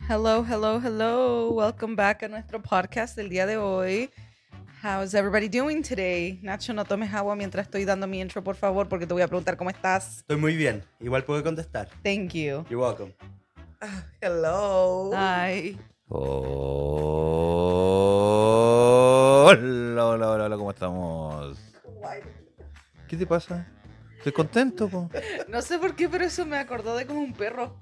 Hello, hello, hello. Welcome back a nuestro podcast del día de hoy. How's everybody doing today? Nacho, no tomes agua mientras estoy dando mi intro, por favor, porque te voy a preguntar cómo estás. Estoy muy bien. Igual puedo contestar. Thank you. You're welcome. Hello. Ay. Hola, hola, hola, hola, ¿cómo estamos? ¿Qué te pasa? Estoy contento, po. No sé por qué, pero eso me acordó de como un perro.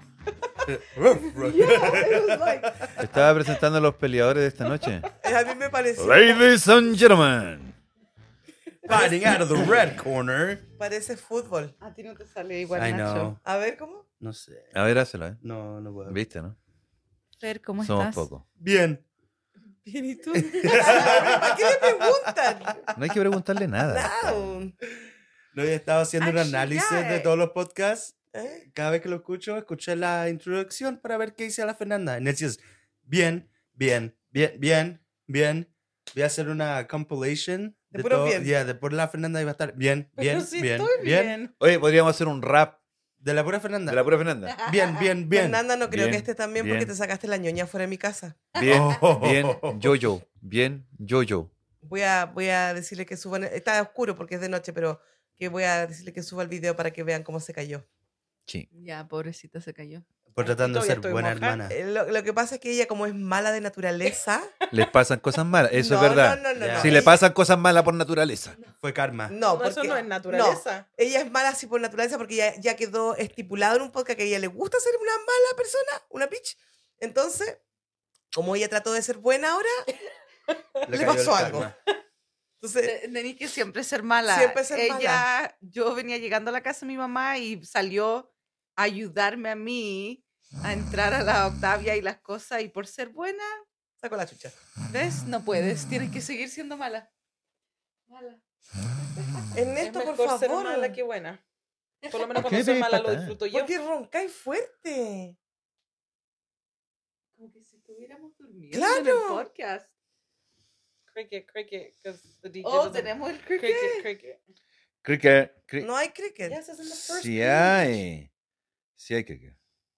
Estaba presentando a los peleadores de esta noche. A mí me pareció. Ladies and gentlemen. Fighting out of the red corner. Parece fútbol. A ti no te sale igual, I Nacho. know. A ver cómo. No sé. A ver, hácelo, ¿eh? No puedo. ¿Viste, no? Fer, ¿cómo Somos estás? pocos. Bien. Bien, ¿y tú? ¿A qué le preguntan? No hay que preguntarle nada. No. No, he estado haciendo un Actually, análisis yeah. de todos los podcasts. ¿Eh? Cada vez que lo escucho, escuché la introducción para ver qué dice la Fernanda. Y decías, bien. Voy a hacer una compilation De puro bien. De por la Fernanda iba a estar bien. Pero sí estoy bien. Oye, podríamos hacer un rap De la pura Fernanda. de la pura Fernanda. Bien. Fernanda, no creo Bien, que esté tan bien bien. porque te sacaste la ñoña fuera de mi casa. Bien, Oh. bien, yo. Bien, yo. Voy a decirle que suban. Está oscuro porque es de noche, pero que voy a decirle que suba el video para que vean cómo se cayó. Sí. Ya, pobrecita, se cayó. Por tratando de Todavía ser estoy buena mojada. hermana. Lo que pasa es que ella, como es mala de naturaleza. Les pasan cosas malas, eso No, es verdad. No. Ya. Si le pasan cosas malas por naturaleza. Fue karma. No, No, eso porque- no es naturaleza. no, ella es mala así por naturaleza porque ya quedó estipulado en un podcast que a ella le gusta ser una mala persona, una bitch. Entonces, como ella trató de ser buena ahora, le cayó pasó el algo. karma. entonces Tenés que siempre ser mala. Siempre ser mala. Yo venía llegando a la casa de mi mamá y salió a ayudarme a mí a entrar a la Octavia y las cosas. Y por ser buena, sacó la chucha. ¿ves? No puedes. Tienes que seguir siendo mala. Mala. Ernesto, por mejor ser favor. mala que buena. Por lo menos ¿Por qué cuando soy me mala lo patada? disfruto yo. ¿Por qué roncáis fuerte? Como que si estuviéramos durmiendo ¡Claro! en el podcast. Cricket, 'cause the DJ Oh, doesn't- tenemos el cricket. cricket. Cricket. No hay cricket. Yes, it's in the first Sí page. hay. Sí hay cricket.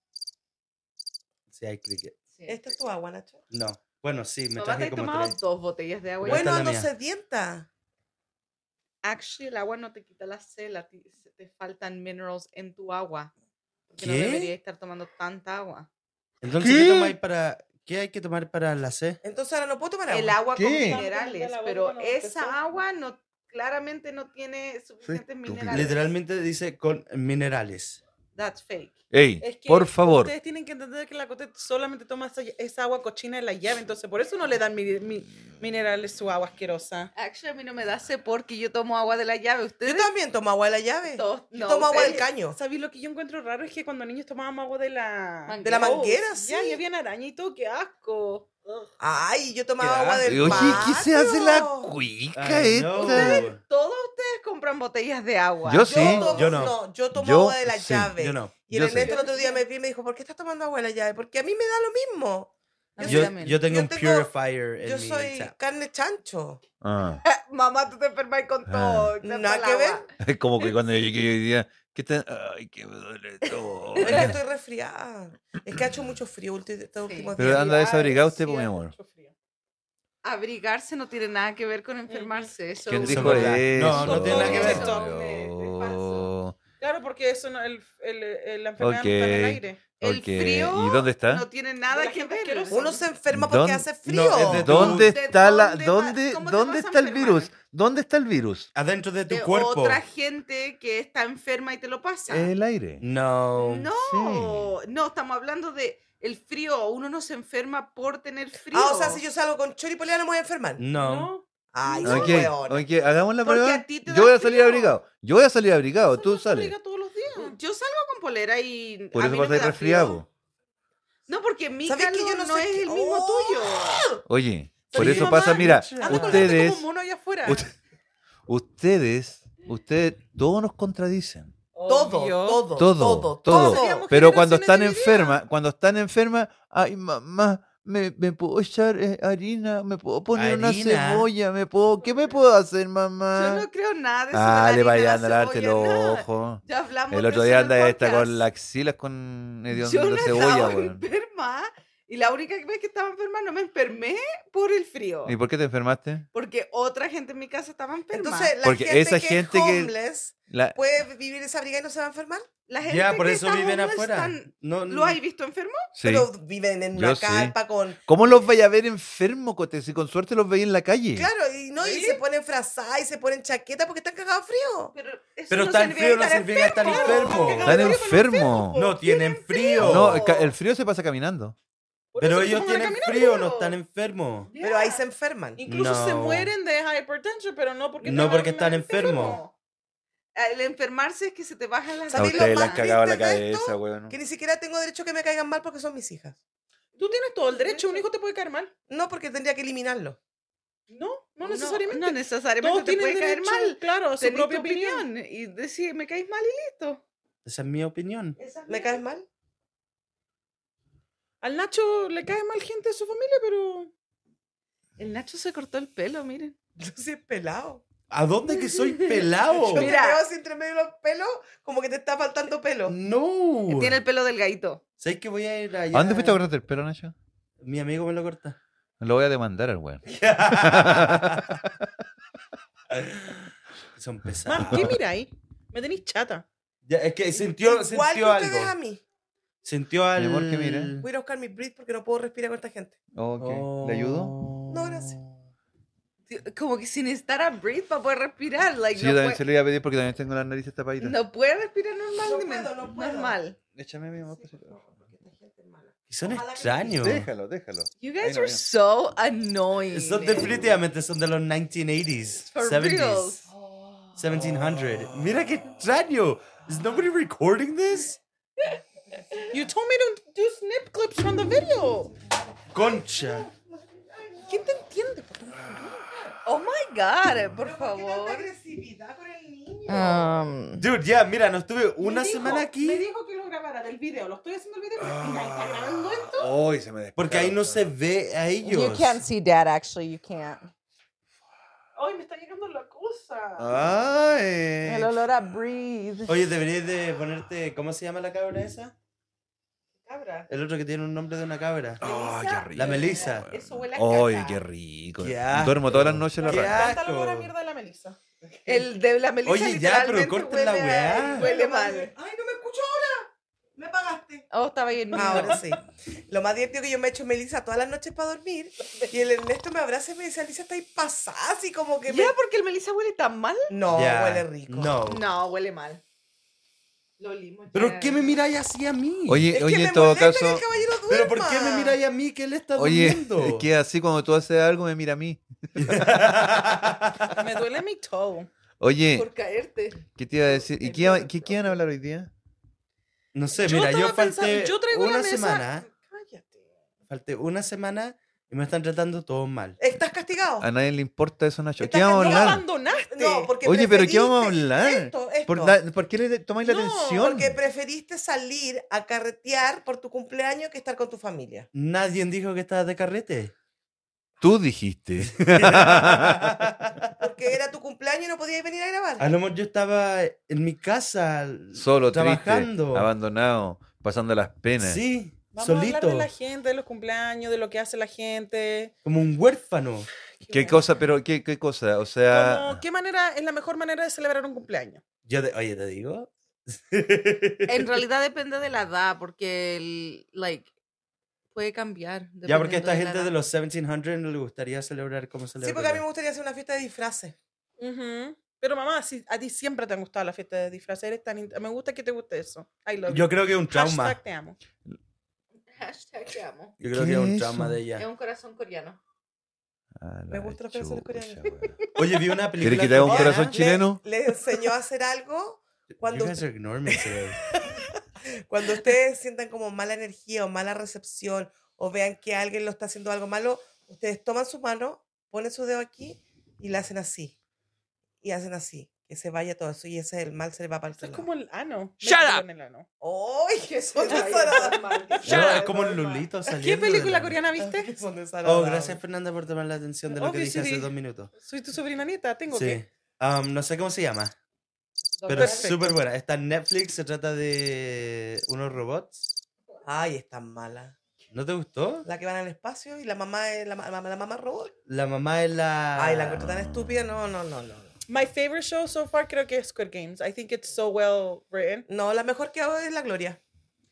Sí, hay cricket. Sí. ¿Esta es tu agua, Nacho? No. Bueno, sí, me Mamá, te traje has como tomado 3. 2 botellas de agua. Bueno, Bueno, esta es la ando mía. sedienta. Actually, el agua no te quita la sed, te faltan minerals en tu agua. Porque no ¿Qué? deberías estar tomando tanta agua. Entonces, ¿qué hay que tomar para la C? Entonces ahora no puedo tomar agua. El agua con ¿Qué? minerales, Del agua pero con agua, ¿qué esa son? agua no, claramente no tiene suficientes estúpido. minerales. Literalmente dice con minerales. That's fake. Ey, Es que por favor. ustedes tienen que entender que la Cote solamente toma esa agua cochina de la llave, entonces por eso no le dan minerales su agua asquerosa. Actually, a mí no me da sed porque yo tomo agua de la llave. Yo Ustedes también tomo agua de la llave. todos- Yo no, tomo agua del ustedes- caño. ¿Sabéis lo que yo encuentro raro? Es que cuando niños tomábamos agua de la... De la hose, manguera, Ya, sí. y había araña y todo, qué asco. Ugh. Ay, yo tomaba Qué agua asco. del Oye, ¿qué se hace la patio. cuica I esta? know. Todos ustedes compran botellas de agua. Yo sí. Yo no. Yo tomo Yo agua de la sí. llave. Yo no. Y el Yo Ernesto sí. el otro día me vi y me dijo, ¿por qué estás tomando agua de la llave? Porque a mí me da lo mismo. A mí Yo, también. yo tengo Yo un tengo- purifier en Yo mi soy tap. carne chancho. Ah, Mamá, tú te enfermas con todo. excepto Nada el que agua. es como que cuando yo llegué hoy día, ¿qué tal? Ay, que me duele todo. Es que estoy resfriada. Es que ha hecho mucho frío estos Sí. últimos Pero días. anda desabrigado usted, Sí, pues, mi hace amor. mucho frío. Abrigarse no tiene nada que ver con enfermarse. Eso ¿Quién es dijo verdad. eso? No tiene nada que ver. Oh, Claro, porque eso no, la enfermedad no está en el Ok. aire. El ok. frío ¿Y dónde está? no tiene De nada la que gente ver. asquerosa. Uno se enferma porque ¿Dónde- hace No, frío. es de tu- ¿Dónde ¿De está la, dónde dónde, cómo te dónde vas a está el enfermar? virus? ¿Dónde está el virus? Adentro de tu De cuerpo. otra gente que está enferma y te lo pasa. El aire. No. No, no, estamos hablando de el frío. Uno no se enferma por tener frío. Ah, o sea, si yo salgo con chori poliana me voy a enfermar. No. Ay, No. son Ok, hueones. ok, hagamos la Porque prueba. a ti te Yo da voy a salir frío. abrigado. Yo voy a salir abrigado. Tú Eso se sales. aplica todos los días. Yo salgo con polera y Por a eso mí no vas a me ir da resfriado. frío. No, porque mi ¿Sabes calor que yo no, no sé es qué- el mismo ¡Oh! tuyo. Oye, por Sí, eso mamá, pasa, mira, anda con ustedes, como mono allá afuera. ustedes, todos nos contradicen. Todo, Obvio. Todo. Seríamos Pero cuando generaciones están enfermas, ay, mamá, ¿me puedo echar harina? ¿Me puedo poner una ¿Harina? cebolla? ¿Qué me puedo hacer, Yo mamá? no creo nada de eso. Ah, de le la vaya a harina, la lavarte los cebolla, nada. ojos. Ya hablamos El de otro eso día en el anda esta podcast. con las axilas con hediondo Yo no de he cebolla, estado weón. enferma. Y la única vez que estaba enferma no me enfermé por el frío. ¿Y por qué te enfermaste? Porque otra gente en mi casa estaba enferma. Entonces, la Porque gente esa que gente es que- homeless La- puede vivir esa briga y no se va a enfermar. la gente Ya, por que eso está viven homeless afuera. están- No, ¿Lo has visto enfermo? Sí. Pero viven en una Yo sí. carpa con... ¿Cómo los vaya a ver enfermos, Cote? Si con suerte los veía en la calle. Claro, y no, y ¿Really? se ponen frazadas y se ponen chaqueta porque están cagados frío. Eso Pero tan significa frío no estar significa estar enfermo. Están enfermos. No, tienen frío. No, el frío se pasa caminando. Por Pero eso se ellos pongan a tienen caminar, frío, pero- no están enfermos. Pero ahí se enferman. Incluso se No. mueren de hypertension, pero no porque, No porque están enfermos. El enfermarse es que se te bajan las A ¿Sabéis lo ustedes le más han cagado la triste de esto? cabeza, weón. Que ni siquiera tengo derecho a que me caigan mal porque son mis hijas. Tú tienes todo el derecho, un hijo te puede caer mal. No, porque tendría que eliminarlo. No necesariamente. No necesariamente Todos te tienen puede caer derecho, mal. claro, a su Tenés propia tu opinión. Y decir, me caes mal y listo. Esa es mi opinión. ¿Me caes mal? Al Nacho le cae mal gente de su familia, pero... El Nacho se cortó el pelo, miren. Yo soy pelado. ¿A dónde que soy pelado? Yo Mira. te veo así entre medio de los pelos como que te está faltando pelo. No. Tiene el pelo delgadito. ¿Sabes que voy a ir allá? ¿A dónde fuiste a cortarte el pelo, Nacho? Mi amigo me lo corta. Lo voy a demandar al weón. Son pesados. Mam, ¿qué miráis? Me tenéis chata. Ya, es que sintió Igual que algo. ustedes a mí. Sintió al... Mi amor, ¿qué mira? Voy a ir a buscar mi breath porque no puedo respirar con esta gente. Ok. ¿Le ayudo? No, gracias. Como que sin estar a breathe para poder respirar. Like, Sí, yo no, también se lo iba a pedir porque también tengo las narices tapaditas. no puede respirar normal. No dime. puedo, no puedo. Normal. Échame mi amor. Y son Ojalá que- extraños. Déjalo, déjalo. You Ahí guys no, are ya. so annoying. Son definitivamente son de los 1980s, For 70s, reals. 1700. Mira qué extraño. Is nobody recording this? You told me to do snip clips from the video. Concha. ¿Quién te entiende? Oh my God, por favor. agresividad con el niño? Dude, ya, mira, no estuve una Me dijo- semana Me aquí dijo que lo grabara del video. Lo estoy haciendo el video. Mira, ¿está grabando esto? Hoy se me despegó. porque ahí no se ve a ellos. You can't see that, actually. You can't. Ay, me está llegando la cosa. Ay. El olor a breathe. Oye, deberías de ponerte, ¿cómo se llama la cabra esa? Cabra. El otro que tiene un nombre de una cabra. Ay, qué rico. La Melissa. Eso huele a Ay, caca. qué rico. Qué asco. Duermo todas las noches en la Qué radio. Me encanta el olor a asco. mierda de la Melissa. El de la Melissa Oye, ya, pero literalmente corten la huele a- weá. Huele mal. Ay, no me escucho ahora. Me apagaste. Oh, estaba bien. Ahora sí. Lo más divertido que yo me he hecho Melissa todas las noches para dormir. Y el Ernesto me abraza y me dice, Alicia, está ahí pasada, así como que me... ¿Ya porque el Melissa huele tan mal? No, Ya, huele rico. No. No, huele mal. Lo olimos ¿Pero ya. qué me miráis así a mí? Oye, Es oye, que me en todo molesta caso. que el caballero ¿Pero duerma. por qué me miráis a mí que él está Oye, durmiendo? es que así cuando tú haces algo me mira a mí. Me duele mi toe. Oye, Por caerte. ¿qué te iba a decir? ¿Y qué iban a hablar hoy día? No sé, Yo mira, yo estaba pensando- falté yo traigo la una mesa- semana. Cállate. Falté una semana y me están tratando todos mal. ¿Estás castigado? A nadie le importa eso, Nacho. Está ¿Qué vamos a bien, Lo hablar? abandonaste. No, porque Oye, pero ¿qué vamos a preferiste- hablar? Esto. ¿Por qué le tomáis la No, atención? Porque preferiste salir a carretear por tu cumpleaños que estar con tu familia. Nadie dijo que estabas de carrete. Tú dijiste. Porque era tu cumpleaños y no podías venir a grabar. A lo mejor yo estaba en mi casa Solo, trabajando. triste, abandonado, pasando las penas. Sí, Vamos a hablar solito. de la gente, de los cumpleaños, de lo que hace la gente. Como un huérfano. ¿Qué cosa? Pero, ¿qué cosa? O sea, Como, ¿qué manera es la mejor manera de celebrar un cumpleaños? Oye, te digo. En realidad depende de la edad, porque puede cambiar. Ya, porque a esta dependiendo gente la de edad. los 1700 no le gustaría celebrar como Sí, celebrar. porque a mí me gustaría hacer una fiesta de disfraces. Ujú. Pero mamá, si a ti siempre te han gustado las fiestas de disfraz, me gusta que te guste eso. I love Yo you. creo que es un trauma. Hashtag te amo. Hashtag te amo. Yo creo ¿Qué que es un es trauma eso? de Es ella. un corazón coreano. a Me la gustan los corazones chucha, coreanos. weón. Oye, vi una película. ¿Quieres que te haga un coreana. corazón chileno? Le enseñó a hacer algo cuando, You guys are ignoring me today. cuando ustedes sientan como mala energía o mala recepción o vean que alguien lo está haciendo algo malo, ustedes toman su mano, ponen su dedo aquí y le hacen así. Y hacen así. Que se vaya todo eso y ese el mal se le va para el Esto es otro como el ano. Shut Mételo up. en el ano. ¡Ay, qué son Shut desagradables! No, es como el Lulito ¿Qué saliendo. película de la- coreana viste? Son Oh, desagradables. gracias Fernanda por tomar la atención de lo que dije hace Obviously. 2 minutos. Soy tu sobrina nieta, tengo Sí. que. No sé cómo se llama, pero es Perfecto. súper buena. Está en Netflix, se trata de unos robots. Ay, es tan mala. ¿No te gustó? La que van al espacio y la mamá es la mamá robot. La mamá es la... Ay, la encuentro tan estúpida. No. My favorite show so far creo que es Squid Games. I think it's so well written. No, la mejor que hago es la Gloria.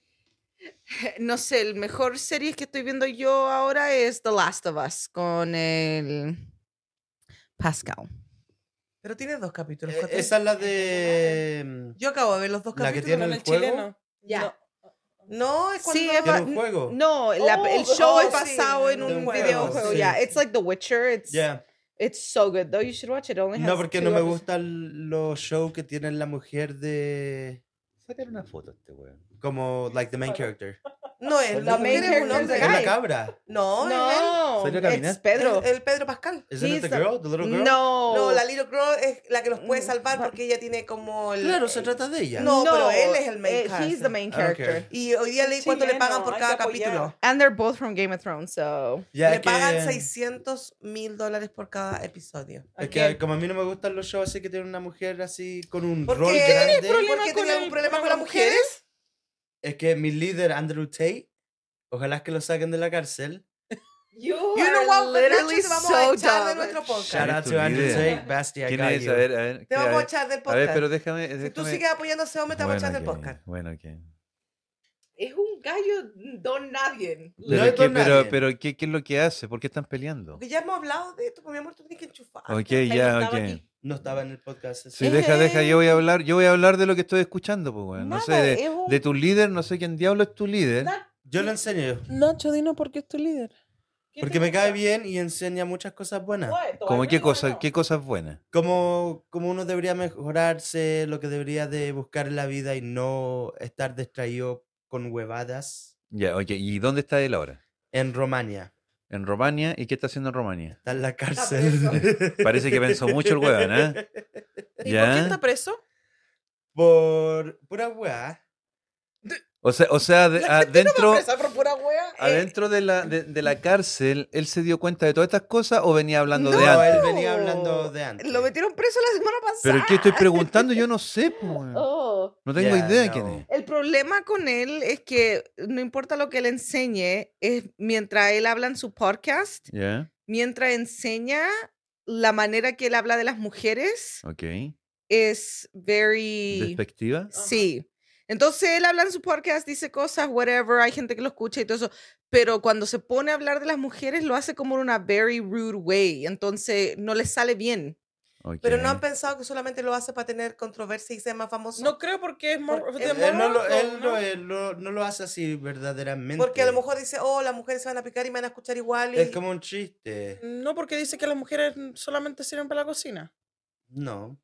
No sé, el mejor serie que estoy viendo yo ahora es The Last of Us con el Pascal. Pero tiene 2 capítulos. Esa es la de... Yo acabo de ver los 2 La que capítulos. tiene Con el el juego. chileno. Ya. No, es cuando... Sí, es ¿Tiene un juego? No, el Oh, show es sí, basado en de un un juego, videojuego. sí. Yeah, it's like The Witcher. Yeah. It's so good though. You should watch it. It only has No, porque 2 no me episodes. gustan los shows que tienen la mujer de... Sacar una foto a este weón. Como, like, the main character. No, es La la main mujer es un character hombre. is Es a la guy. cabra. No, No, ¿Salió a it's caminar? Pedro. el Pedro Pascal. Isn't it He's the the- girl? The little girl? No. No, la Little Girl es la que los puede salvar but- porque ella tiene como el... Claro, se trata de ella. No, pero él es el main he's the character. main I don't character. care. Y hoy día leí cuánto le pagan por Chileno, cada hay que apoyar. capítulo. And they're both from Game of Thrones, so. Ya, Le es que- pagan $600,000 por cada episodio. Es que como a mí no me gustan los shows así que tienen una mujer así con un ¿Por rol qué? grande. ¿Por problema qué con tenía el- algún problema con con las las mujeres? Es que mi líder, Andrew Tate, ojalá que lo saquen de la cárcel. You You know what, Nacho, te vamos a echar de nuestro Shout podcast. out tu to Andrew líder. Tate, Basti, I ¿Quién got es? you. A ver. Te vamos a echar del A podcast. ver, pero déjame. Si tú déjame- sigues apoyando a ese hombre, te vamos a echar del ok, podcast. Bueno, ok. Es un gallo don nadie. No Pero, es ¿qué, don nadie. ¿qué es lo que hace? ¿Por qué están peleando? Porque ya hemos hablado de esto, porque mi amor, tú tienes que enchufar. Ok, Él ya, estaba ok. aquí. No estaba en el podcast. ese. Sí, deja, yo voy a hablar de lo que estoy escuchando, pues, weón. No sé, Nada, es un- de tu líder, no sé quién diablo es tu líder. Yo lo enseño. Nacho, dinos por qué es tu líder. Porque me cae bien y enseña muchas cosas buenas. ¿Cómo qué cosas buenas? Como uno debería mejorarse, lo que debería de buscar en la vida y no estar distraído con huevadas. Ya, ok. ¿Y dónde está él ahora? En Romania. En Romania. ¿Y qué está haciendo en Romania? Está en la cárcel. Parece que pensó mucho el weón, ¿eh? ¿Y ¿Ya? por qué está preso? Por pura hueá. O sea, adentro, Presa por pura wea. adentro de la cárcel, ¿él se dio cuenta de todas estas cosas o venía hablando de No, antes? él venía hablando de antes. Lo metieron preso la semana pasada. Pero ¿qué estoy preguntando? Yo no sé, pues, weón. Oh. No tengo Ya, idea de no. quién es. El problema con él es que no importa lo que él enseñe, es mientras él habla en su podcast, ¿Ya? mientras enseña la manera que él habla de las mujeres, Ok. es very... ¿Despectiva? Sí. Entonces él habla en su podcast, dice cosas, whatever, hay gente que lo escucha y todo eso, pero cuando se pone a hablar de las mujeres lo hace como en una very rude way, entonces no le sale bien. Ok. Pero no han pensado que solamente lo hace para tener controversia y ser más famoso. No creo porque es Porque de Él no lo, morbo, no lo hace así verdaderamente. Porque a lo mejor dice, oh, las mujeres se van a picar y me van a escuchar igual. Y... Es como un chiste. No, porque dice que las mujeres solamente sirven para la cocina. No.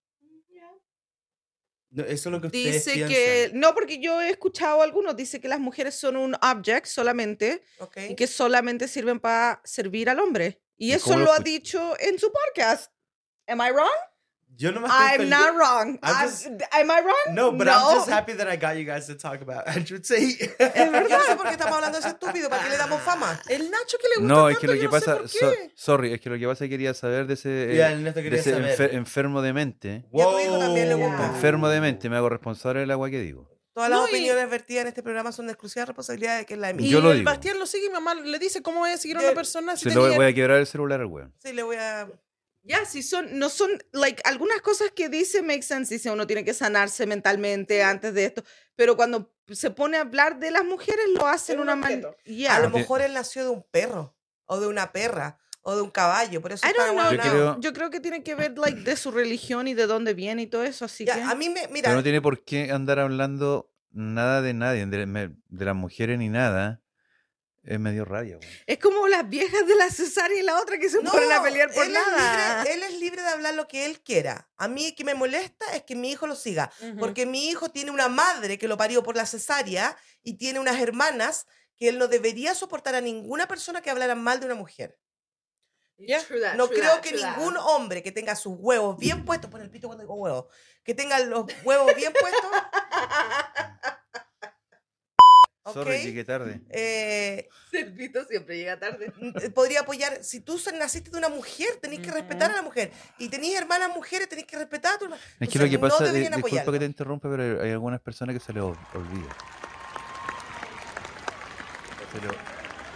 No, eso es lo que ustedes Dice piensan. que, no, porque yo he escuchado a algunos, dice que las mujeres son un object solamente Ok. y que solamente sirven para servir al hombre. Y ¿Y eso cómo lo lo ha escuch- dicho en su podcast. Am I wrong? Yo no me estoy I'm feliz. not wrong. I'm just- Am I wrong? No, but I'm just happy that I got you guys to talk about Andrew Tate. Yo no sé por qué estamos hablando de ese estúpido, ¿para qué le damos fama? El Nacho que le gusta No, es tanto, que lo yo que no sé pasa, por qué. sorry, es que lo que pasa es que quería saber de ese, Ya, Ernesto de quería ese saber. enfermo de mente. Y a tu hijo también le Wow. gusta. Enfermo de mente, me hago responsable del agua que digo. Todas las No, y- opiniones vertidas en este programa son de exclusiva responsabilidad de que es la Y emite. Yo lo el digo. Bastián lo sigue y mi mamá le dice cómo voy a seguir a Yo- una persona si Se lo tenía- voy a quebrar el celular al weón. Sí, le voy a... Ya, si son, no son, like, algunas cosas que dice make sense, dice uno tiene que sanarse mentalmente antes de esto, pero cuando se pone a hablar de las mujeres lo hace Es en un una manera, objeto. yeah. A lo Porque- mejor él nació de un perro, o de una perra, o de un caballo, por eso I está don't know, Yo guaynao. creo- yo creo que tiene que ver, like, de su religión y de dónde viene y todo eso, así Ya, que... a mí me... Mira, Pero no tiene por qué andar hablando nada de nadie, de las mujeres ni nada. Es medio rabia, weón. Es como las viejas de la cesárea y la otra que se ponen a pelear por él nada. él es libre de hablar lo que él quiera. A mí que me molesta es que mi hijo lo siga. Ujú. Porque mi hijo tiene una madre que lo parió por la cesárea y tiene unas hermanas que él no debería soportar a ninguna persona que hablara mal de una mujer. Ya. No creo que ningún hombre que tenga sus huevos bien puestos, pon el pito cuando digo huevos, que tenga los huevos bien puestos, ¿ok? Sorry, llegué tarde. Servito siempre llega tarde. Podría apoyar, si tú naciste de una mujer, tenés que respetar a la mujer. Y tenés hermanas mujeres, tenés que respetar a tu hermana. Es que lo que Entonces, pasa, no deberían disculpa que apoyarlo. te interrumpa, pero hay algunas personas que se les olvida.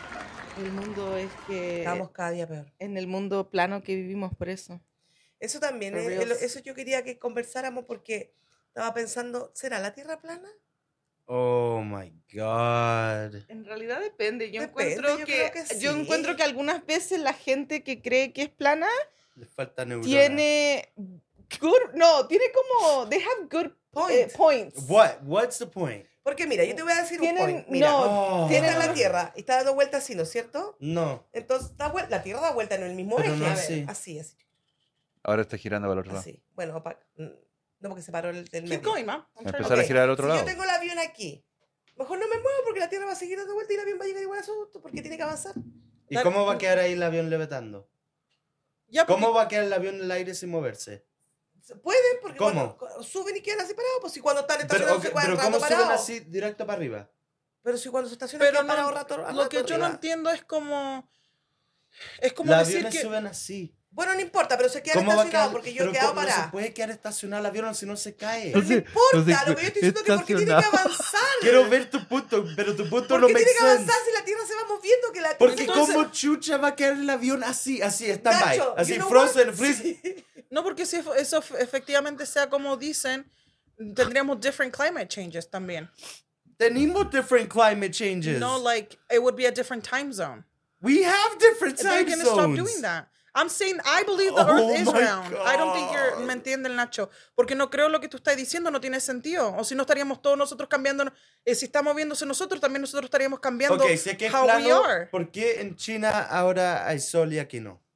El mundo es que... Estamos cada día peor. En el mundo plano que vivimos, por eso. Eso también, For reals. eso yo quería que conversáramos porque estaba pensando, ¿será la Tierra plana? Oh my God. En realidad depende. Yo Depende, encuentro yo que, creo que yo sí. encuentro que algunas veces la gente que cree que es plana Le falta neurona. tiene tiene como they have good points. What's the point? Porque mira, yo te voy a decir un Tienen point. Mira, Oh. tiene la Tierra y está dando vueltas así, ¿no es cierto? No. Entonces la Tierra da vuelta en el mismo Pero eje. no A ver, así. así. Ahora está girando para el otro lado. Así. Bueno, no porque se paró el del Keep medio. going, ma. I'm Va a trying to- empezar a Ok, girar al otro si lado. yo tengo el avión aquí, mejor no me muevo porque la Tierra va a seguir dando vuelta y el avión va a llegar igual a su porque tiene que avanzar. ¿Y cómo va a quedar ahí el avión levitando? Ya, porque- ¿Cómo va a quedar el avión en el aire sin moverse? Pueden, porque ¿Cómo? cuando suben y quedan así parados, pues si cuando están Pero, estacionados ok, se quedan pero rato ¿cómo suben parados. así directo para arriba? Pero si cuando se estacionan Pero quedan parados no, rato lo que yo no arriba. entiendo es como... Es como Los decir aviones que... suben así. Bueno, no importa, pero se quedan ¿Cómo va a estacionados quedar? porque yo he Pero quedado no se parada. puede quedar estacionado el avión si no se cae. Pero no importa, lo que yo estoy diciendo es que porque tiene que estacionado. avanzar. Quiero ver tu punto, pero tu punto ¿Por no qué me tiene que sense. avanzar si la Tierra se va moviendo? Que la Porque Entonces- como chucha va a quedar el avión así, stand-by. Nacho, Así, you know frozen, what? freeze. No, porque si eso efectivamente sea como dicen, tendríamos different climate changes también. Tenemos different climate changes. No, like, it would be a different time zone. We have different They're time going to stop zones. doing that. I'm saying I believe the Oh earth is my round. I don't think God. me entiende el Nacho. Porque no creo lo que tú estás diciendo, no tiene sentido. O si no estaríamos todos nosotros cambiando. Si está moviéndose nosotros, también nosotros estaríamos cambiando Ok, si aquí es how we plano, are. ¿por qué en China ahora hay sol y aquí no?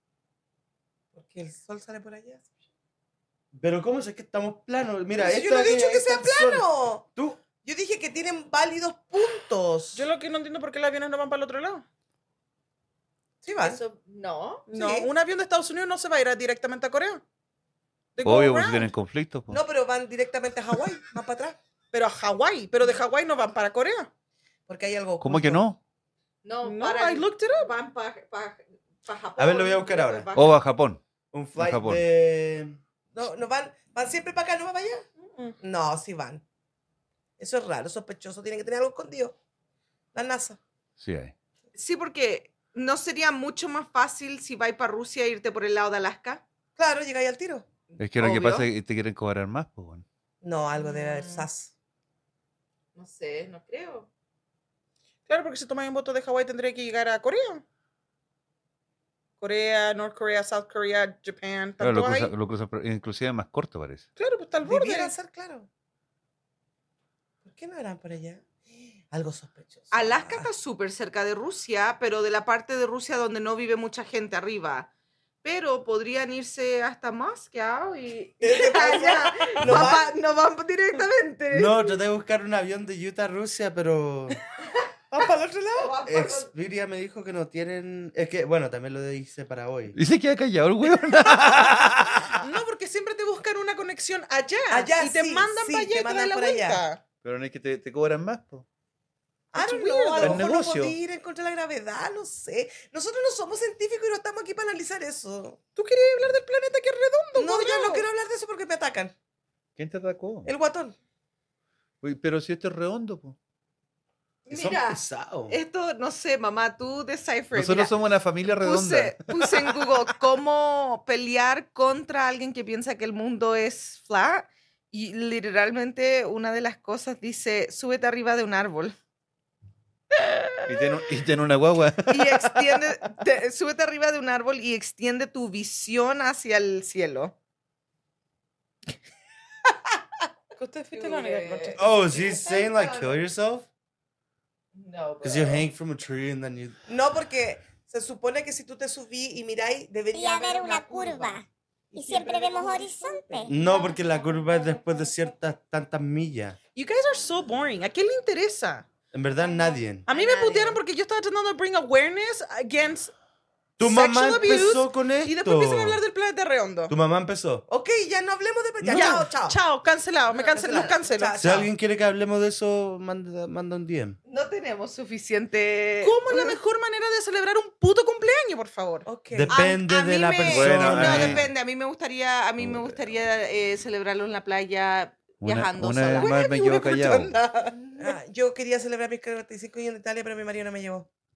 Porque el sol sale por allá. Pero ¿cómo es que estamos planos? Mira, Pero si esto yo no he aquí dicho que está sea el sol. plano. Tú, Yo dije que tienen válidos puntos. Yo lo que no entiendo por qué los aviones no van para el otro lado. Sí, van. No. No, Sí. un avión de Estados Unidos no se va a ir directamente a Corea. They go Obvio, pues around. tienen conflictos. pues. No, pero van directamente a Hawái, más para atrás. Pero a Hawái. Pero de Hawái no van para Corea. Porque hay algo. ¿Cómo que oculto. no? No, I looked it up. Van para Japón. A ver, lo voy a buscar ahora. O a Japón. un flight Japón. de... No van siempre para acá, no van para allá. Mm. No, sí van. Eso es raro, sospechoso. Tienen que tener algo escondido. La NASA. Sí hay. Sí, porque ¿no sería mucho más fácil si vais para Rusia e irte por el lado de Alaska? Claro, llega ahí al tiro. Es que lo que Obvio. pasa es que te quieren cobrar más, pues bueno. No, algo debe haber Mm. SAS. No sé, no creo. Claro, porque si tomáis un voto de Hawái tendría que llegar a Corea. Corea, North Korea, South Korea, Japan. Claro, ¿Están todos ahí? lo cruzan, pero inclusive más corto parece. Claro, pues está al borde. Debiera ser claro. ¿Por qué no eran por allá? Algo sospechoso. Alaska está súper cerca de Rusia, pero de la parte de Rusia donde no vive mucha gente arriba. Pero podrían irse hasta Moscow y allá. No Van van. no van directamente. No, traté de buscar un avión de Utah a Rusia, pero ¿Van para el otro lado? Expedia me dijo que no tienen... Es que, bueno, también lo hice para hoy. Y se queda callado el huevo. No, porque siempre te buscan una conexión allá. Allá, y te sí, mandan sí, para allá te y te mandan dan la por allá. vuelta. Pero no es que te cobran más, pues. I don't It's know, weird, a though. lo El mejor no negocio. podía ir en contra de la gravedad, no sé. Nosotros no somos científicos y no estamos aquí para analizar eso. ¿Tú querías hablar del planeta que es redondo? No, yo cuadrado? no quiero hablar de eso porque me atacan. ¿Quién te atacó? El guatón. Uy, pero si esto es redondo, pues. Y son Mira, pesados. esto, no sé, mamá, tú decipher. Nosotros Mira, somos una familia redonda. puse en Google cómo pelear contra alguien que piensa que el mundo es flat y literalmente una de las cosas dice, súbete arriba de un árbol Y tiene una guagua. y súbete arriba de un árbol y extiende tu visión hacia el cielo. Que usted fuiste la única que contestó. Oh, is he saying like kill yourself? No, Because you hang from a tree and then you... No, porque se supone que si tú te subí y miráis, debería Debería haber una curva. Y siempre vemos horizonte. No, porque la curva es después de ciertas tantas millas. You guys are so boring. ¿A quién le interesa? En verdad, nadie. A mí me putearon porque yo estaba tratando de bring awareness against Tu mamá sexual abuse empezó con esto. y después empiezan a hablar del planeta redondo. Tu mamá empezó. Ok, ya no hablemos de... Ya, No. chao, chao. Chao, cancelado. Me cancelo, los cancelo. Chao. Si alguien quiere que hablemos de eso, manda un DM. No tenemos suficiente... ¿Cómo es la mejor manera de celebrar un puto cumpleaños, por favor? Ok. Depende A de mí la me- persona. Bueno, no, depende. A mí me gustaría, celebrarlo en la playa viajando una sola. vez más me quedo callado. Ah, yo quería celebrar mis 45 años en Italia, pero mi marido no me llevó.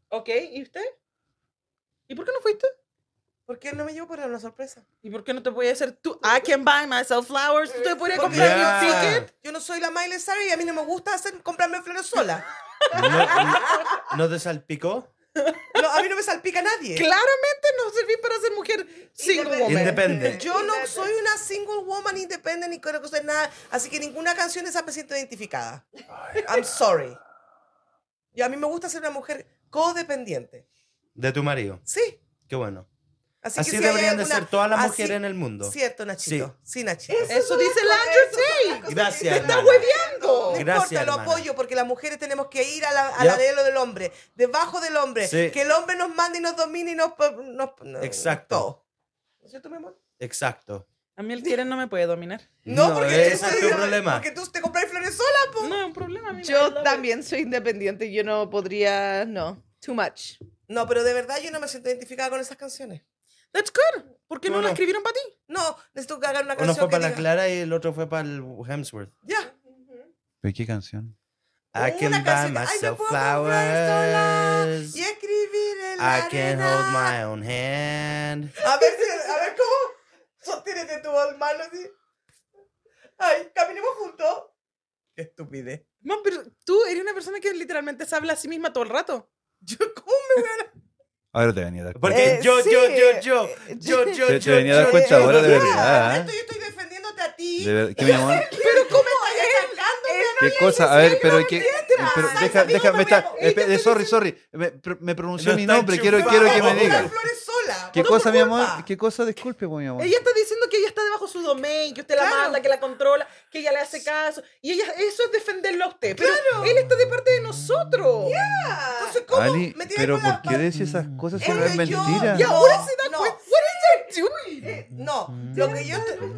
Ok, ¿y usted? ¿Y por qué no fuiste? ¿Por qué no me llevo para una sorpresa? ¿Y por qué no te voy a hacer tú? I can buy myself flowers. ¿Tú te podrías Porque comprar Yeah. mi ticket? yo no soy la Miley Cyrus y a mí no me gusta comprarme flores sola. ¿No te salpicó? No, a mí no me salpica nadie. Claramente no serví para ser mujer single woman. Independent. Yo no soy una single woman independent ni creo que soy nada. Así que ninguna canción de esa me siento identificada. I'm sorry. A mí me gusta ser una mujer codependiente. De tu marido. Sí. Qué bueno. Así, Así que si hay deberían de alguna- ser todas las así- mujeres en el mundo. Cierto, Nachito. Sí, Nachito. Eso dice el Andrew Tate. Gracias, Te está hermana. hueveando. No Gracias, importa, lo hermana. apoyo porque las mujeres tenemos que ir al Yep. anhelo del hombre, debajo del hombre, Sí. que el hombre nos mande y nos domine y nos Exacto. todo. ¿No es cierto, mi amor? Exacto. A mí el quieren no me puede dominar. No, porque ese es tu problema. Porque tú te compras flores sola, po. No es un problema. a mí me Yo da también soy independiente. Yo no podría... No. Too much. No, pero de verdad yo no me siento identificada con esas canciones. That's good. ¿Por qué no No, la no. escribieron para ti? No, necesito que hagan una Uno canción fue que para la diga, Clara y el otro fue para el Hemsworth. ya. ¿Pero qué canción? I Una can buy canción que, "Ay, me myself puedo comprar sola flowers. y escribir en la I can arena". hold my own hand. A ver cómo sostienes tu mano así. Ay, caminemos juntos. Qué estupidez. Man, pero tú eres una persona que literalmente se habla a sí misma todo el rato. Yo, ¿cómo me voy a...? Ahora te venía a dar cuenta. Porque yo Te venía a dar cuenta ahora, de verdad. ¿eh? Yo estoy defendiéndote a ti. De verdad, ¿qué, mi amor? Pero ¿cómo estás atacándome? ¿Qué cosa? A ver, pero ¿qué? Pero pasa? déjame estar. Sorry. Me pronunció mi nombre. Quiero que me Comprar diga. flores sola. ¿Qué No cosa, por mi amor? culpa. ¿Qué cosa? Disculpe, pues, mi amor. Ella está diciendo que ella está debajo de su domain, que usted la Claro. manda, que la controla, que ella le hace caso. Y ella, eso es defenderlo a usted. Pero él está de parte de nosotros. Entonces, ¿cómo Ali, me tiras pero con la ¿por qué decís esas cosas si Es no es que yo- mentira? Y ahora se da No. cuenta. What is that doing? No, lo que yo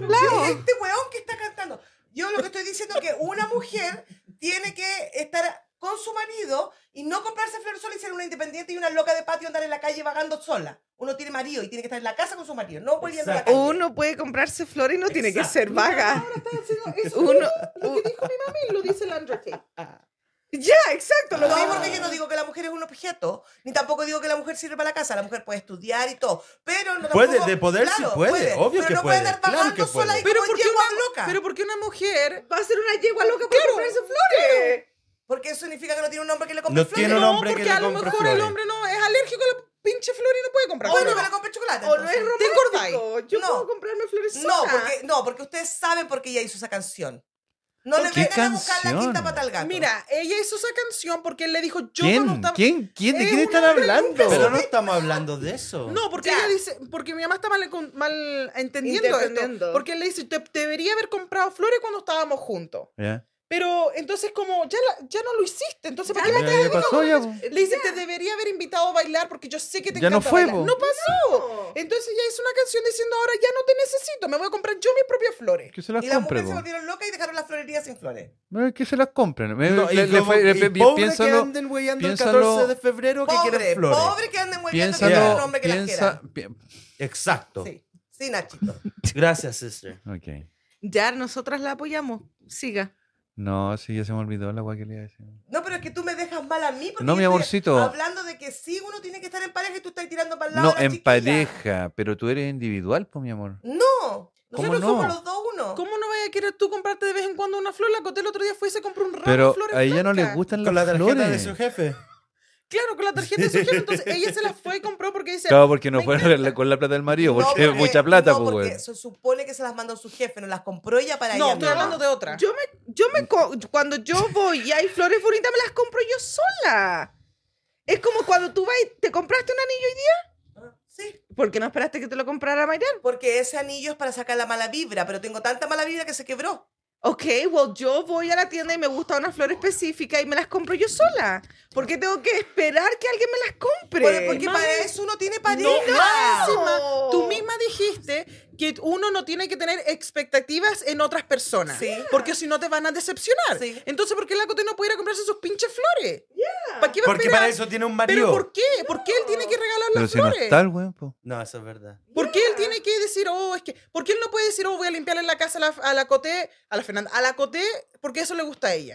este weón que está cantando. Yo lo que estoy diciendo es que una mujer tiene que estar con su marido y no comprarse flores sola y ser una independiente y una loca de patio andar en la calle vagando sola. Uno tiene marido y tiene que estar en la casa con su marido, no volviendo a la calle. Uno puede comprarse flores y no tiene que ser vaga. Ahora está haciendo eso. Uno... Lo que dijo mi mami lo dice el Andrew Tate. Ya, exacto. Lo No, mismo. porque yo no digo que la mujer es un objeto, ni tampoco digo que la mujer sirve para la casa. La mujer puede estudiar y todo, pero no Puede, tampoco- de poder sí puede, obvio pero que no puede, andar claro vagando que puede. sola y Pero como ¿por qué yegua una loca. Pero porque una mujer Va a ser una yegua loca por comprarse flores. Porque eso significa que no tiene un hombre que le compre No flores. tiene un no, hombre que porque le a lo compre mejor el flores. hombre no es alérgico a la pinche flor y no puede comprar O no flores. que le compre chocolate. O no es entonces. romántico. Yo No. puedo comprarme flores No, sola. porque ustedes saben por qué ella hizo esa canción. No le ¿Qué vengan a buscar la canción? quinta pata al gato. Mira, ella hizo esa canción porque él le dijo, yo cuando ¿Quién? estaba... ¿Quién? ¿De Es quién están una pregunta, hablando? Pero no estamos hablando de eso. No, porque Ya. ella dice, porque mi mamá está mal entendiendo Entendiendo. esto. Porque él le dice, te debería haber comprado flores cuando estábamos juntos. ¿Ya? Pero entonces como ya no lo hiciste, entonces ¿para qué me ¿Ya pasó ya? po? Le dice, te debería haber invitado a bailar porque yo sé que te Ya no encanta fue, bailar. po. No pasó. Entonces ella hizo una canción diciendo, ahora ya no te necesito, me voy a comprar yo mis propias flores. Que se las Y las compre, mujeres se po. volvieron locas y dejaron las florerías sin flores. Que se las compren. No, y pobre que anden huellando el piénsalo- 14 de febrero que quieren flores. Pobre que anden hueviando que Piénsalo, haya un hombre que las quiera. Exacto. Sí, sí, Nachito. Gracias, sister. Ok. Ya, nosotras la apoyamos. Siga. No, sí, ya se me olvidó la guay que le iba a decir. No, pero es que tú me dejas mal a mí. Porque No, yo mi estoy amorcito. Hablando de que sí, uno tiene que estar en pareja y tú estás tirando para el lado No, de la en chiquilla. pareja, pero tú eres individual, pues, mi amor. No, ¿Cómo nosotros no? somos los dos uno. ¿Cómo no vaya a querer tú comprarte de vez en cuando una flor? La Coté el otro día fue y se compró un ramo Pero de flores a ella no le blancas. gustan Con la las tarjeta de flores. su jefe. Claro, con la tarjeta de su jefe. Entonces ella se la fue y compró porque dice... Claro, porque no "Me fue encanta". con la plata del marido, No, porque es mucha plata, no, pues, porque güey. se supone que se las mandó su jefe, no las compró ella para No, ella estoy misma. hablando de otra. Cuando yo voy y hay flores bonitas, me las compro yo sola. Es como cuando tú vas y te compraste un anillo hoy día. Sí, ¿Por qué no esperaste que te lo comprara Mayral? porque ese anillo es para sacar la mala vibra, pero tengo tanta mala vibra que se quebró. Ok, well, yo voy a la tienda y me gusta una flor específica y me las compro yo sola. ¿Por qué tengo que esperar que alguien me las compre? Porque Mami, para eso uno tiene No, pareja. más encima, No. tú misma dijiste que uno no tiene que tener expectativas en otras personas. Sí. Porque si no te van a decepcionar. Sí. Entonces, ¿por qué la Coté no puede ir a comprarse sus pinches flores? ¿Para qué va a Porque esperar? para eso tiene un ¿Pero marido. por qué? ¿Por qué él tiene que regalar Pero las si no flores? está el güey, pues. No, eso es verdad. ¿Por qué él tiene que decir, ¿por qué él no puede decir, voy a limpiarle la casa a la Coté, a la Fernanda, a la Coté, porque eso le gusta a ella? Que la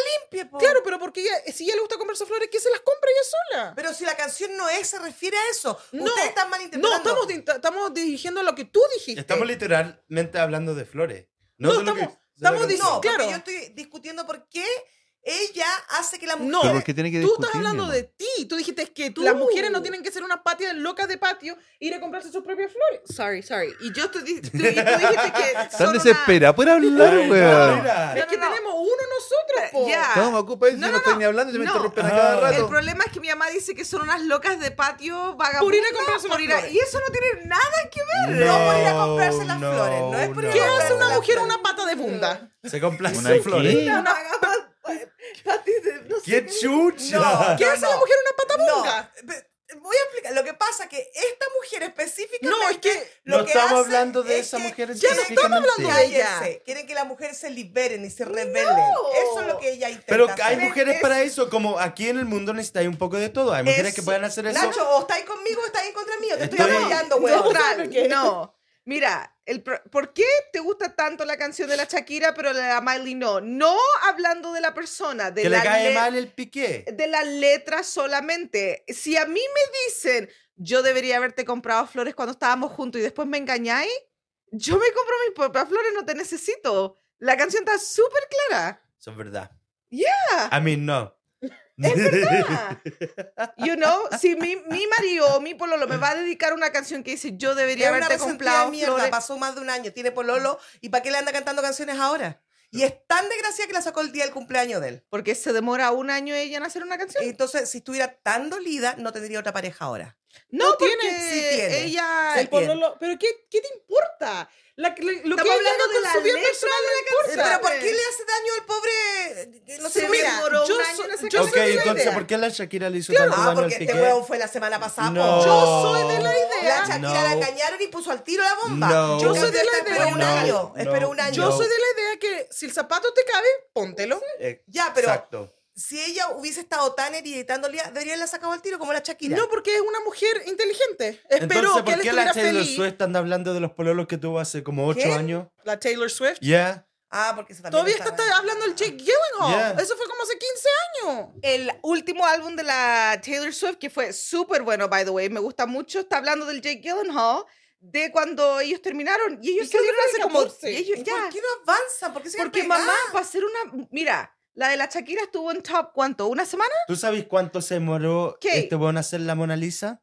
limpie, po. Claro, pero porque si ella le gusta comprarse flores, que se las compre ella sola. Pero si la canción no es, se refiere a eso. No, Ustedes están No, malinterpretando. estamos dirigiendo a lo que tú dijiste. Estamos literalmente hablando de flores. No, No, de lo que- estamos- de la estamos canción. No, porque Claro. yo estoy discutiendo por qué ella hace que la mujer... No, Pero ¿por qué tiene que tú discutir, estás hablando mi amor? de ti. Tú dijiste que las mujeres no tienen que ser unas patias locas de patio e ir a comprarse sus propias flores. Sorry. Y yo tú dijiste que Tan son desesperada por hablar, Ay, no, weón. mira. Es que tenemos uno nosotros, po. Ya. No, me ocupa eso, No, yo no, no estoy no. ni hablando y se me No. interrumpen a cada Ah. El rato. problema es que mi mamá dice que son unas locas de patio vagabundas Por ir a comprarse unas por ir a- flores. y eso no tiene nada que ver. No por ir a comprarse las flores, no es por ir a ¿Qué comprarse hace una las mujer flores. una pata de bunda? Se compra ¿Una sus flores. qué? Una vagabunda. Pati de- no sé ¡Qué chucha! No, ¿Qué hace la mujer una pata No, bunga? voy a explicar. Lo que pasa es que esta mujer específicamente... No, es que lo no que estamos hace hablando de es esa que- mujer ya no estamos específicamente. hablando de ella. Cállense. Quieren que la mujer se liberen y se rebelen. Eso es lo que ella intenta Pero hacer. hay mujeres para eso, como aquí en el mundo necesitáis un poco de todo. Hay mujeres que pueden hacer eso. Nacho, o estáis conmigo o estáis en contra mío. Te estoy Estoy- apoyando, weón. Neutral, no. Mira, ¿por qué te gusta tanto la canción de la Shakira, pero la de la Miley no? No hablando de la persona, de Que la le cae le- mal el piqué. de la letra solamente. Si a mí me dicen, yo debería haberte comprado flores cuando estábamos juntos y después me engañáis, yo me compro mis propias flores, no te necesito. La canción está súper clara. Eso es verdad. Yeah. A mí no. Es verdad. You know, si mi marido o mi pololo me va a dedicar una canción que dice, yo debería Es una haberte resentida comprado de mierda. flores. Pasó más de un año, tiene pololo. ¿Y para qué le anda cantando canciones ahora? Y es tan desgraciada que la sacó el día del cumpleaños de él. Porque se demora un año ella en hacer una canción. Entonces, si estuviera tan dolida, no tendría otra pareja ahora. No, porque tiene, sí tiene. ella... Sí El pololo- ¿Pero qué te importa? Lo que Estamos ella hablando haga de con la su vida letra personal de no la importa. canción. Pero ¿por qué le hace daño al pobre? No Se sé, mira. demoró yo un año so- en hacer yo Ok, soy de la entonces, idea. ¿por qué la Shakira le hizo Claro. tanto daño al Porque este piqué? weón fue la semana pasada. No. po. Yo soy de la idea. La Shakira la No. engañaron y puso al tiro la bomba. No. Yo soy de la Espero idea. un No, año. no, Espero un año. Yo soy de la idea que si el zapato te cabe, póntelo. Ya, pero Exacto. si ella hubiese estado tan herida y tan dolida, debería haberla sacado al tiro como la Shakira. No, porque es una mujer inteligente. Espero Entonces, que ¿por él qué la estuviera Taylor feliz. Swift anda hablando de los pololos que tuvo hace como 8 ¿Qué? años? La Taylor Swift. Yeah. Ah, porque se también Todavía está está hablando del Jake Gyllenhaal. Yeah. Eso fue como hace 15 años. El último álbum de la Taylor Swift, que fue súper bueno, by the way, me gusta mucho, está hablando del Jake Gyllenhaal, de cuando ellos terminaron. Y ellos ¿Y qué salieron fue hace el como... 14? y ellos ¿Y ya... por qué no avanzan? ¿Por qué siguen Porque pegadas? mamá, para hacer una... Mira, la de la Shakira estuvo en top, ¿cuánto? ¿Una semana? ¿Tú sabes cuánto se demoró ¿Qué? este weón a hacer la Mona Lisa?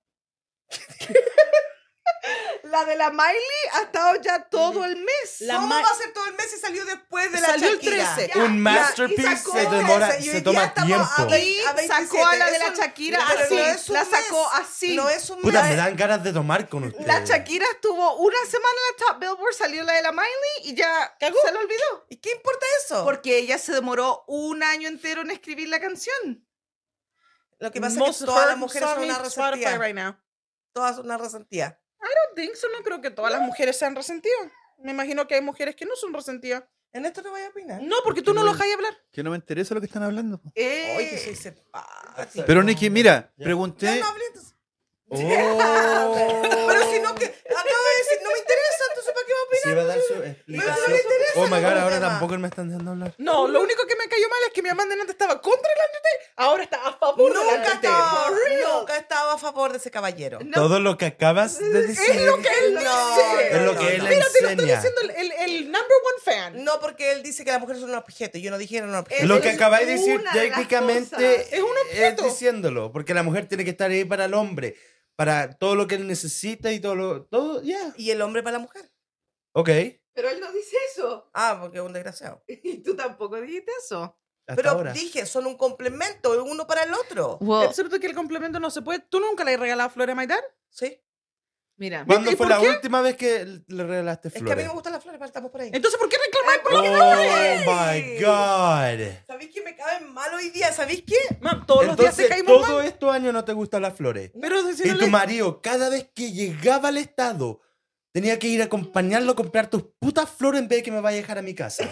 La de la Miley ha estado ya todo el mes. ¿Cómo va a ser todo el mes si salió después de la Salió el Shakira? 13. Ya, Un ya, masterpiece y sacó se demora, ese, y se hoy día toma estamos tiempo. Y a 27. sacó a la de la Eso- Shakira pero así, no es un la mes. sacó así. No es un Puta, mes. me dan ganas de tomar con ustedes. La Shakira estuvo una semana en la Top Billboard, salió la de la Miley y ya se lo olvidó. ¿Y qué importa eso? Porque ella se demoró un año entero en escribir la canción. Lo que pasa Most es que todas las heard mujeres son song una in Spotify resentida. right now. Todas son una resentida. I don't think so. No creo que todas las mujeres sean resentidas. Me imagino que hay mujeres que no son resentidas. En esto no voy a opinar. No, porque tú no lo dejas hablar. Que no me interesa lo que están hablando. po. Ay, que soy simpática. Pero Nikki, mira, Ya. pregunté. Ya no hablé, entonces. Oh. Pero si no, que acabo de decir, no me interesa, entonces ¿para qué va a opinar? Sí, va a dar su Pero no explicación. le interesa. Oh my god, ningún ahora tema. tampoco me están dejando hablar. No, lo único que me cayó mal es que mi mamá delante estaba contra el Andrete, ahora está a favor del Andrete. Nunca estaba a favor de ese caballero. No. Todo lo que acabas de decir Es lo que él No, dice. es lo que él Mira, te lo estoy enseña. diciendo el number one fan. No, porque él dice que las mujeres son un objeto. Yo no dije que eran un objeto. Lo Eso que es acabáis de decir una de las técnicamente cosas. Es un objeto. diciéndolo, porque la mujer tiene que estar ahí para el hombre, para todo lo que él necesita y todo, ya. Y el hombre para la mujer. Ok, Pero él no dice eso. Ah, porque es un desgraciado. Y tú tampoco dijiste eso. hasta Pero ahora. dije, son un complemento, uno para el otro. Excepto que el complemento no se puede. ¿Tú nunca le has regalado flores a Maidar? Sí. Mira. ¿Cuándo ¿Y fue por la qué? última vez que le regalaste Es que a mí no flores? me gustan las flores, pero estamos por ahí. Entonces, ¿por qué reclamáis por Oh las my god. ¿Sabéis que me caben mal hoy día? ¿Sabéis qué? Mam, todos los días te Entonces, caímos todo mal. estos años no te gustan las flores. Pero si Y no tu le- marido, cada vez que llegaba al estado, tenía que ir a acompañarlo a comprar tus putas flores en vez de que me vaya a dejar a mi casa.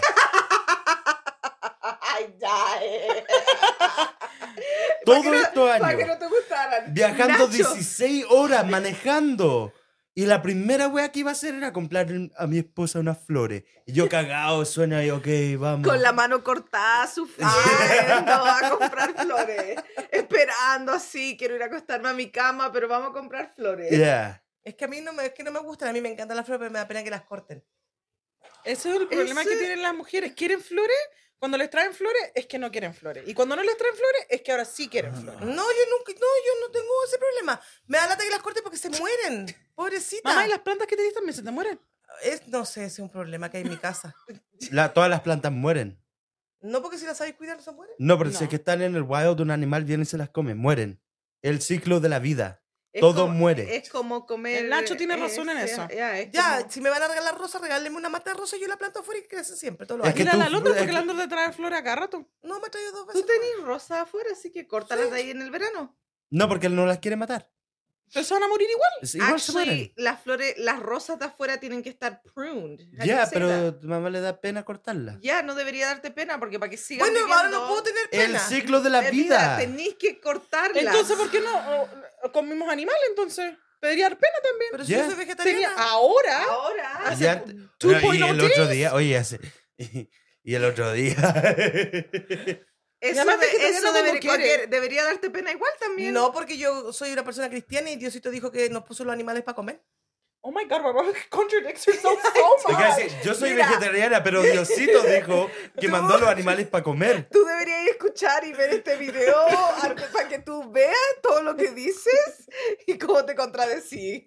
Ay, ya. Todos estos Para que años. no te gustaran. Viajando Nacho, 16 horas, manejando. Y la primera wea que iba a hacer era comprar a mi esposa unas flores. Y yo cagado, suena y ok, vamos. Con la mano cortada, sufriendo a comprar flores. Esperando así, quiero ir a acostarme a mi cama, pero vamos a comprar flores. Yeah. Es que a mí no me gustan, a mí me encantan las flores, pero me da pena que las corten. Ese es el problema que tienen las mujeres. ¿Quieren flores? Cuando les traen flores, es que no quieren flores. Y cuando no les traen flores, es que ahora sí quieren flores. No, yo no tengo ese problema. Me da lata que las corten porque se mueren. Pobrecita. Mamá, ¿y las plantas que te dicen también se te mueren? No sé, ese es un problema que hay en mi casa. Todas las plantas mueren. No, porque si las sabéis cuidar, no se mueren. No, pero si No. es que están en el wild, un animal viene y se las come, mueren. El ciclo de la vida. Es Todo como- muere. Es como comer... El Nacho tiene razón en eso. es Ya, como- si me van a regalar rosas, regálenme una mata de rosas y yo la planto afuera y crece siempre, todos los Es años. que Dile a tú- la Londra, es porque que- la Londra te trae flores a cada rato. No, me ha traído 2 Tú veces. tenés rosas afuera, así que córtalas de ahí en el verano. No, porque él no las quiere matar. Pero se van a morir igual. Igual se mueren. Actually, las flores, las rosas de afuera tienen que estar pruned. How do Ya, you say pero that? tu mamá le da pena cortarlas. Ya, no debería darte pena, porque para que sigan Bueno, viviendo... ahora no puedo tener El pena. ciclo de la Vida, vida. tenés que cortarlas. Entonces, ¿por qué no comimos animales entonces? Debería dar pena también. Pero si Ya. yo soy vegetariana. Ahora, Ahora... Ya- Two no, y point el oh otro days. día, oye, y el otro día. Eso, además de- vegetariano eso cuando debería, quiere. debería darte pena igual también. No, porque yo soy una persona cristiana y Diosito dijo que nos puso los animales para comer. oh my God, mamá, contradicts yourself so Oiga, much. sí, yo soy Mira. vegetariana, pero Diosito dijo que mandó los animales para comer. Tú deberías escuchar y ver este video para que tú veas todo lo que dices y cómo te contradecís.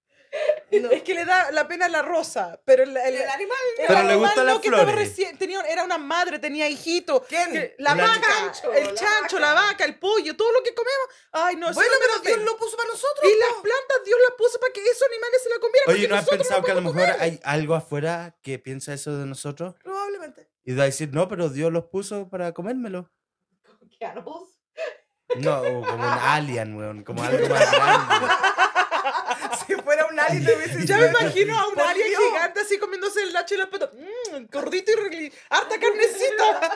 Es que le da la pena la rosa, pero el animal. Pero le animal gustan las no, que estaba flores. recién, era una madre, tenía hijito. ¿Quién? La La vaca, chancho, el la chancho, vaca. la vaca, el pollo, todo lo que comemos. Ay, no, eso Bueno, no me pero da Dios pena. lo puso para nosotros. Y las plantas Dios las puso para que esos animales se la comieran. Oye, porque ¿no has nosotros pensado que a lo podemos mejor comer. hay algo afuera que piensa eso de nosotros? Probablemente. Y va a decir, no, pero Dios los puso para comérmelo. ¿Qué animals? No, o como un alien, weón, como algo más grande. Si fuera un alien, te hubiese Ya me imagino a un Por alien Dios. gigante así comiéndose el nacho y la pata. Gordito y harta carnecita.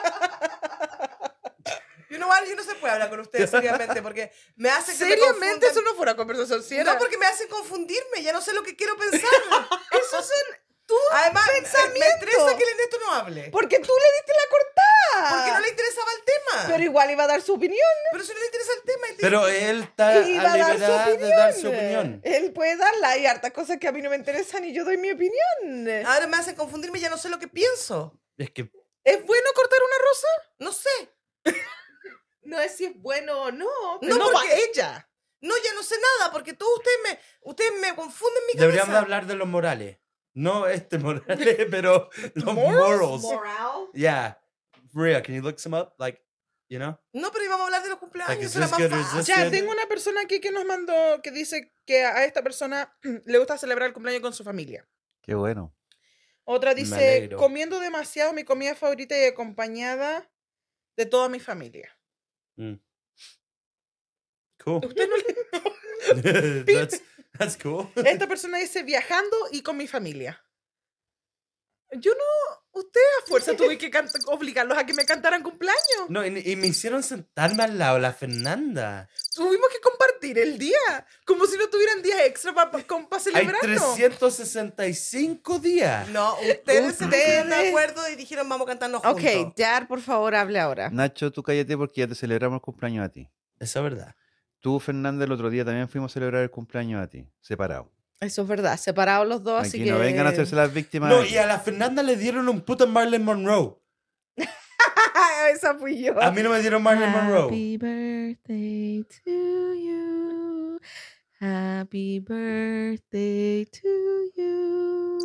Yo no se puede hablar con ustedes seriamente porque me hace que me Seriamente, confundan. eso no fue una conversación seria. No, porque me hacen confundirme, ya no sé lo que quiero pensar. Esos son tus Además, me estresa que el Ernesto no hable. Porque tú le diste la cortada. Porque no le interesaba el tema. Pero igual iba a dar su opinión. Pero si no le interesa el tema. y te- Pero él está Iba a a dar su libertad opinión. de dar su opinión. Él puede darla. Hay hartas cosas que a mí no me interesan y yo doy mi opinión. Ahora me hacen confundirme y ya no sé lo que pienso. Es que ¿Es bueno cortar una rosa? No sé. No es si es bueno o no. No, No, porque- va ella. No, ya no sé nada porque todos ustedes me confunden mi cabeza. deberíamos de hablar de los morales. No Morales, pero los morals. Moral. Yeah. For real, can you look some up? Like, you know? No, pero íbamos a hablar de los cumpleaños. Like, is eso era this más good or is fácil. this Ya, good? tengo una persona aquí que nos mandó, que dice que a esta persona le gusta celebrar el cumpleaños con su familia. Qué bueno. Otra Me dice, alegro. comiendo demasiado mi comida favorita y acompañada de toda mi familia. Mm. Cool. ¿Usted no le- that's cool. Esta persona dice, viajando y con mi familia. Yo no, usted a fuerza tuve que obligarlos a que me cantaran cumpleaños. No, y me hicieron sentarme al lado, la Fernanda. Tuvimos que compartir el día, como si no tuvieran días extra para Hay celebrarlo. 365 días. No, ustedes se pusieron de Ustedes- acuerdo y dijeron vamos a cantarnos juntos. Ok, Jar, por favor, hable ahora. Nacho, tú cállate porque ya te celebramos el cumpleaños a ti. Eso es verdad. Tú, Fernanda, el otro día también fuimos a celebrar el cumpleaños a ti, separados. Eso es verdad. Separados los dos, así Aquí que... no vengan a hacerse las víctimas. No, y a la Fernanda le dieron un puto Marilyn Monroe. Esa fui yo. A mí no me dieron Marilyn Monroe. Happy birthday to you. Happy birthday to you.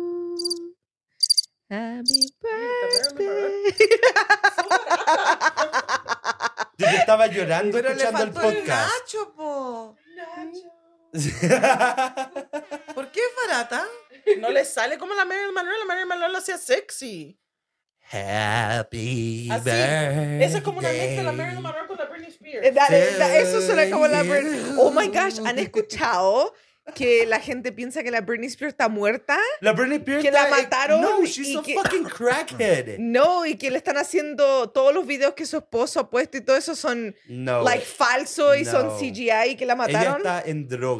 Happy birthday. Yo estaba llorando Pero le escuchando el faltó el podcast. Nacho, po. ¿Por qué barata? No le sale como la Marilyn Monroe lo hacía sexy. Happy Así. birthday. Esa es como una mezcla de la Marilyn Monroe con la Britney Spears. Eso suena como la Britney. Oh my gosh, ¿han escuchado que la gente piensa que la Britney Spears está muerta? La Britney Spears. Que la está- mataron No, y she's a que- fucking crackhead. No, y que le están haciendo todos los videos que su esposo ha puesto y todo eso son No. like falsos y son No. CGI y que la Ella mataron. está en droga.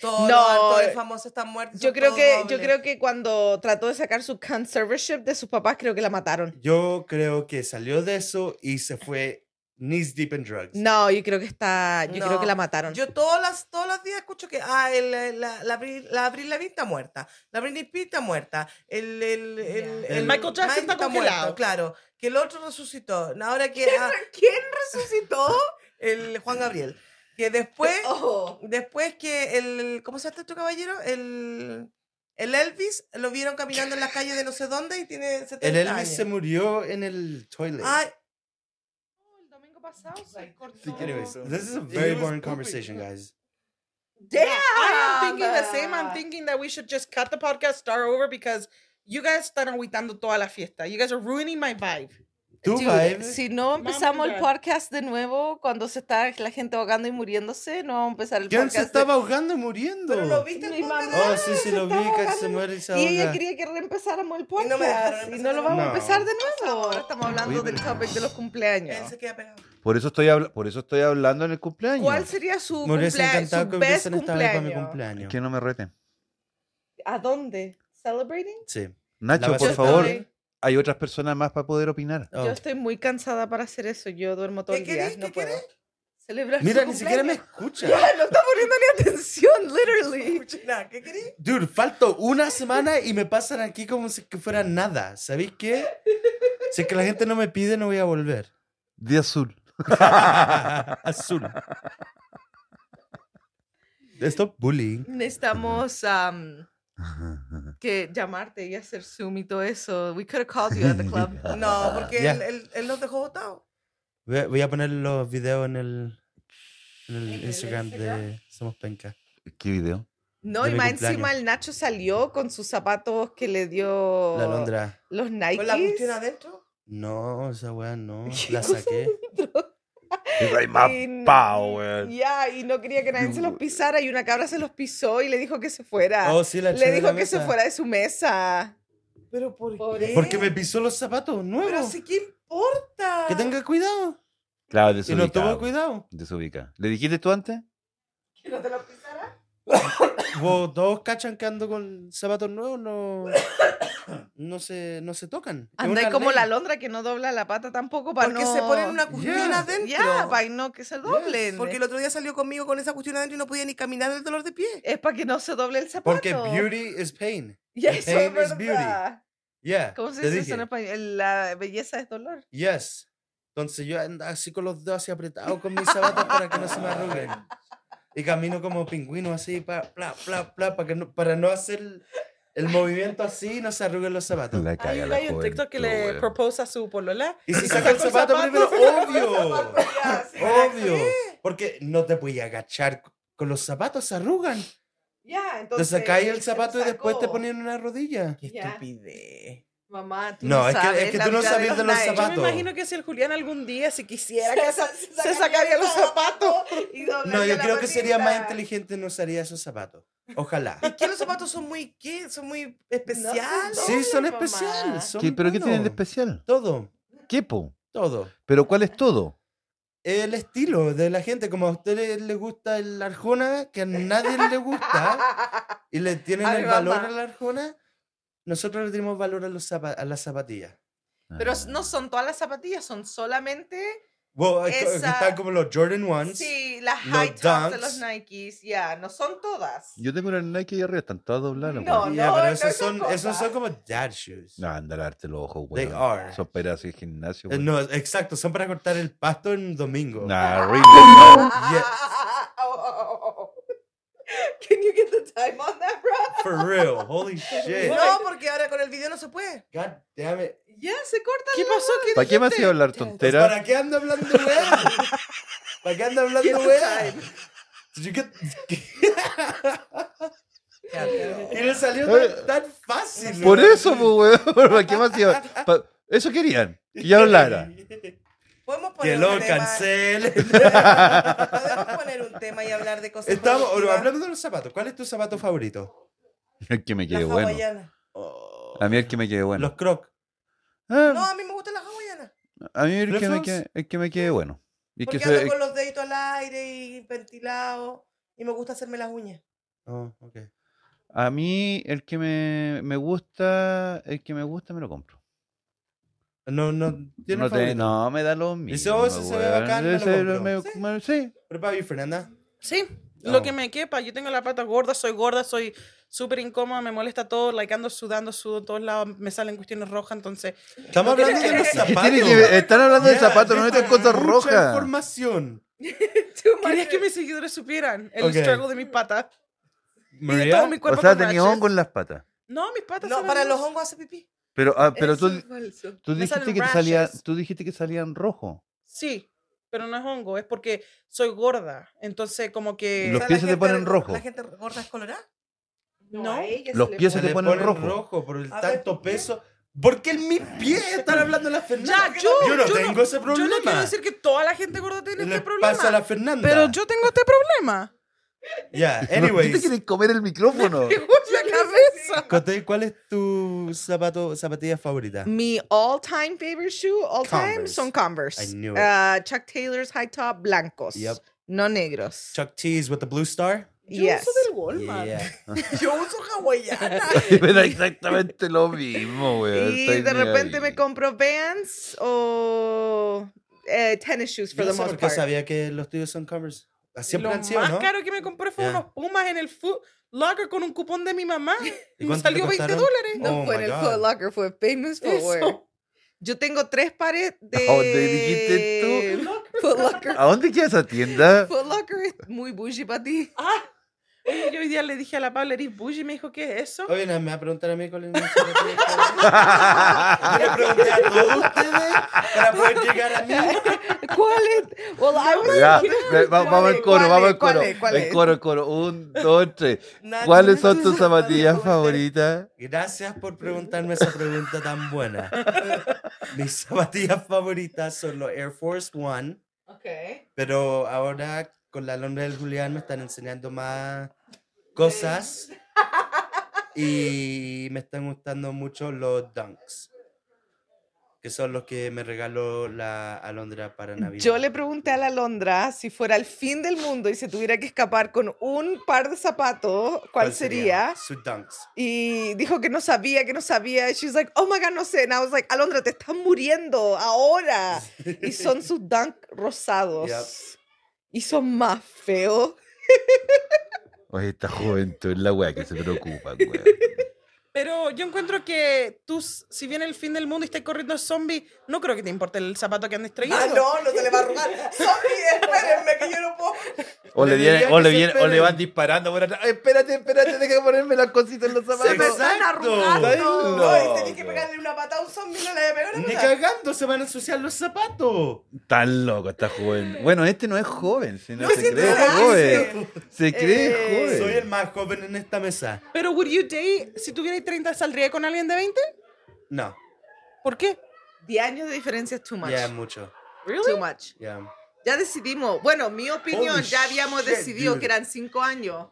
Todos No, los actores famosos están muertos. Yo son creo todos que, yo dobles. creo que cuando trató de sacar su conservatorship de sus papás, creo que la mataron. Yo creo que salió de eso y se fue knees deep in drugs. No, yo creo que creo que la mataron. Yo todos los días escucho que la Avril Lavigne está muerta, la Britney Spears está muerta, el Michael Jackson está congelado. muerto, claro, que el otro resucitó. Ahora que ¿Quién resucitó? el Juan Gabriel, que después Oh. después que ¿cómo se llama este caballero? El Elvis lo vieron caminando en las calles de no sé dónde y tiene 70 El años. Elvis se murió en el toilet. Ay, El domingo pasado se cortó. Anyways, this is a very boring conversation, guys. Damn. I am thinking the same. I'm thinking that we should just cut the podcast, start over, because you guys están agüitando toda la fiesta. You guys are ruining my vibe. Tu Dude, vibe. si no empezamos el God. podcast de nuevo cuando se está la gente ahogando y muriéndose, no vamos a empezar el ¿Quién podcast. se estaba ahogando y muriendo? pero lo viste Mi el podcast? mamá. Oh, sí, sí, lo vi, estaba que se ahogando. muere y se Y ella ahoga. quería que reempezáramos el Y no me dejaron podcast. Y empezar no lo de vamos a nuevo. empezar de nuevo. Ahora estamos hablando Oye, del pero- topic de los Él cumpleaños. se queda pegado. Por eso estoy hablando en el cumpleaños. ¿Cuál sería su Me hubiese cumpleaños? encantado Su que best hubiesen estado ahí para mi cumpleaños. cumpleaños. Que no me reten. ¿A dónde? ¿Celebrating? Sí. Nacho, La por base favor, estoy- hay otras personas más para poder opinar. Oh. Yo estoy muy cansada para hacer eso. Yo duermo todo ¿Qué el día. querés? No ¿Qué puedo. querés? Celebrar Mira, su ni siquiera me cumpleaños. escucha. Ya, no está poniendo ni atención, literally. Nada, ¿qué querés? Dude, falto una semana y me pasan aquí como si que fuera nada. ¿Sabéis qué? Si es que la gente no me pide, no voy a volver. Día azul. Azul. Stop bullying. Necesitamos que llamarte y hacer Zoom y todo eso. We could have called you at the club. No, porque Ya. él nos dejó votados. Voy a poner los videos en el Instagram de Somos Penca. ¿Qué video? No, De y mi más cumpleaños. encima el Nacho salió con sus zapatos que le dio La Londra. los Nike. ¿Con la cuestión adentro? No, esa weá no. La saqué. Ya, y no quería que nadie se los pisara y una cabra se los pisó y le dijo que se fuera. Oh, sí, la eché le de dijo la que se mesa. fuera de su mesa. ¿Pero por Pobre. qué? Porque me pisó los zapatos Pero nuevos. sí, ¿qué importa? Que tenga cuidado. Claro, Y no desubicado. tuvo cuidado. Desubica. ¿Le dijiste tú antes? ¿Que no te los pisara? Vos, todos cachan que ando con zapatos nuevos, no se tocan. Es Anda una como ley. la Londra que no dobla la pata tampoco para Porque no... se ponen una cuestión Yeah. adentro. Ya, para no que se doblen. Porque el otro día salió conmigo con esa cuestión adentro y no podía ni caminar del dolor de pie. Es para que no se doble el zapato. Porque beauty is pain. Ya, eso pain es is verdad. Yeah. ¿Cómo se te dice eso dije. en español? La belleza es dolor. Yes. Entonces yo ando así con los dedos así apretados con mis zapatos para que no se me arruguen. Y camino como pingüino así, pla, para no hacer el movimiento así y no se arruguen los zapatos. La caga la Hay un TikTok que le juventud, proposa a su polola. Y si saca el zapato primero, obvio. Ya, sí. Obvio. Porque no te puedes agachar con los zapatos, se arrugan. Ya, Te entonces... sacáis el se lo zapato y después te sacó. ponían una rodilla. Qué Ya. estupidez. Mamá, tú No, no es que- sabes es que la tú no vida sabes de los Nike. Yo zapatos. me imagino que si el Julián algún día, si quisiera, Se se sacaría los zapatos. y No, doblaría yo la creo que sería más patita. inteligente no usaría esos zapatos. Ojalá. ¿Es que los zapatos son muy, qué? Son muy especiales? No, Sí, son mamá. especiales. son ¿Qué, ¿Pero qué tienen de buenos. especial? Todo, ¿Qué, po? todo. ¿Pero cuál es todo? El estilo de la gente, como a ustedes les gusta el Arjona, que a nadie le gusta, y le tienen A el mi valor mamá. al Arjona, nosotros le tenemos valor a, a las zapatillas. Pero Ah. no son todas las zapatillas, son solamente... Bueno, Esa- están como los Jordan Ones. Sí, las los high tops de Dunks. los Nikes, ya, no son todas. Yo tengo una Nike ahí arriba, están todas dobladas. No, weón. Ya, pero no esos esas son, esos cosas. son como dad shoes. No, anda a lavarte los ojos, They weón. are. Son pedazos de gimnasio, weón. No, exacto, son para cortar el pasto en domingo. Nah, really, no. Yeah. Can you get the time on that, bro? For real, holy shit. No, porque ahora con el video no se puede. God damn it. Ya, se corta. ¿Qué pasó? ¿Qué ¿Para qué me hacía hablar Pues, tonteras? ¿Para qué ando hablando weá? ¿Para qué ando hablando Get the weá? time. Did you get- Y le salió tan fácil. Por weón. eso, pues, weón. ¿Para qué me hacía? Eso querían, que yo hablara. Podemos Que poner lo un tema. cancelen. Podemos poner un tema y hablar de cosas Estamos positivas. hablando de los zapatos. ¿Cuál es tu zapato favorito? El que me La quede bueno. hawaiana. A mí el que me quede bueno. Los Crocs. Ah, No, a mí me gustan las hawaianas. a mí ¿Flip-flops? el que me quede bueno. Y que Porque ando se, con los deditos al aire y ventilado. Y me gusta hacerme las uñas. Oh, ok. A mí, el que me gusta, me lo compro. No tiene No, favorito. no, me da lo mismo. Dice, oh, ese se ve weón. bacán, me lo Ese compro. sí. What about you, Fernanda? Sí, Oh. lo que me quepa. Yo tengo la pata gorda, soy súper incómoda, me molesta todo, ando sudo en todos lados, me salen cuestiones rojas, entonces... Estamos hablando de los ¿Qué zapatos. tiene que ver? Están hablando de Yeah, zapatos, no de neta, cosas mucha rojas. información. Quería que mis seguidores supieran el Ok. struggle de mis patas. Y de María, todo mi O cuerpo sea, con tenía rashes. hongo en las patas. No, mis patas No, salen para los luz. hongos hace pipí. Pero Eso tú es falso. dijiste salen que te salía, rashes. tú dijiste que salían rojos. Sí, pero no es hongo, es porque soy gorda. Entonces, como que... Los O sea, pies la se te gente ponen rojos. ¿La gente gorda es colorada? No. Los pies se se te le ponen ponen rojos. rojo por el A ver, tanto ¿por qué? peso. ¿Por qué en mis pies están hablando la Fernanda? Ya, yo no tengo ese Yo problema. no quiero decir que toda la gente gorda tiene Le este problema. pasa a la Fernanda. Pero yo tengo este problema. Ya, ¿No te anyways. quieren comer el micrófono? Me gusta la cabeza. Cote, ¿cuál es tu zapatilla favorita? Mi all-time favorite shoe, all-time, Converse. son Converse. I knew it. Chuck Taylor's high top blancos. Yep. No negros. Chuck T's with the blue star? Yo Yes. uso del Walmart. Yeah. Yo uso hawaiana. Pero exactamente lo mismo, weón. Y Estáis de ni repente ahí. me compro Vans o tennis shoes for Yo the no sé most por qué part. sabía que los tuyos son Converse. Siempre Lo han sido, más ¿no? caro que me compré fue Ya. unos Pumas en el Foot Locker con un cupón de mi mamá. ¿Y Me cuánto te salió $20. costaron? No Oh fue en my el God. Foot Locker, fue Famous Footwear. Eso. Yo tengo 3 pares de... ¿A dónde dijiste Foot Locker. ¿A dónde queda esa tienda? Foot Locker es muy bougie para ti. Oye, yo hoy día le dije a la Paula, ¿eres bougie? Y me dijo, ¿qué es eso? Oye, me va a preguntar a mí cuál es mi zapatilla favorita. Yo le pregunté a todos ustedes para poder llegar a mí. ¿Cuál es? Well, I was Ya, thinking- vamos al coro, ¿Cuál vamos es? al coro. ¿Cuál es? El coro. 1, 2, 3. Nacho, ¿Cuáles son tus tus zapatillas zapatillas favoritas? Gracias por preguntarme esa pregunta tan buena. Mis zapatillas favoritas son los Air Force One, Okay. pero ahora con la Londra del Julián me están enseñando más cosas y me están gustando mucho los Dunks, que son los que me regaló la Alondra para Navidad. Yo le pregunté a la Alondra si fuera el fin del mundo y se tuviera que escapar con un par de zapatos, ¿cuál sería? Sus Dunks. Y dijo que no sabía. Y she's like, oh my God, no sé. And I was like, Alondra, te estás muriendo ahora. Y son sus Dunk rosados. Yep. Y son más feos. Oye, esta juventud es la wea que se preocupa, weón. Pero yo encuentro que tú, si viene el fin del mundo y estás corriendo zombie, no creo que te importe el zapato que andes trayendo. Ah, no se le va a arrugar. Zombie, espérenme que yo no puedo. O le Debería que se le esperen. van disparando por atrás. Espérate, deja de ponerme las cositas en los zapatos. Se me están arrugando. Estáis No, y loco. tenés que pegarle una patada a un zombie, no le voy a pegar una Ni patada. cagando se van a ensuciar los zapatos. Tan loco esta joven. Bueno, este no es joven, sino No, se sí, cree no, joven. Se cree joven. Soy el más joven en esta mesa. Pero would you date, si tuvierais 30, ¿saldría con alguien de 20? No, ¿Por qué? 10 años de diferencia es too much. ya es mucho. Too much. Ya. Ya decidimos. Bueno, mi opinión, Holy ya habíamos shit, decidido dude. que eran 5 años.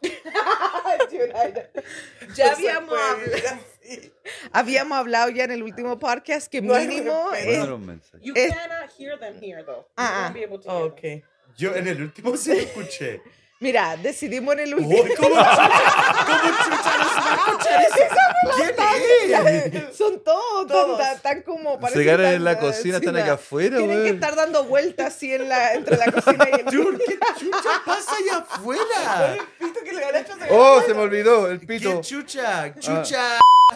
Ya habíamos hablado ya en el último podcast que No hay mínimo respeto. es... Manda un mensaje. You Es- cannot hear them here, though. You Ah, won't be able to hear Ok. them. Yo en el último sí lo escuché. Mira, decidimos en el último... Uy, ¿cómo chucha no se va a escuchar eso? ¿Quién es? Son todos, Todos. tan como... Se parece ganan que en la están, cocina, están sí, acá afuera, Tienen que weón. estar dando vueltas así entre la cocina y el... Dude, ¿qué chucha pasa allá afuera? Pito que le ganaste a Oh, se me olvidó el ¿Qué pito. chucha? Chucha.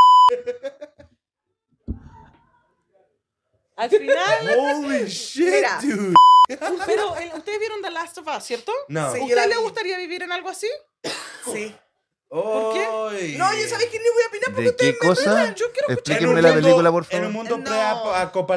Al final, Holy shit, Mira. dude. pero ustedes vieron The Last of Us, ¿cierto? No. Sí. ¿A yo usted la le vi. gustaría vivir en algo así? Sí. ¿Por qué? No, yo sabéis que ni voy a opinar porque ¿De ustedes qué cosa? Yo quiero Explíquenme la película, por En un favor. mundo No.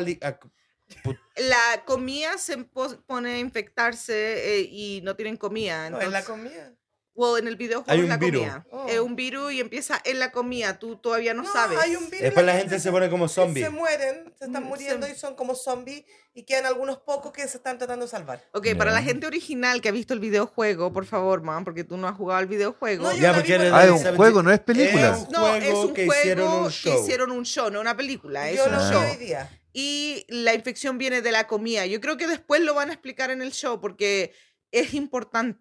La comida se pone a infectarse y no tienen comida. No, en la Entonces, comida. well, en el videojuego Hay es un la virus. comida. Oh. Es un virus y empieza en la comida. Tú todavía no, sabes. hay un virus. Después la gente se pone como zombie. Se mueren, se están Mm, muriendo se- y son como zombies y quedan algunos pocos que se están tratando de salvar. Ok, para la Ya. gente original que ha visto el videojuego, por favor, man, porque tú no has jugado el videojuego. No, yo Ya, la porque vi eres por Ah, es de un televisión. juego, no es película. Es un No, es juego un que juego hicieron un que show. hicieron un show, no una película. Es Yo un lo vi show. hoy día. Y la infección viene de la comida. Yo creo que después lo van a explicar en el show porque es importante.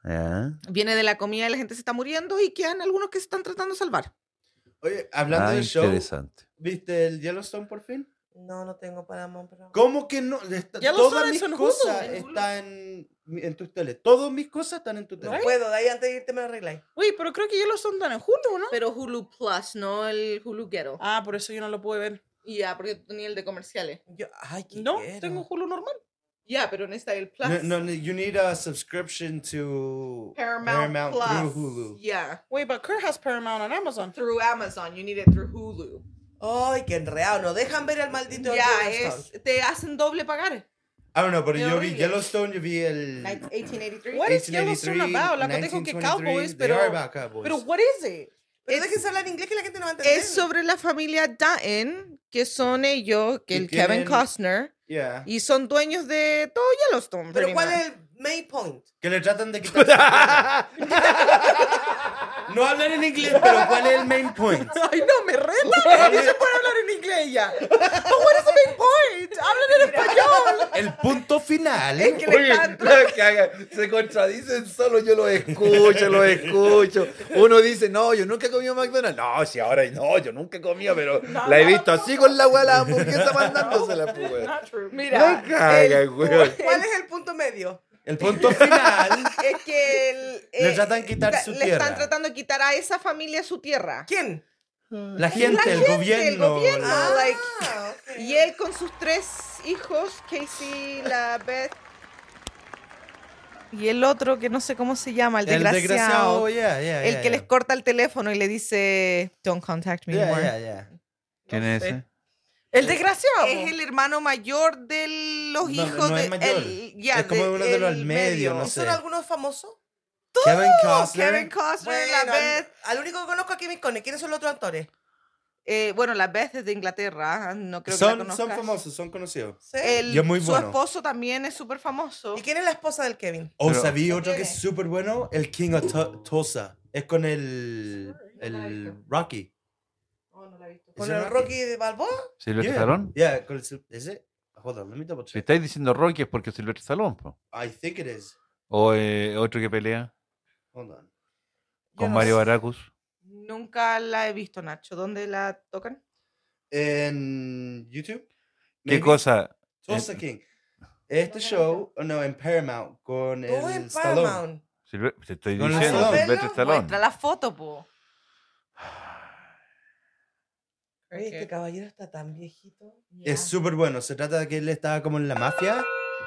Ya. Viene de la comida y la gente se está muriendo y quedan algunos que se están tratando de salvar. Oye, hablando Ah, del show, interesante. ¿viste el Yellowstone por fin? No tengo Paramount, pero... ¿Cómo que no? Yellowstone Todas mis es en Hulu, cosas en Hulu. están en tu tele. Todas mis cosas están en tu tele. No puedo, de ahí antes de irte me lo arregláis. Uy, pero creo que ya lo son tan en Hulu, ¿no? Pero Hulu Plus, no el Hulu Ghetto. Ah, por eso yo no lo pude ver. Y ya, porque tú tenías el de comerciales. Ay, qué No, quiero. tengo Hulu normal. Ya, pero necesita el Plus. No, you need a subscription to Paramount Plus. through Hulu. Yeah, Wait, but Kurt has Paramount on Amazon. through Amazon. You need it through Hulu. Ay, qué enredado. No dejan ver al maldito Ya, Yellowstone. te hacen doble pagar. I don't know, pero Qué yo vi horrible. Yellowstone, yo vi el 1883. What is Yellowstone about? La cotejo que 1923. Cowboys, They pero... are about cowboys. Pero, what is it? Pero Es- déjense hablar en inglés que la gente no va a entender. Es sobre la familia Dutton, que son ellos, que Y el Kevin tienen- Costner, Yeah. y son dueños de todo Yellowstone. Pero pretty ¿cuál much. es el main point? Que le tratan de quitar su tierra. No hablan en inglés, pero ¿cuál es el main point? Ay, no, me reta. No se puede hablar en inglés ya. But what is the main point? Hablan en español. El punto final. que le están- Se contradicen solo, yo los escucho. Uno dice, no, yo nunca he comido McDonald's. No, si ahora no, yo nunca he comido, pero la he visto así con la abuela hamburguesa mandándosela, pues, güey. Not true. Mira, No cagas, güey. ¿Cuál es el punto medio? El punto final. es que Le tratan de quitar su le tierra. están tratando de quitar a esa familia su tierra. ¿Quién? La gente, el gente, gobierno. el gobierno. la- like, ok. Y él con sus 3 hijos, Casey, la Beth y el otro que no sé cómo se llama, el desgraciado. yeah, El que les corta el teléfono y le dice, don't contact me anymore. yeah. ¿Quién es ese? El desgraciado. Es el hermano mayor de los No, hijos no es de mayor. es como uno de los al medio, no ¿Y sé. son algunos famosos? Kevin Costner. Kevin Costner, Bueno, la Beth. al único que conozco aquí me Kevin. ¿Quiénes son los otros actores? Bueno, la Beth es de Inglaterra, no creo que la Son conozcas. famosos, son conocidos. ¿Sí? Y es muy Su bueno. esposo también es súper famoso. ¿Y quién es la esposa del Kevin? O Pero- sabía otro que tiene? es súper bueno, el King of Tulsa. Es con el Rocky. Oh, no la he visto. ¿Con ¿Ese el Rocky de Balboa? ¿Silvestre Yeah. Stallone? Yeah, con ese. Hold on, let me double Si check. estáis diciendo Rocky es porque es Silvestre Stallone, po. I think it is. O otro que pelea Hold on. con no Mario sé. Baracus. Nunca la he visto, Nacho. ¿Dónde la tocan? En YouTube. ¿Qué maybe. cosa? Tulsa King. Este show, no, en Paramount, con Todo el en Stallone. Paramount. Te estoy Con el diciendo Stallone. Silvestre Stallone. Muestra la foto, po. Oye, Ok. este caballero está tan viejito. Es súper bueno. Se trata de que él estaba como en la mafia.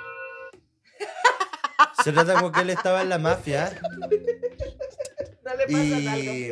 Se trata como que él estaba en la mafia. No le Y-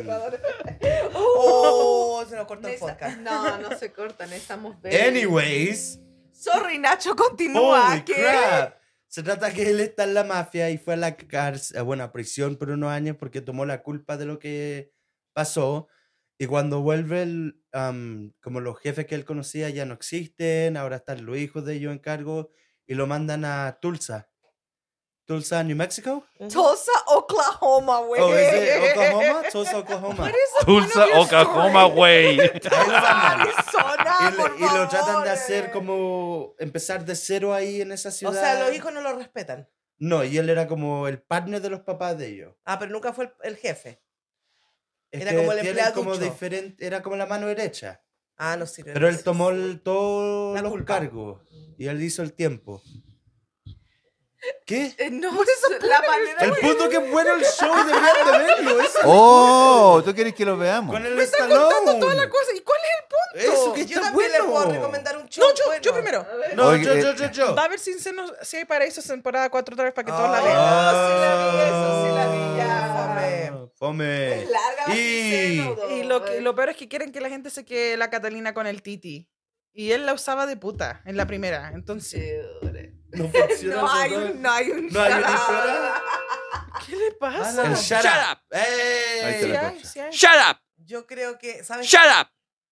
Oh, se nos cortó el podcast. No, no se cortan, estamos ver. Anyways. Sorry, Nacho, continúa. Holy ¿Qué? crap. Se trata que él está en la mafia y fue a la cárcel, bueno, a prisión por unos años porque tomó la culpa de lo que pasó. Y cuando vuelve, como los jefes que él conocía ya no existen, ahora están los hijos de ellos en cargo y lo mandan a Tulsa. Tulsa, New Mexico. Tulsa, Oklahoma, güey. Oh, ¿es de Oklahoma? Tulsa, Oklahoma. Tulsa, Oklahoma, güey. Ahí lo mandan. Arizona, Y lo por tratan de favor, hacer como empezar de cero ahí en esa O ciudad. sea, los hijos no lo respetan. No, y él era como el partner de los papás de ellos. Ah, pero nunca fue el jefe. Es Era que como el tienen empleaducho. como diferente, era como la mano derecha. Ah, no sirve. Pero él tomó todos La los culpa. cargos y él hizo el tiempo. ¿Qué? No, la manera El punto que es bueno el show, deberían de verlo. ese es el Oh, ¿tú quieres que lo veamos? Con el Me está Stallone. contando toda la cosa. ¿Y cuál es el punto? Eso que Yo está también le puedo bueno. recomendar un show. No, yo bueno. primero. No, Oye, yo. Va a ver si hay para eso temporada 4 otra vez para que todos la Ah. vean. sí la vi, eso sí la vi ya. Fome. Larga Y- Y lo peor es que quieren que la gente se quede la Catalina con el Titi. Y él la usaba de puta en la primera. Entonces, No funciona. No hay eso, un, no hay un. No hay una historia. ¿qué le pasa? El shut Shut up. up. Ahí ¡Ey! te Sí la hay, cosa. sí hay. Shut up. Yo creo que, ¿sabes? Shut up.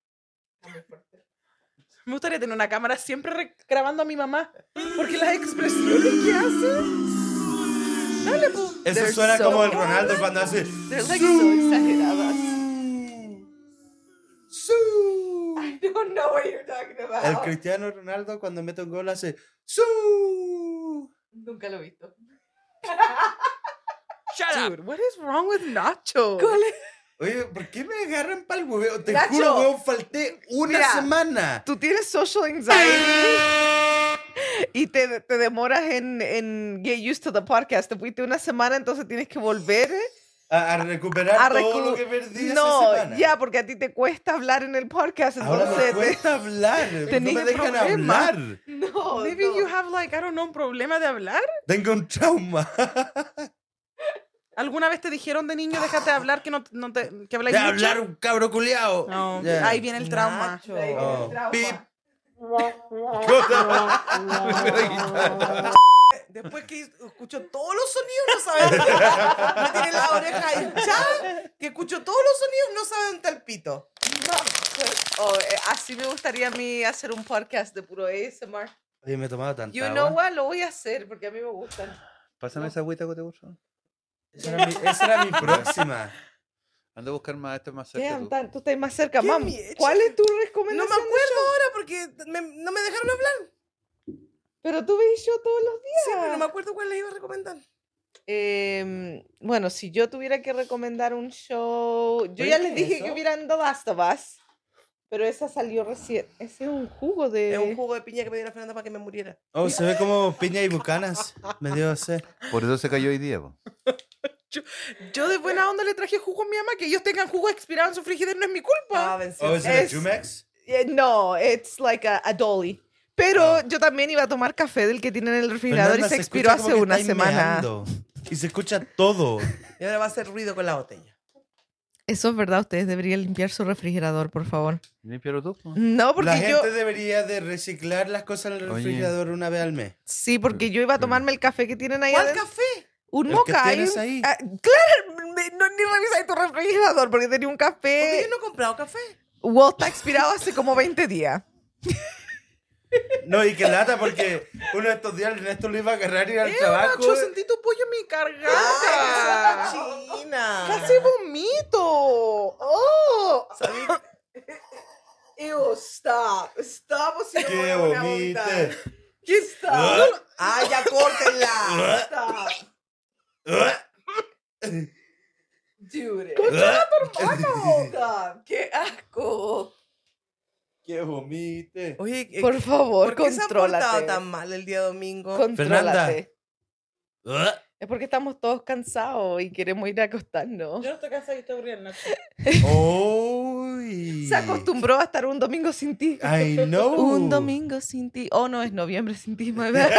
Me gustaría tener una cámara siempre grabando a mi mamá. Porque las expresiones que hace. Dale, po. Eso They're suena so- como el Ronaldo cuando hace. They're like so exageradas. Su. I don't know what you're talking about. El Cristiano Ronaldo cuando mete un gol hace. Su. Nunca lo he visto. Dude, what is wrong with Nacho? Oye, ¿por qué me agarran para el hueveo? Te Nacho. juro, weón, falté una Mira. semana. Tú tienes social anxiety y te demoras en get used to the podcast. Te fuiste una semana, entonces tienes que volver A recuperar a todo lo recu- que perdí esa No, semana. ya, porque a ti te cuesta hablar en el podcast, Ahora me entonces... cuesta hablar. No tenés me dejan problema. hablar. No, Maybe no. you have like, I don't know, un problema de hablar. Tengo un trauma. ¿Alguna vez te dijeron de niño, déjate de hablar, que que habláis De mucho? hablar un cabro culiao. No, Ya. ahí viene el trauma. Nacho. Oh. Trauma. Pip. Después que escucho todos los sonidos, no sabe dónde está. Me tiene la oreja hinchada, que escucho todos los sonidos, no sabe dónde está el pito. Oh, así me gustaría a mí hacer un podcast de puro ASMR. Oye, me he tomado tanta You agua. know what? Lo voy a hacer porque a mí me gustan. Pásame esa agüita que te gusta. Esa era mi próxima. Anda a buscar más, esto es más cerca. Damn, tú. tú estás más cerca, ¿Qué mam. miedo? ¿Cuál es tu No me recomendación? acuerdo ahora porque no me dejaron hablar. Pero tú ves yo todos los días. Sí, pero no me acuerdo cuál les iba a recomendar. Bueno, si yo tuviera que recomendar un show, yo Oye, ya ¿qué les es dije eso? que vieran The Last of Us, pero esa salió recién. Ese es un jugo de... Es un jugo de piña que me dio la Fernanda para que me muriera. Oh, se ve como piña y bucanas. Me dio sed. Por eso se cayó hoy día, po. Yo de buena onda le traje jugo a mi mamá, que ellos tengan jugo expirado en su frigider no es mi culpa. Ah, venció. Oh, ¿es el Es- Jumex? No, it's like a dolly. Pero yo también iba a tomar café del que tienen en el refrigerador Fernanda, y se escucha expiró como hace que una estáis semana. meando. Y se escucha todo. Y ahora va a hacer ruido con la botella. Eso es verdad, ustedes deberían limpiar su refrigerador, por favor. Límpialo tú, po. No, porque La yo... gente debería de reciclar las cosas en el Oye. refrigerador una vez al mes. Sí, porque yo iba a tomarme el café que tienen ahí ¿Cuál adentro. café? Un El que moca. tienes ahí. Claro, no, ni revisáis tu refrigerador porque tenía un Porque café. yo no he comprado café. Well, está expirado hace como 20 días. No, y que lata porque uno de estos días Ernesto lo iba a agarrar y ir al trabajo. Nacho, sentí tu pollo en mi garganta. China. Casi vomito. Oh. Ew, stop. Stop o si no Que voy a poner a vomitar. vomite. ¿Qué stop? Ah, ya córtenla. Stop. Dude. Stop. ¡Qué asco! Que vomite. Oye, Por favor, ¿por qué se han portado contrólate. tan mal el día domingo? Contrólate. Es porque estamos todos cansados y queremos ir a acostarnos. Yo no estoy cansada y estoy aburrida, Nacho. Uy. Se acostumbró a estar un domingo sin ti. I know. Un domingo sin ti. Oh, no, es noviembre sin ti. my bad.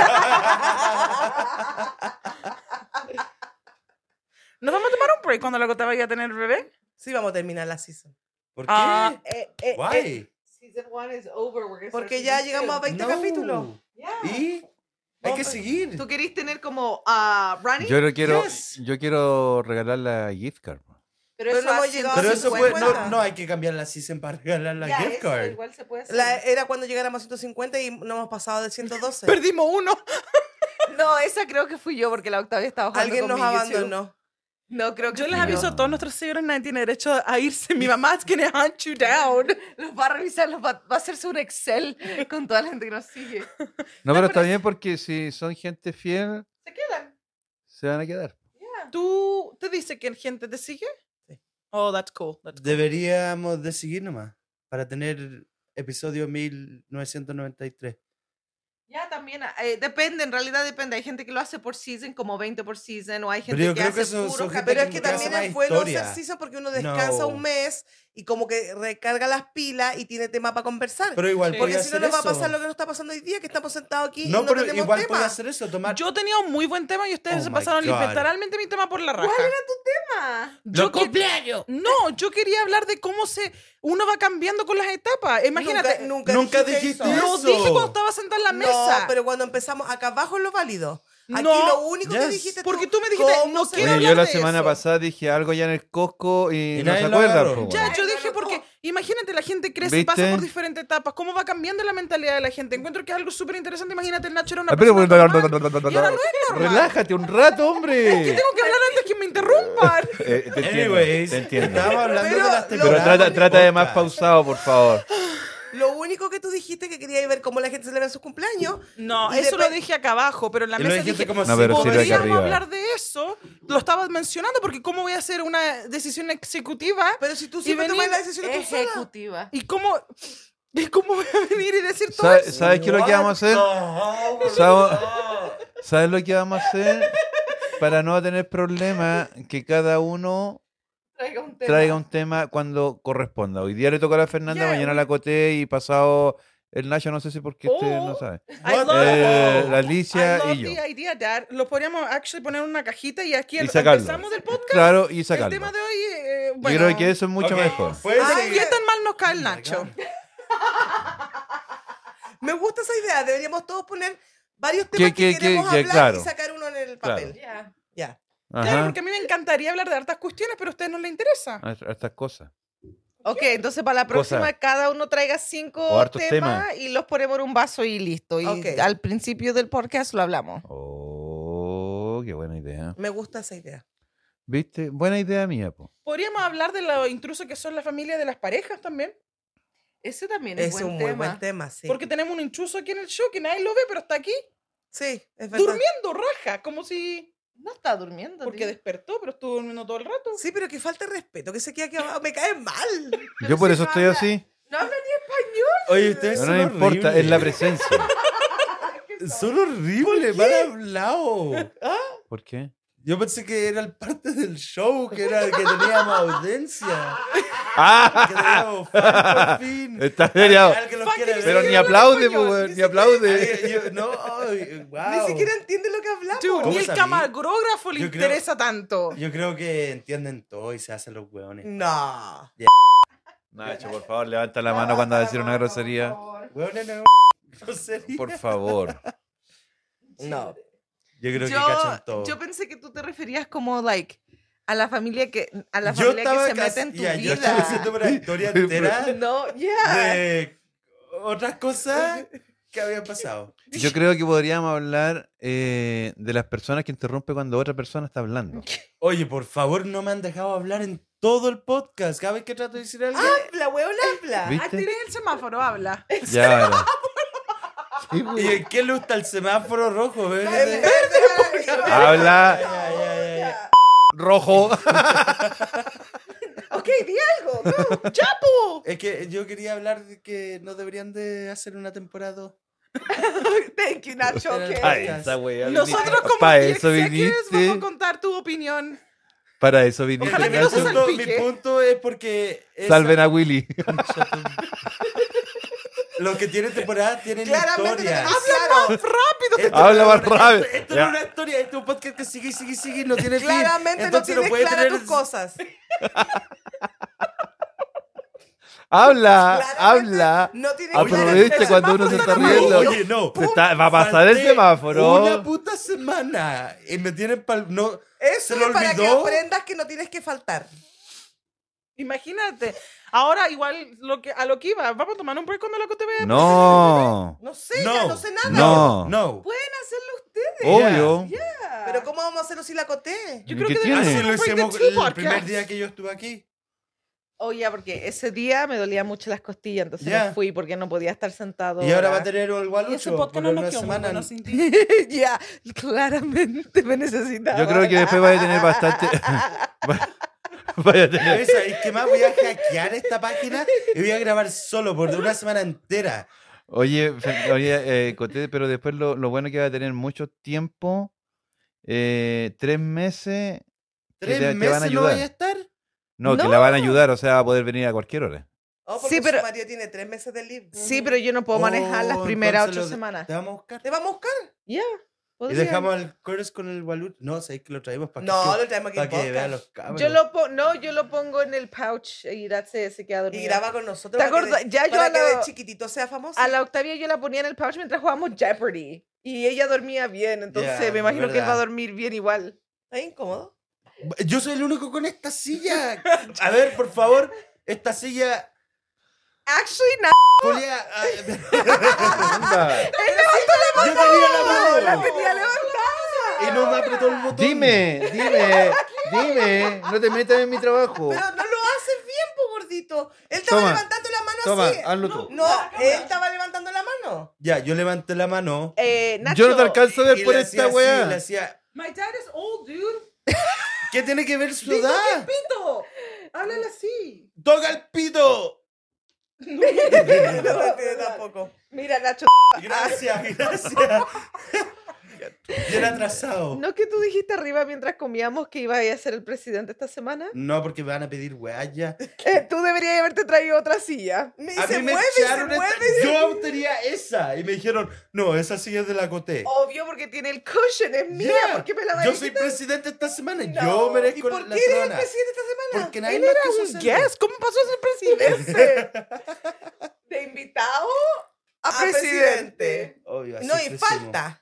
¿Nos vamos a tomar un break cuando la Cota vaya a tener bebé? Sí, vamos a terminar la season. ¿Por qué? Ah, Why? Season 1 is over. We're gonna Porque start ya season llegamos a 20 No. capítulos. ¿Y? Hay que seguir. ¿Tú querís tener como running? Yo quiero, Yes. yo quiero regalar la gift card, po. pero Pero no hemos a llegado Pero a eso 150. puede, no hay que cambiar la season para regalar la Ya, gift eso card. igual se puede hacer. Era cuando llegáramos a 150 y no hemos pasado de 112. perdimos uno. No, esa creo que fui yo porque la Octavia estaba jugando Alguien con nos mi YouTube. abandonó. No, creo que Yo les fui aviso a todos nuestros seguidores, nadie tiene derecho a irse. Mi mamá es gonna hunt you down. Los va a revisar, va a hacerse un Excel con toda la gente que nos sigue. No, pero está bien porque si son gente fiel, Se quedan. se van a quedar. ¿Tú te dice que gente te sigue? Sí. Oh, that's cool. That's cool. Deberíamos de seguir nomás para tener episodio 1993. Ya, también, depende, en realidad depende. Hay gente que lo hace por season, como 20 por season, o hay gente Pero yo que creo hace que son puro gente Pero es como que que hace también más es bueno historia. hacer season porque uno descansa No. un mes y como que recarga las pilas y tiene tema para conversar. Pero igual Sí. Porque podía si no hacer nos va a eso. pasar lo que nos está pasando hoy día, que estamos sentados aquí y No, no pero tenemos igual tema. podía hacer eso, tomar... Yo tenía un muy buen tema y ustedes Oh se my pasaron God. literalmente mi tema por la raja. ¿Cuál era tu tema? Yo cumpleaños. No, yo quería hablar de cómo uno va cambiando con las etapas. Imagínate. Nunca dijiste eso. Lo eso. dije cuando estaba sentada en la mesa. No, pero cuando empezamos, acá abajo es lo válido. Aquí No. lo único que Yes. dijiste Porque tú me dijiste, ¿cómo no se quiero Oye, yo hablar la de semana eso. pasada dije algo ya en el Costco y no nadie se lo acuerdan, agarró. po, Ya, weón. yo dije porque imagínate, la gente crece y pasa ¿Viste? por diferentes etapas. ¿Cómo va cambiando la mentalidad de la gente? Encuentro que es algo súper interesante. Imagínate, el Nacho era una Ah, pero- persona normal, y ahora no es normal. Relájate un rato, hombre. Tengo que hablar antes que me interrumpan. Te entiendo, Anyways, te entiendo. estábamos hablando Pero de las lo- Pero temporadas trata del de más podcast. pausado, por favor. Lo único que tú dijiste que querías ver cómo la gente celebra sus cumpleaños. No, Y eso lo después- dije acá abajo, pero en la Y lo mesa dijiste dije, como No, pero sí lo de acá podríamos arriba. hablar de eso. Lo estaba mencionando porque cómo voy a hacer una decisión ejecutiva Pero si tú Y siempre venir- tomas la decisión tú sola. Ejecutiva. y cómo voy a venir y decir todo eso. ¿Sabes qué es lo que vamos a hacer? ¿Sabes lo que vamos a hacer? Para no tener problemas, que cada uno traiga un tema cuando corresponda. Hoy día le toca a la Fernanda, Yeah, mañana a la Coté y pasado el Nacho, no sé si porque usted Oh. no sabe. I love, La Alicia I love y yo. the idea, Dad. Lo podríamos actually poner en una cajita y aquí Y sacarlo. empezamos del podcast. Claro, y El sacarlo. tema de hoy, Yo bueno, creo que eso es mucho mejor. Ay, ¿qué tan mal nos cae el Nacho? Me gusta esa idea. Deberíamos todos poner varios temas que queremos hablar claro. y sacar uno en el Claro. papel. Ya. Claro, Ajá. porque a mí me encantaría hablar de hartas cuestiones, pero a ustedes no les interesa. A estas cosas. Ok, entonces para la próxima Cosa. cada uno traiga 5 O hartos temas temas. y los ponemos en un vaso y listo. Y Ok. al principio del podcast lo hablamos. Oh, qué buena idea. Me gusta esa idea. ¿Viste? Buena idea mía, po. Podríamos hablar de lo intrusos que son la familia de las parejas también. Ese también Es un muy buen tema, sí. Porque tenemos un intruso aquí en el show que nadie lo ve, pero está aquí Sí, es verdad. durmiendo raja, como si... No está durmiendo. Porque tío. despertó, pero estuvo durmiendo todo el rato. Sí, pero que falta de respeto, que se queda aquí abajo. Me cae mal. Yo por si eso no estoy habla- así. No habla ni español. Oye, ustedes No son me importa, horribles. es la presencia. Son horribles, mal hablados. ¿Por qué? Yo pensé que era el parte del show, que era que teníamos audiencia. ¡Ah! Que teníamos fan, por fin. Está feriado. Alguien los Fuck, quiere ni ver. Pero ni siquiera aplaude, español, pues, weón, ni ni aplaude. Ay, no, ay, wow. Ni siquiera entiende lo que hablamos. Dude, ¿Cómo ni el sabí? camarógrafo le Yo creo- interesa tanto. Yo creo que entienden todo y se hacen los hueones. No. Nacho, por favor, levanta la mano cuando va a decir una grosería. Hueones no grosería. Por favor. No. Yo creo que cachan todo. Yo pensé que tú te referías como, like, a la familia que Yo se estaba mete en tu ya, yo estaba vida. haciendo una historia entera No, ya. de otras cosas que habían pasado. Yo creo que podríamos hablar de las personas que interrumpen cuando otra persona está hablando. Oye, por favor, no me han dejado hablar en todo el podcast. Cada vez que trato de decir algo. Habla, weón, habla. ¿Viste? Activé el semáforo, habla. Ya, vale. ¿Y en qué le gusta el semáforo rojo? En verde? verde, Habla Ya. rojo. Ok, di algo. go. ¡Chapo! Es que yo quería hablar de que no deberían de hacer una temporada. Thank you, Nacho. Era el ok. Ay, esa wea. Nosotros como Para The eso Executives vamos viniste. a contar tu opinión. Para eso viniste. Ojalá que no se Nacho. salpique. Mi punto es porque Salven a Willy. los que tienen temporada tienen Claramente historias. tenemos claro. ¡Rápido! Esto Habla no más es una- rápido. Esto Ya. no es una historia, esto es un podcast que sigue, y no tiene fin. Claramente no Entonces tienes puede claras tener- tus cosas. Habla, Claramente habla. No tienes Aproveche claras- cuando uno se está semáforo riendo. Oye, no. Va a pasar el Falté semáforo. Una puta semana y me tienen pal... No, Eso ¿se lo es para que olvidó? aprendas que no tienes que faltar. Imagínate. Ahora, igual, a lo que iba, vamos a tomar un break cuando lo que te vea. No. No sé, No. ya no sé nada. No. No. Pueden hacerlo ustedes. Obvio. Pero ¿cómo vamos a hacerlo si la coté? Yo ¿Y creo qué que tiene? debemos Así hacer lo un break de hicimos two el podcasts. primer día que yo estuve aquí. Oh, ya, porque ese día me dolían mucho las costillas, entonces Ya. me fui porque no podía estar sentado. Y ahora va a tener el Y ese gualucho podcast por no una nos quedó muy semana. bueno sin ti. Ya, claramente me necesitaba. Yo creo que después vaya a tener bastante. Vaya a tener. ¿Sabes qué más? Voy a hackear esta página y voy a grabar solo por una semana entera. Oye, Coté, pero después lo bueno es que va a tener mucho tiempo. 3 meses. que 3 te van a meses no ayudar. vaya a estar. No, que No. la van a ayudar, o sea, va a poder venir a cualquier hora. Oh, porque Sí, pero- su marido tiene 3 meses de libre. Sí, pero yo no puedo manejar las Oh, primeras entonces 8 semanas. Te vamos a buscar. ¿Te vamos a buscar? Ya. Y podría. dejamos al chorus con el gualucho. No, sabéis que lo traemos para No, que, lo traemos aquí para en que podcast. vean los cabros. yo lo pongo en el pouch y se queda dormida. Y graba con nosotros. ¿Te para que acuerdas? de- Ya yo para a que la- de chiquitito sea famoso. A la Octavia yo la ponía en el pouch mientras jugábamos Jeopardy. Y ella dormía bien, entonces Ya, me imagino que él va a verdad. dormir bien igual. ¿Está incómodo? Yo soy el único con esta silla. A ver, por favor, esta silla. Actually, no. Julia. Anda. Yo tenía la mano. La tenía levantada. Y no me apretó el botón. Dime. No te metas en mi trabajo. Pero no lo haces bien, po gordito. Él estaba Toma. levantando la mano Toma, así. hazlo tú. No, él estaba levantando la mano. Ya, yo levanté la mano. Nacho, Yo no te alcanzo a ver y por le esta hacía así, weá. le hacía, My dad is old, dude. ¿qué tiene que ver su Dijo edad? que es pito. Háblale así. ¡Toca el pito! No me entiende tampoco. Mira, Nacho, Gracias, gracias. Bien atrasado. ¿no que tú dijiste arriba mientras comíamos que iba a ser el presidente esta semana? No, porque me van a pedir weá ya. Tú deberías haberte traído otra silla. Y A se mí me mueve, echaron se esta- mueve. Yo tenía esa. Y me dijeron, no, esa silla es de la Coté. Obvio, porque tiene el cushion, es mía. Yeah. ¿Por qué me la vas Yo a soy quitar? presidente esta semana. No. Yo ¿Y merezco por la qué eres el trona. presidente esta semana? Porque nadie Él más era quiso un hacerlo. guest. ¿Cómo pasó a ser presidente? De invitado a A presidente. Obvio, así No, y crecimos. falta.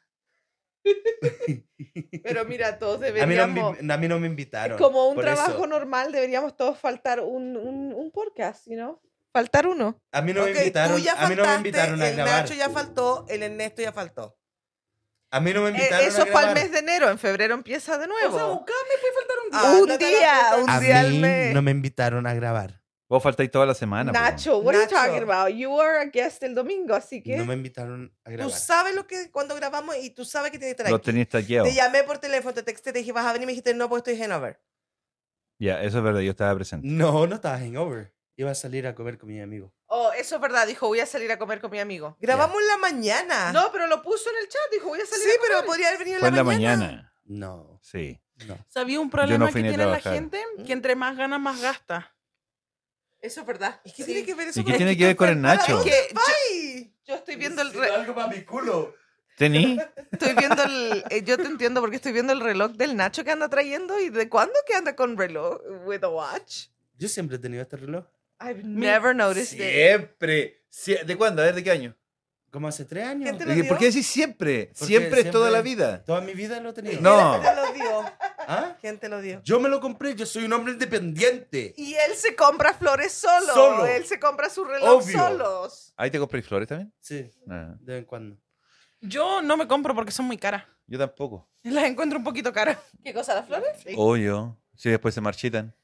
Pero mira, todos A mí, deberíamos... a mí no me invitaron. Como un por trabajo eso. normal, deberíamos todos faltar un podcast, ¿no? Faltar uno. A mí no Ok, me invitaron. tú ya A mí no me faltaste, invitaron a el grabar. Nacho ya faltó, el Ernesto ya faltó. A mí no me invitaron Eso a es para grabar. el mes de enero. En febrero empieza de O sea, nuevo. acá me puede faltar un Ah, un no te día, das un cuenta. A día al mí mes. no me invitaron a grabar. Vos faltáis toda la semana. po. Nacho, what are you Nacho. talking about? You are a guest el domingo, así que... No me invitaron a Tú grabar. sabes lo que cuando grabamos y tú sabes que tienes que estar Los aquí. tenéis taqueados. Te llamé por teléfono, te texté, te dije, vas a venir y me dijiste, no, pues estoy en Hanover. Ya, eso es verdad, yo estaba presente. No, no estaba hangover. Iba a salir a comer con mi amigo. Oh, eso es verdad. Dijo, voy a salir a comer con mi amigo. Grabamos en la mañana. No, pero lo puso en el chat. Dijo, voy a salir sí, a comer. pero podría haber venido Fue en en la la mañana. mañana. No, Sí. no. ¿Sabía un problema fui que ni a tiene la trabajar. gente? Que entre más gana, más gasta. Eso es verdad. ¿Y qué tiene que ver eso ¿Y qué con tiene esto? que ver con el ¿Para Nacho? dónde Que vais? yo estoy viendo el... Necesito algo para mi culo. ¿Tení? Estoy viendo el... yo te entiendo porque estoy viendo el reloj del Nacho que anda trayendo. ¿Y de cuándo que anda con reloj? With a watch. Yo siempre he tenido este reloj. I've never noticed it. Siempre. ¿De cuándo? A ver, ¿de qué año? Como hace 3 años. ¿Quién te lo dio? ¿Por qué decís siempre? Porque Siempre es toda siempre- la vida. Toda mi vida lo he tenido. No. ¿Quién te lo dio? ¿Ah? ¿Quién te lo dio? Yo me lo compré. Yo soy un hombre independiente. Y él se compra flores solo. Solo. Él se compra su reloj Obvio. solos. ¿Ahí te compré flores también? Sí, Ah, de vez en cuando. Yo no me compro porque son muy caras. yo tampoco. Las encuentro un poquito caras. ¿Qué cosa, las flores? Obvio. Si después se marchitan.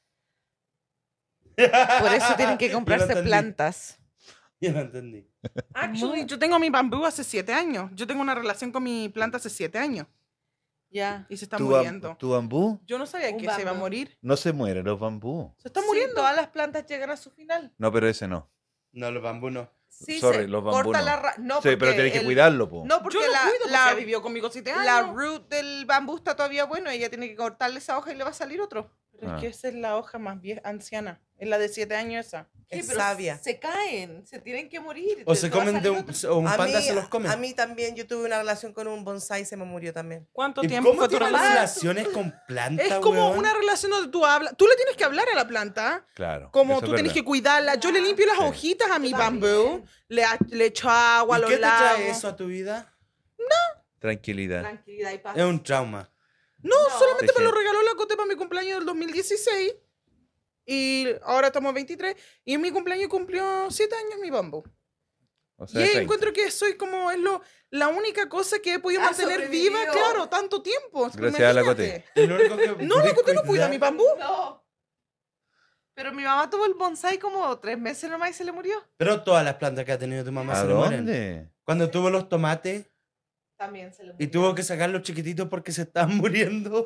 Por eso tienen que Yo comprarse lo entendí. plantas. Yo no entendí. Actually, yo tengo mi bambú hace 7 años. Yo tengo una relación con mi planta hace 7 años. Ya. Y se está ¿Tu, muriendo. tu bambú? Yo no sabía Un que se iba a bambú. morir. No se mueren los bambú. Se está Sí, muriendo. todas las plantas llegan a su final. No, pero ese no. No, los bambú no. Sí, Sorry, se los bambú corta no. la no, Sí, pero porque tienes que el- cuidarlo, po. No, porque Yo lo la, cuido porque la, vivió conmigo 7 años. la root del bambú está todavía bueno. Ella tiene que cortarle esa hoja y le va a salir otro. Pero Ah. es que esa es la hoja más anciana. Es la de 7 años esa. Es pero sabia. se caen, se tienen que morir. O te- se te va a comen de salir un, otro. o un A panda mí- se los come. A mí también, yo tuve una relación con un bonsai y se me murió también. ¿Cuánto ¿Y tiempo cómo fue tu tienes relación? relaciones con plantas, Es como weón? una relación donde tú hablas. Tú le tienes que hablar a la planta. Claro. Como eso tú es tienes que verdad. cuidarla. Yo le limpio las Sí. hojitas a mi Yo bambú. también. Le echo agua, ¿Y lo qué te lavo. trae eso a tu vida? Tranquilidad. Tranquilidad y paz. Es un trauma. No, solamente me Dejé. lo regaló la Cote para mi cumpleaños del 2016. Y ahora estamos 23. Y en mi cumpleaños cumplió 7 años mi bambú. O sea, Y 30. encuentro que soy como, la única cosa que he podido Ha mantener viva, sobrevivido. claro, tanto tiempo. Gracias a la Imagínate. Es lo único que No, la Cote no cuida mi bambú. No. Pero mi mamá tuvo el bonsai como 3 meses nomás y se le murió. Pero todas las plantas que ha tenido tu mamá ¿A se le mueren. dónde? Cuando tuvo los tomates También se le murió. y tuvo que sacar los chiquititos porque se estaban muriendo.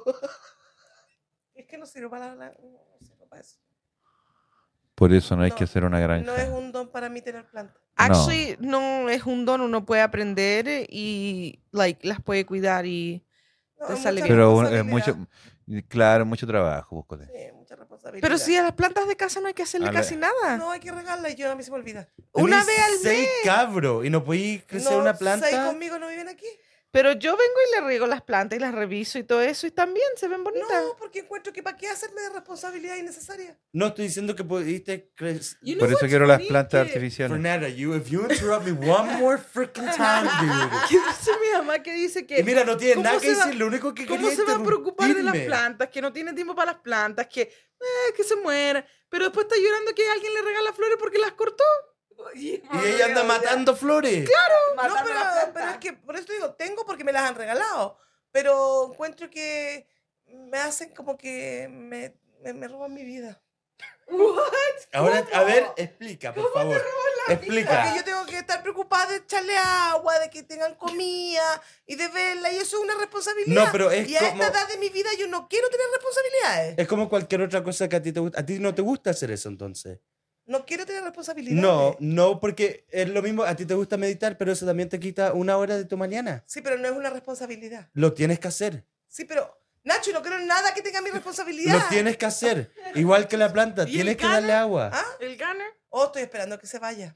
Es que no sirve para no sirve para eso. Por eso no hay No, que hacer una granja. No es un don para mí tener plantas. Actually, no es un don, uno puede aprender y las puede cuidar y No, Te es sale mucha bien. Pero es responsabilidad. mucho, claro, mucho trabajo, búscate. Sí, mucha responsabilidad. pero si a las plantas de casa no hay que hacerle Ale- casi nada. No, hay que regarla y yo a mí se me olvida. Una Tenés vez al 6 cabros y no podéis crecer No, una ¿seis planta. conmigo no viven aquí? Pero yo vengo y le riego las plantas y las reviso y todo eso y también se ven bonitas. No, porque encuentro que para qué hacerme de responsabilidad innecesaria. No estoy diciendo que pudiste crecer. You know Por eso what's quiero las funny? plantas Que- artificiales. Fernanda, if you interrupt me one more freaking time, dude. ¿Qué dice mi mamá que dice que Y mira, no tiene ¿cómo nada que se va- decir, lo único que cómo quería se va a preocupar de las interrumpirme. plantas, que no tiene tiempo para las plantas, que se muera, pero después está llorando que alguien le regala flores porque las cortó? Y ella anda matando flores. No, pero es que por eso te digo, tengo porque me las han regalado. Pero encuentro que me hacen como que me roban mi vida. Ahora, a ver, explica, por favor. Explica. Porque yo tengo que estar preocupada de echarle agua, de que tengan comida y de verla, y eso es una responsabilidad. No, pero es y a como- esta edad de mi vida yo no quiero tener responsabilidades. Es como cualquier otra cosa que a ti te gusta. A ti no te gusta hacer eso, entonces. No quiero tener responsabilidades. No, porque es lo mismo. A ti te gusta meditar, pero eso también te quita una hora de tu mañana. Sí, pero no es una responsabilidad. Lo tienes que hacer. Sí, pero Nacho, no quiero nada que tenga mi responsabilidad. Lo tienes que hacer. Igual que la planta. ¿Y Tienes el que darle agua. ¿Ah? ¿El gunner? Oh, estoy esperando que se vaya.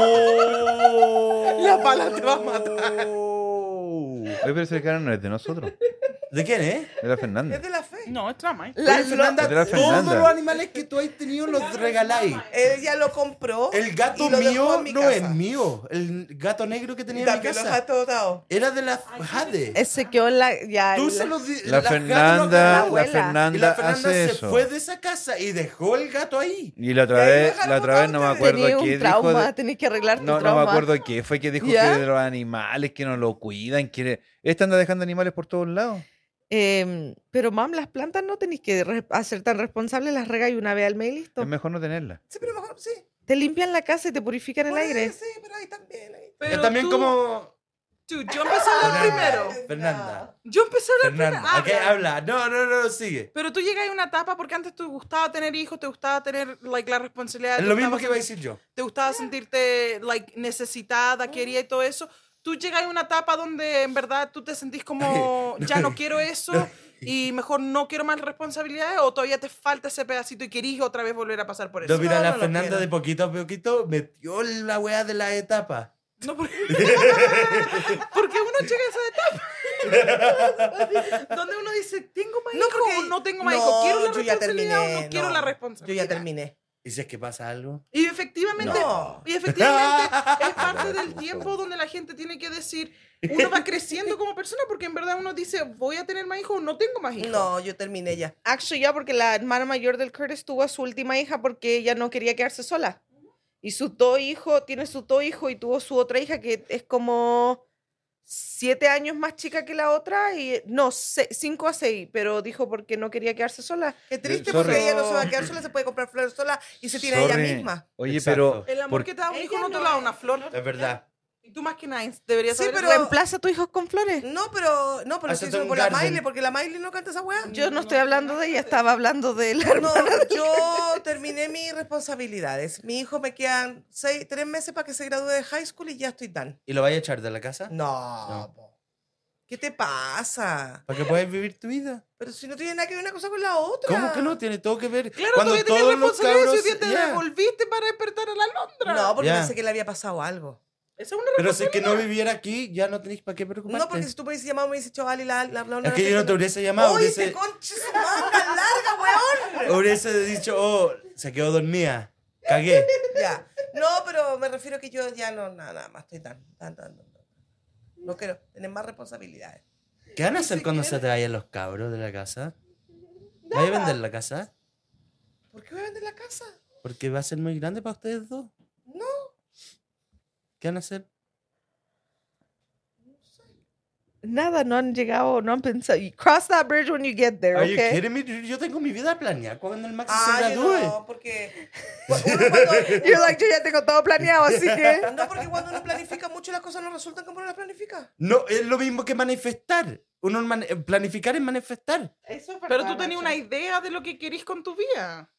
¡Oh! La pala te va a matar. Oye, pero ese cara no es de nosotros. ¿De quién, eh? De la Fernanda. Es de la fe. No, es trama. Oye, Fernanda, Es de la todos Fernanda. los animales que tú has tenido los regaláis. Ella lo compró. El gato y lo dejó mío en mi no casa. es mío. El gato negro que tenía en mi También los casa ha tratado. era de la Jade. Ese quedó en la. Ya, Tú en se la- lo di- La Jade lo Fernanda, agarró. la abuela. Y Fernanda la Fernanda hace se eso. fue de esa casa y dejó el gato ahí. Y la otra Y ahí lo vez, dejaron la otra vez no me botado. acuerdo Tenía qué un trauma, dijo. tenés que arreglar tu No trauma. me acuerdo qué fue que dijo ¿Ya? que de los animales, que no lo cuidan, que esta anda dejando animales por todos lados. Pero, mam, las plantas no tenéis que hacer tan responsables, las regáis una vez al mes y listo. Es mejor no tenerla. Sí, pero mejor, sí. Te limpian la casa y te purifican el Por aire. ahí, sí, pero ahí también. Ahí. Pero También tú- como... Yo empecé a hablar Fernanda. primero. Fernanda. Yo empecé a hablar Fernanda. ¿A qué primero. habla? No, sigue. Pero tú llegas a una etapa porque antes te gustaba tener hijos, te gustaba tener la responsabilidad. Es te lo gustaba mismo que iba a decir yo. Te gustaba sentirte necesitada, querida y todo eso. Tú llegas a una etapa donde en verdad tú te sentís como ya no quiero eso y mejor no quiero más responsabilidades o todavía te falta ese pedacito y querís otra vez volver a pasar por eso. No, mira, No, la no lo Fernanda quiero. de poquito a poquito metió la weá de la etapa. No, porque... porque uno llega a esa etapa donde uno dice, ¿tengo más No, hijos porque- o no tengo más no, hijos? ¿Quiero la yo ya responsabilidad o terminé, no quiero no. la Yo responsabilidad? ya terminé. ¿Y si es que pasa algo? Y efectivamente, No. y efectivamente es parte del tiempo donde la gente tiene que decir, uno va creciendo como persona porque en verdad uno dice, voy a tener más hijos o no tengo más hijos. No, yo terminé ya. Actually, ya, porque la hermana mayor del Curtis tuvo a su última hija porque ella no quería quedarse sola. Y sus dos hijos, tiene sus dos hijos y tuvo su otra hija que es como 7 años más chica que la otra. Y no, 5 a 6, pero dijo porque no quería quedarse sola. Qué triste sorry. porque ella no se va a quedar sola, se puede comprar flores sola y se tiene ella Sorry. misma. Oye, Exacto. El amor ¿por que te da un hijo Ella no te no lo da es- una flor. Es verdad. Y tú más que nadie deberías Sí, saber pero- eso. Reemplaza a tus hijos con flores. No, pero Hacete estoy diciendo un por la garden. Miley, porque la Miley no canta esa weá. Yo no estoy hablando de ella, estaba hablando de la No, hermana. yo terminé mis responsabilidades. Mi hijo me quedan 3 meses para que se gradúe de high school y ya estoy done. ¿Y lo vaya a echar de la casa? No, po. ¿Qué te pasa? Para que puedas vivir tu vida. Pero si no tiene nada que ver una cosa con la otra. ¿Cómo que no? Tiene todo que ver. Claro, Cuando todavía tenías todos los responsabilidades y hoy cabros... día te Ya. devolviste para despertar a la Londra. No, porque Ya. pensé que le había pasado algo. Esa es una Pero si es que no viviera aquí, ya no tenéis para qué preocuparte. No, porque si tú me hubieses llamado, me hubiese dicho, Ali, Es que yo no te hubiese llamado. ¡Oye, Hubiese, este conche su manga larga, weón! hubiese dicho, oh, se quedó dormida. Cagué. Ya. No, pero me refiero que yo ya no, nada más estoy tan. No quiero tener más responsabilidades. ¿Qué van a hacer cuando se te vayan los cabros de la casa? ¿Vas a vender la casa? ¿Por qué voy a vender la casa? Porque va a ser muy grande para ustedes dos. No. ¿Qué van a hacer? Nada, no han llegado, no han pensado. You cross that bridge when you get there, Are you okay? kidding me? Yo tengo mi vida planeada cuando el Maxi se Ah, yo gradúe. no, porque uno cuando, You're like, yo ya tengo todo planeado, así que... no, porque cuando uno planifica mucho las cosas no resultan como uno las planifica. No, es lo mismo que manifestar. Planificar es manifestar. Pero tú tenías una idea de lo que querís con tu vida.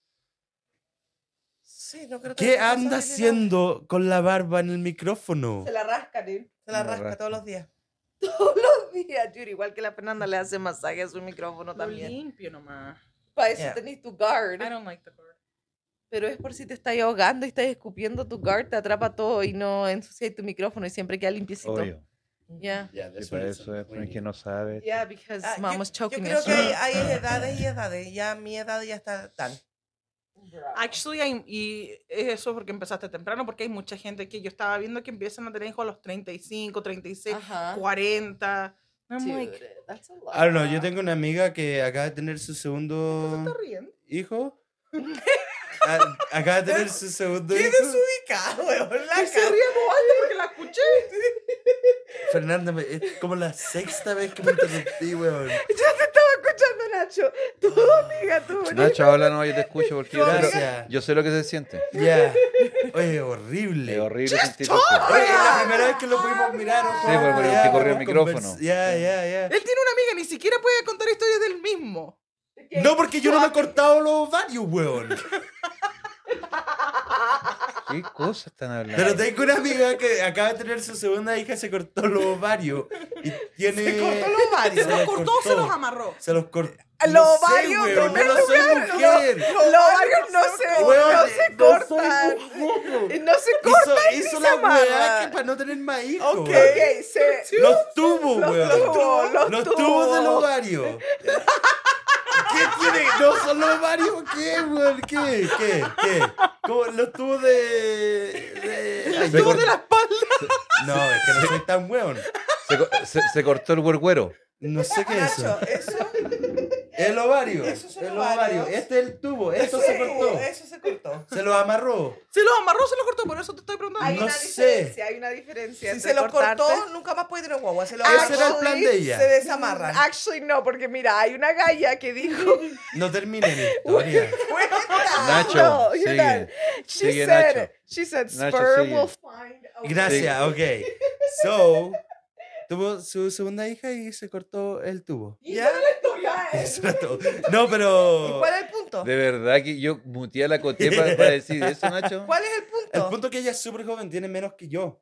Sí, no creo ¿Qué anda haciendo con la barba en el micrófono? Se la rasca, dude. Se la Me la rasca rasca. todos los días. Todos los días, dude. Igual que la Fernanda le hace masaje a su micrófono Lo también. limpio nomás. Para eso Yeah. tenés tu guard. I don't like the cord. Pero es por si te estás ahogando y estás escupiendo tu guard, te atrapa todo y no ensucias tu micrófono y siempre queda limpiecito. Obvio. Yeah. Yeah, Y that's para what eso es, it's- pero es que no sabe. Yeah, because Ah, mom was yo choking creo us. que hay edades y edades. Ya mi edad ya está tan. Actually, y eso porque empezaste temprano, porque hay mucha gente que yo estaba viendo que empiezan a tener hijos a los 35, 36, Ajá. 40. I'm Dude, like, that's a lot. I don't know, yo tengo una amiga que acaba de tener su segundo ¿estás riendo? hijo. Acaba de tener su segundo ¡Qué hijo. desubicado, weón! La Y se cara. ríe muy alto porque la escuché. Fernanda, es como la sexta vez que me interrumpí, weón. Yo te estaba escuchando, Nacho. Tu amiga, tu Nacho, habla, no, yo te escucho porque yo sé, Gracias. yo sé lo que se siente. Ya. Oye, horrible. Es horrible esa institución. Oye, es la primera vez que lo pudimos mirar. ojo, Sí, pues, pero ya, que corrió el podemos micrófono. Ya. Él tiene una amiga, ni siquiera puede contar historias del mismo. No, porque yo no me he cortado los ovarios, weón. ¿Qué cosas están hablando? Pero tengo una amiga que acaba de tener su segunda hija, se cortó los ovarios. Y tiene... Se cortó los ovarios. ¿Se los cortó o se los amarró? Se los cortó. Los No sé, ovarios, weón, no yo me no soy mujer. Los ovarios no se Weón, cortan. No se cortan. Hizo se la amarran. weá que para no tener más hijos. Ok, se... Los tubos, weón. Los Los tubos del ovario. ¿Qué tiene? ¿No son los ovarios? ¿Qué, weón? ¿Qué? ¿Cómo? Los tubos Los tubos de la espalda. No, es que no soy tan weón. Se cortó el huerguero. No sé qué es Nacho, eso. eso. El ovario. Esos son El ovarios. ovario. Este es el tubo. Esto eso se cortó. Eso se cortó. Se lo amarró. Se los amarró o se los cortó, por eso te estoy preguntando. Hay No una sé. diferencia, hay una diferencia. Si entre se los cortarte- cortó, nunca más puede tener guagua. Se lo Ese era el plan de ella. Se desamarran. Actually, no, porque mira, hay una galla que dijo. No termine mi historia. Nacho, No, you're sigue. not. Sigue, Nacho. She said, Nacho, sperm sigue. will find a way. Gracias, ok. So, tuvo su segunda hija y se cortó el tubo. ¿Ya? Eso era todo. No, pero... ¿Cuál es el punto? De verdad que yo muteé a la Coté para decir eso, Nacho. ¿Cuál es el punto? El punto es que ella es súper joven, tiene menos que yo.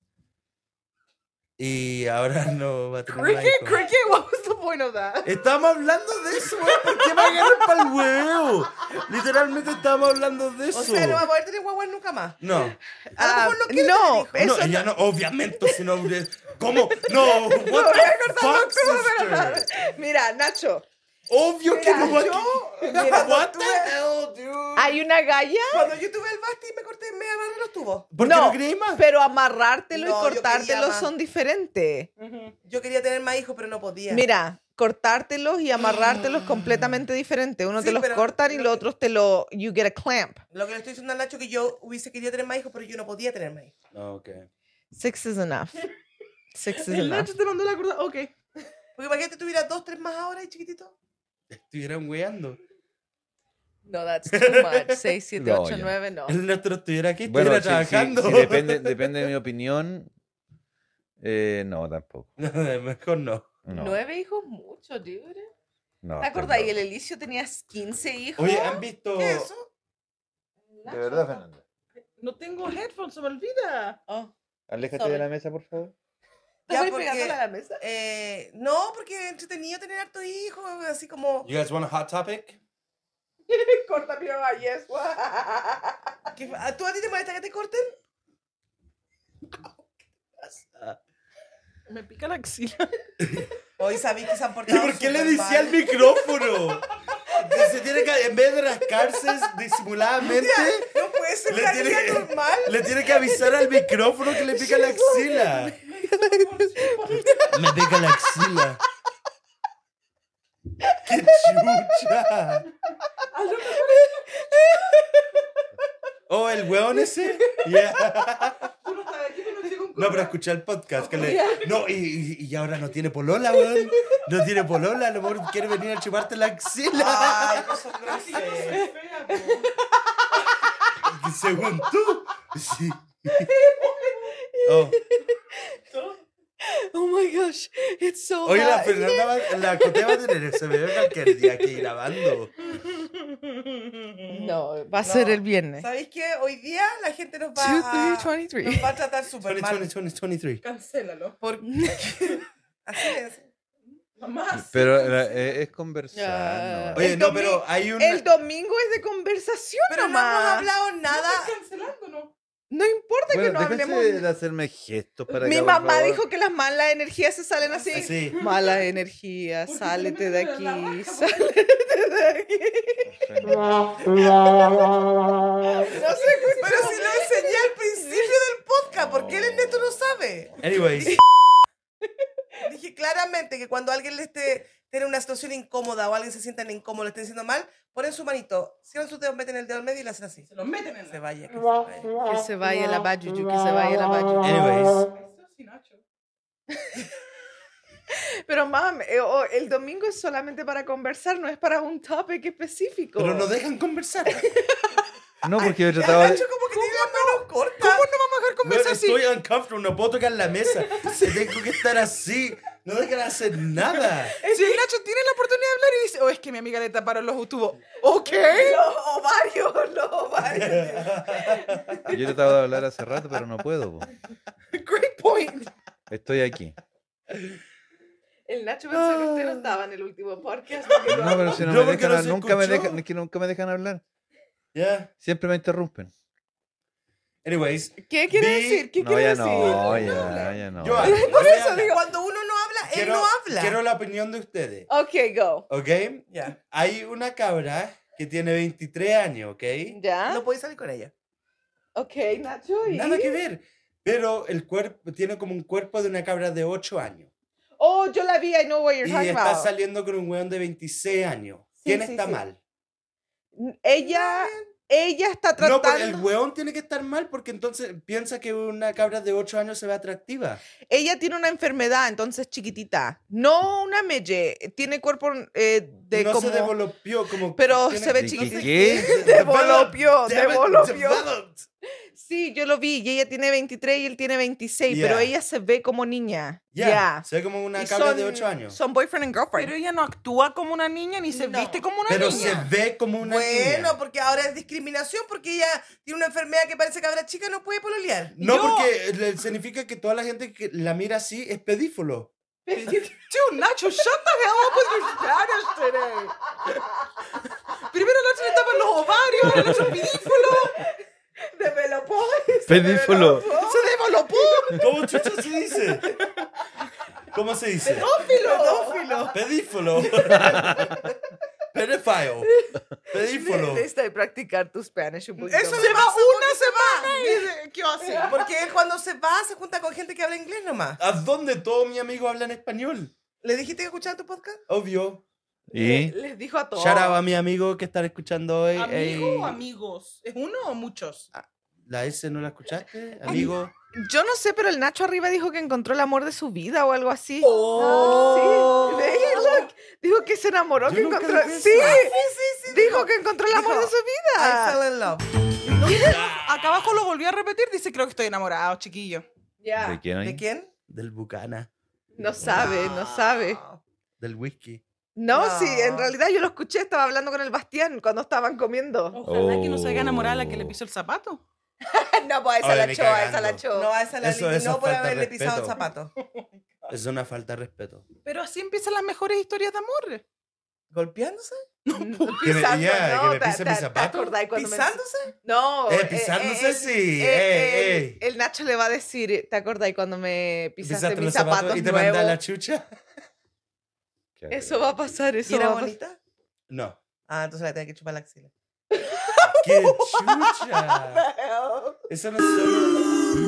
Y ahora no va a tener más hijos. Cricket, what was the point of that? Estábamos hablando de eso, güey. ¿Por qué me agarran para el huevo? Literalmente estábamos hablando de eso. O sea, no va a poder tener guagua nunca más. No. A lo mejor no quiere no, tener hijos. No, ella no, obviamente, si no. ¿Cómo? No, what the fuck, sister? Mira, Nacho, Obvio que no va mira, What the hell, dude? hay una galla, Cuando yo tuve el basti me corté, me amarré los tubos. ¿Por qué No. no creí más? pero amarrártelo No, y yo cortártelo quería más. son diferentes. Yo quería tener más hijos, pero no podía. Mira, cortártelos y amarrártelos es completamente diferente. Uno Sí, te los pero cortan y lo los que- otros you get a clamp. Lo que le estoy diciendo a Nacho es que yo hubiese querido tener más hijos, pero yo no podía tener más hijos. No, ok. 6 is enough. 6 is El enough. Nacho te mandó la corda. Ok. Porque para que te tuviera 2, 3 más ahora y chiquitito. Estuvieran weando. No, that's too much. 6, 7, No, 8, ya. 9, no. El nuestro estuviera aquí, Bueno, estuviera trabajando. si depende de mi opinión, no, tampoco. Mejor no. No, 9 hijos, mucho, dude. no, ¿Te acordás? Y estoy el Elicio tenía 15 hijos. Oye, ¿han visto? ¿Qué es eso? loco. De verdad, Fernanda. No tengo headphones, se me olvida. Oh. Aléjate Sorry. de la mesa, por favor. Ya, Estoy porque- pegándole a la mesa. No, porque es entretenido tener hartos hijos, así como... You guys want a hot topic? Corta mi mamá, yes. ¿Tú a ti te molesta que te corten? Me pica la axila. Hoy sabéis que se han ¿Y portado por qué le súper decía al mal. micrófono? Que se tiene que, en vez de rascarse disimuladamente, No puede ser Le una tiene niña que- normal. le tiene que avisar al micrófono que le pica la axila. Me pica la axila. ¡Qué chucha! Oh, el weón ese. Yeah. No, pero escuché el podcast. Que le... No, y ahora no tiene polola, weón. No tiene polola. A lo mejor quiere venir a chuparte la axila. Ay, no son groseros. Según tú. Sí. Oh. Oh my gosh, it's so Oye, la hot. Fernanda la Coté va a tener ese bebé cualquier día aquí grabando. No, va a ser el viernes. ¿Sabéis qué? Hoy día la gente nos 2, va 3, a, 23. nos va a tratar súper 20, mal. 20, 23. Cancélalo. Así es. Mamá. Pero es conversar. Ya. ¿no? Oye, El no, domi- pero hay un... El domingo es de conversación Pero no nomás. hemos hablado nada. Cancelando, ¿no? No importa que Bueno, no déjense hablemos. de hacerme gestos para Mi acá, por mamá favor. dijo que las malas energías se salen así. Así. Malas energías, Porque sálete te de meten en la aquí, raja, sálete de aquí. No sé, Pero si lo enseñé al principio del podcast, ¿por qué el Ernesto no sabe? Anyways. Dije claramente que cuando alguien le esté tiene una situación incómoda o alguien se sienta incómodo, le esté diciendo mal, ponen su manito, cierran sus dedos, meten el dedo al medio y le hacen así. Se lo meten en Se la... vaya, que se vaya. que se vaya la bayuyu, que se vaya la bayuyu. Anyways. Eso sí, Nacho. Pero mam, el domingo es solamente para conversar, no es para un topic específico. Pero no dejan conversar. No, porque yo Ya, trataba de... Nacho como que tiene las manos comes Bueno, así. estoy uncomfortable, no puedo tocar la mesa. Tengo que estar así. No dejan hacer nada. Si el Nacho tiene la oportunidad de hablar y dice, oh, es que mi amiga le taparon los tubos. Ok. Los ovarios. Yo trataba de hablar hace rato, pero no puedo. Po. Great point. Estoy aquí. El Nacho pensó que usted no estaba en el último podcast. No, pero si no, No, me porque dejan, no se nunca, me escuchó. dejan, es que nunca me dejan hablar. Ya. Siempre me interrumpen. Anyways. ¿Qué quiere Vi- decir? ¿Qué No, quiere ya decir? no, ya no. Yo Por eso digo. Cuando uno no habla, él quiero, no habla. quiero la opinión de ustedes. Ok, go. ¿Ok? Ya. Hay una cabra que tiene 23 años, ¿ok? ¿Ya? No podéis salir con ella. Ok, Nacho. ¿y? Nada que ver. Pero el cuerpo tiene como un cuerpo de una cabra de 8 años. Oh, yo la vi. I know what you're Y talking está about. saliendo con un weón de 26 años. ¿Quién sí, está sí. mal? Ella está No, tratando. porque el weón tiene que estar mal porque entonces piensa que una cabra de 8 años se ve atractiva. Ella tiene una enfermedad, entonces chiquitita. No una melle. Tiene cuerpo de no como. se developió como... Pero tiene- se ve ¿Qué? chiquitita. ¿Qué? Developió, Damn it, developió. developed. Sí, yo lo vi. Y ella tiene 23 y él tiene 26. Yeah. Pero ella se ve como niña. Ya, Ya. se ve como una Y cabra de 8 años. Son boyfriend and girlfriend. Pero ella no actúa como una niña ni se No. viste como una Pero niña. se ve como una Bueno, niña. porque ahora es discriminación porque ella tiene una enfermedad que parece cabra chica y no puede pololear. No, Yo- porque significa que toda la gente que la mira así es pedífilo. Dude, Nacho, shut the hell up with your Spanish today. Primero Nacho le tapan los ovarios, ahora Nacho es pedífilo. Developó. Pedífilo. Se developó. ¿Cómo chucha se dice? ¿Cómo se dice? Pedófilo. Pedífilo. Pedophile. Pedífilo. Necesitas practicar tu Spanish un poquito. Eso más. le Se va pasa una porque se semana y dice, ¿qué hace? Porque él cuando se va se junta con gente que habla inglés nomás. ¿A dónde todos mis amigos hablan español? ¿Le dijiste que escuchaba tu podcast? Obvio. ¿Y? Les dijo a todos. Shout out a mi amigo que están escuchando hoy. ¿Amigo o amigos? ¿Es uno o muchos? ¿La S no la escuchaste? Amigo. Yo no sé, pero el Nacho arriba dijo que encontró el amor de su vida o algo así. Oh. Sí. Ve, look. Dijo que se enamoró, Yo que nunca encontró. lo vi Sí. eso. Dijo que encontró el amor Dijo, de su I vida. fell in love. Acá abajo lo volvió a repetir, dice, creo que estoy enamorado, chiquillo. Ya. ¿De quién hay? ¿De quién? Del Bucana. No sabe, no sabe. Del whisky. No, No. sí, en realidad yo lo escuché, estaba hablando con el Bastián cuando estaban comiendo. Ojalá que no se haya enamorado a la que le Oh. pisó el zapato. No, pues esa Oye, la ni echó, esa la cagando. echó. No, a esa la Eso eliminó es por falta de haberle pisado el respeto. zapato. Es una falta de respeto. Pero así empiezan las mejores historias de amor. ¿Golpeándose? Pisando, Que me- ya, que me ¿te- pise mi te zapato. acordás cuando me- ¿Pisándose? No. Pisándose, sí. El Nacho le va a decir, ¿te acordás cuando me pisaste Pisaste mis los zapatos y te mandé a nuevos? la chucha. Qué Eso va a pasar, ¿Y eso era va a pasar. bonita? No. Ah, entonces la tenía que chupar la axila. ¡Qué chucha! Eso no es solo...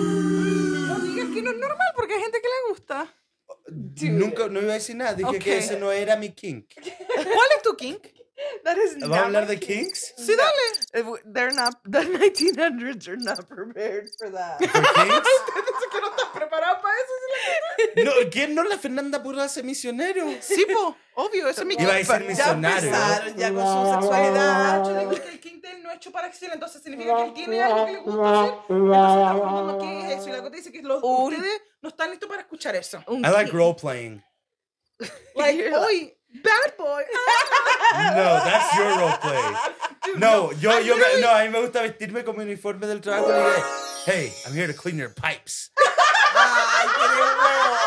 No digas que no es normal porque hay gente que le gusta. Nunca, no iba a decir nada. Dije que Ok. ese no era mi kink. ¿Cuál es tu kink? That is ¿Vamos a not hablar my de kink. kinks? Sí, dale. They're not, the 1900s are not prepared for that. ¿For kinks? Dice que no estás preparado para eso. No, ¿quién no? La Fernanda Purra hace misionero. Sí, po, obvio, ese es mi Iba a decir kink. Ya misionario. empezaron ya con su sexualidad. Nacho dijo que el kink de él no es chupar axila, entonces significa que él tiene algo que le gusta hacer. Entonces está preguntando qué es eso. Y la cosa dice que ustedes no están listos para escuchar eso. Un I like kink. role playing. Like, hoy, bad boy. No, that's your role play. No, no, a mí me gusta vestirme como uniforme del trabajo y digo, hey, I'm here to clean your pipes. Ay, qué huevón.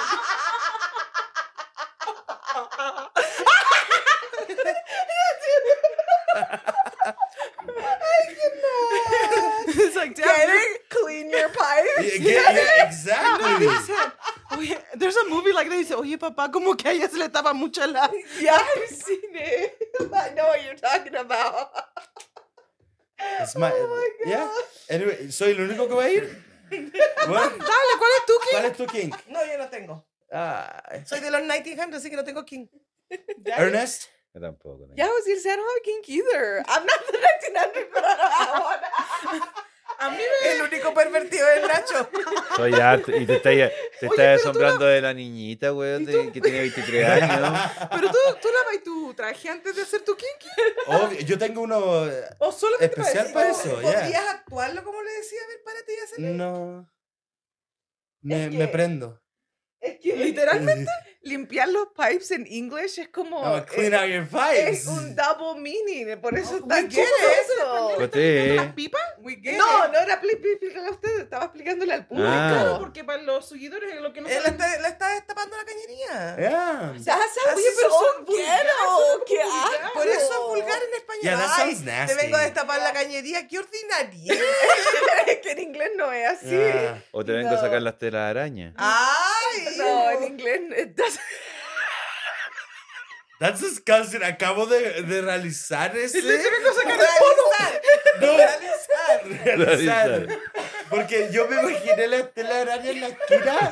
It's like, damn, Get it? Clean your pipes. Yeah, exactly. dice, oye, there's a movie like that. Dice, oye, papá, como que a ella se le tapa mucho la... Yeah, I've seen it. I know what you're talking about. It's my, yeah. Anyway, ¿soy el único que va a ir? Bueno, Dale, ¿cuál es tu kink? ¿cuál es tu kink? No, yo no tengo. Ay. Soy de los 1900, así que no tengo king. Ernest? Yo tampoco. Yeah, I was gonna say I don't have a kink either. I'm not the 1900s, but I don't have one. A mí El único pervertido es Nacho. Soy harto. Y te estás pero asombrando de la niñita, weón, que tiene 23 años. Pero tú lavas tu traje antes de hacer tu kinky. Obvio, yo tengo uno O solamente especial para eso, ya. ¿Podrías actuarlo como le decía? A ver, párate y hacerlo. No. Es Me que- prendo. Es que Literalmente. limpiar los pipes en English es como... I'm gonna clean out your es pipes. un double meaning, por eso está we get eso. Pues sí. ¿Las pipas? We get No, it. no era explícale a usted, estaba explicándole al público. Claro, Ah. porque para los seguidores lo que no Él saben. le está destapando la cañería. Yeah. Oye, pero son vulgares, vulgares, qué vulgares. asco. Por eso es vulgar en español. Yeah, that Ay, sounds nasty. te vengo a destapar la cañería. ¡Qué ordinaria! Es que en inglés no es así. Yeah. O te vengo a sacar las telas de araña. ¡Ay! No, en inglés That's disgusting. Acabo de realizar ese. Realizar. No, Realizar. realizar. Porque yo me imaginé la tela araña en la esquina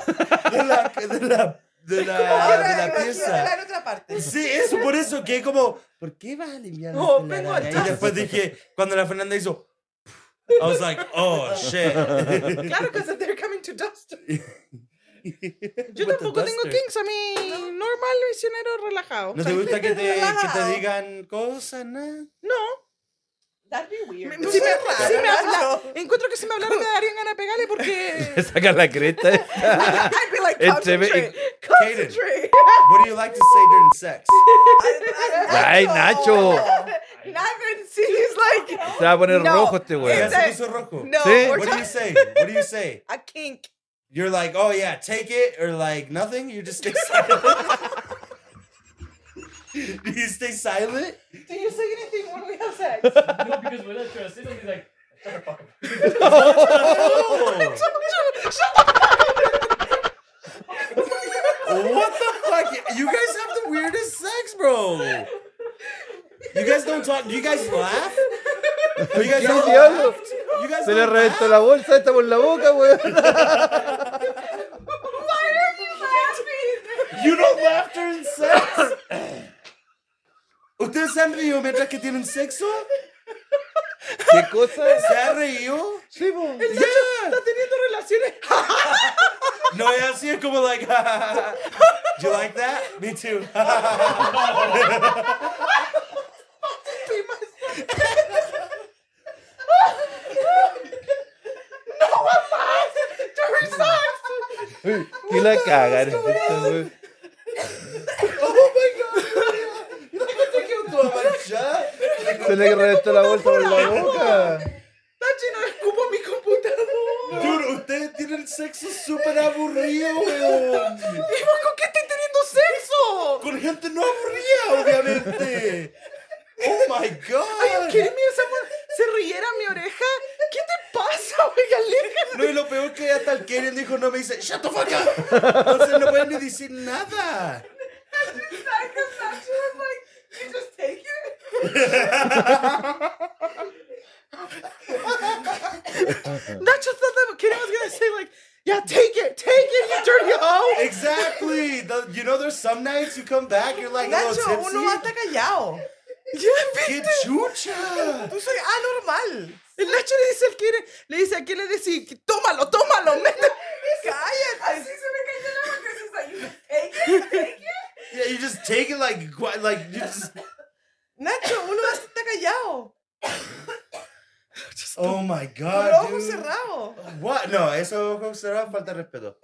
de Ahora la imagínatela pieza. en otra parte. Sí, eso, por eso que como, ¿por qué vas a limpiar la No, tela vengo araña? al Y después dije, cuando la Fernanda hizo, I was like, oh shit. Claro, because they're coming to dust. Yo With the tampoco tengo duster. kinks, a mí normal, misionero, relajado. ¿No te gusta que te Relajado. digan cosas, nada? No. That'd be weird. Si me, raro, si me habla, Nacho. encuentro que si me hablaran me darían ganas de pegarle porque... Me saca la cresta. I'd be like, Entre me- concentrate, concentrate. What do you like to say during sex? Ay, Nacho. Nothing, see, he's like, Se va a poner No. rojo este Ya weón. se puso rojo. no, Sí. we're What do talking you say? What do you say? a kink. You're like, oh yeah, take it, or like nothing? You just stay silent? Do you stay silent? Do you say anything when we have sex? No, because when I try to say something, he's like, shut the fuck up. What the fuck? You guys have the weirdest sex, bro. You guys don't talk. Do you guys laugh? You guys ¿Qué don't diablo? laugh? You guys Se le don't reventó laugh? la bolsa esta por la boca, weón. You don't laugh during sex? ¿Ustedes se han reído mientras que tienen sexo? ¿Qué cosa? ¿Se ha reído? Sí, po. ¿Estás teniendo relaciones? No, es así, es como like, do you like that? Me too. Y la cagan. weón. Oh my god. ¿Te quedó toda manchada? Se le reventó la bolsa por la boca. Tachi, no escupo mi computador. Dude, ustedes tienen sexo súper aburrido, weón. ¿Y vos con qué estás teniendo sexo? Con gente no aburrida, obviamente. Oh my god. ¿Qué me se riera en mi oreja? ¿Qué te pasa, oiga, aléjate? No, y lo peor que hasta el Karen dijo, no me dice, shut the fuck up. Entonces no pueden ni decir nada. You just take it? Nacho thought that Kenny was gonna say like, yeah, take it, you dirty hoe. Exactly. You know, there's some nights you come back, you're like a Nacho, little uno va a tipsy. estar callado. ¡Qué chucha! Tú soy anormal. El Nacho le dice al Kenny, le dice a quién le dice, tómalo, mete. Cállate. Así se me cayó la boca. It's like, you just take it? Yeah, you just take it like you just. Nacho, uno va a estar callado. Oh my Con god, los ojos dude. cerrados. What? No, eso ojos cerrados, falta de respeto.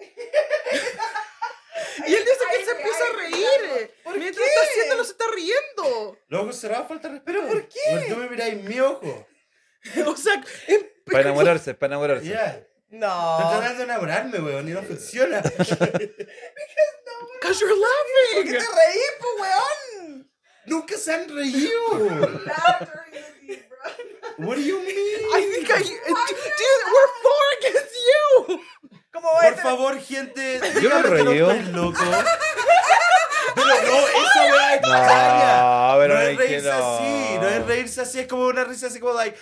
Y él dice que se empieza a reír. Mientras está haciéndolo, se está riendo. Los ojos cerrados, falta de respeto. ¿Pero por qué? Porque tú me miráis en mi ojo. O sea, Para enamorarse, para enamorarse. Yeah. Estoy No. tratando de enamorarme, weón, y no funciona. because you're ¿Por qué laughing. te reí, po, weón? Nunca se han reído. Not during the deed, bro. What do you mean? I think dude, we're 4 against you. ¿Cómo va a Por estar? favor, gente, Yo me díganme que no reío. estoy loco. Pero no, esa weá extraña. No, pero No es es que reírse no. así, no es reírse así, es como una risa así como like,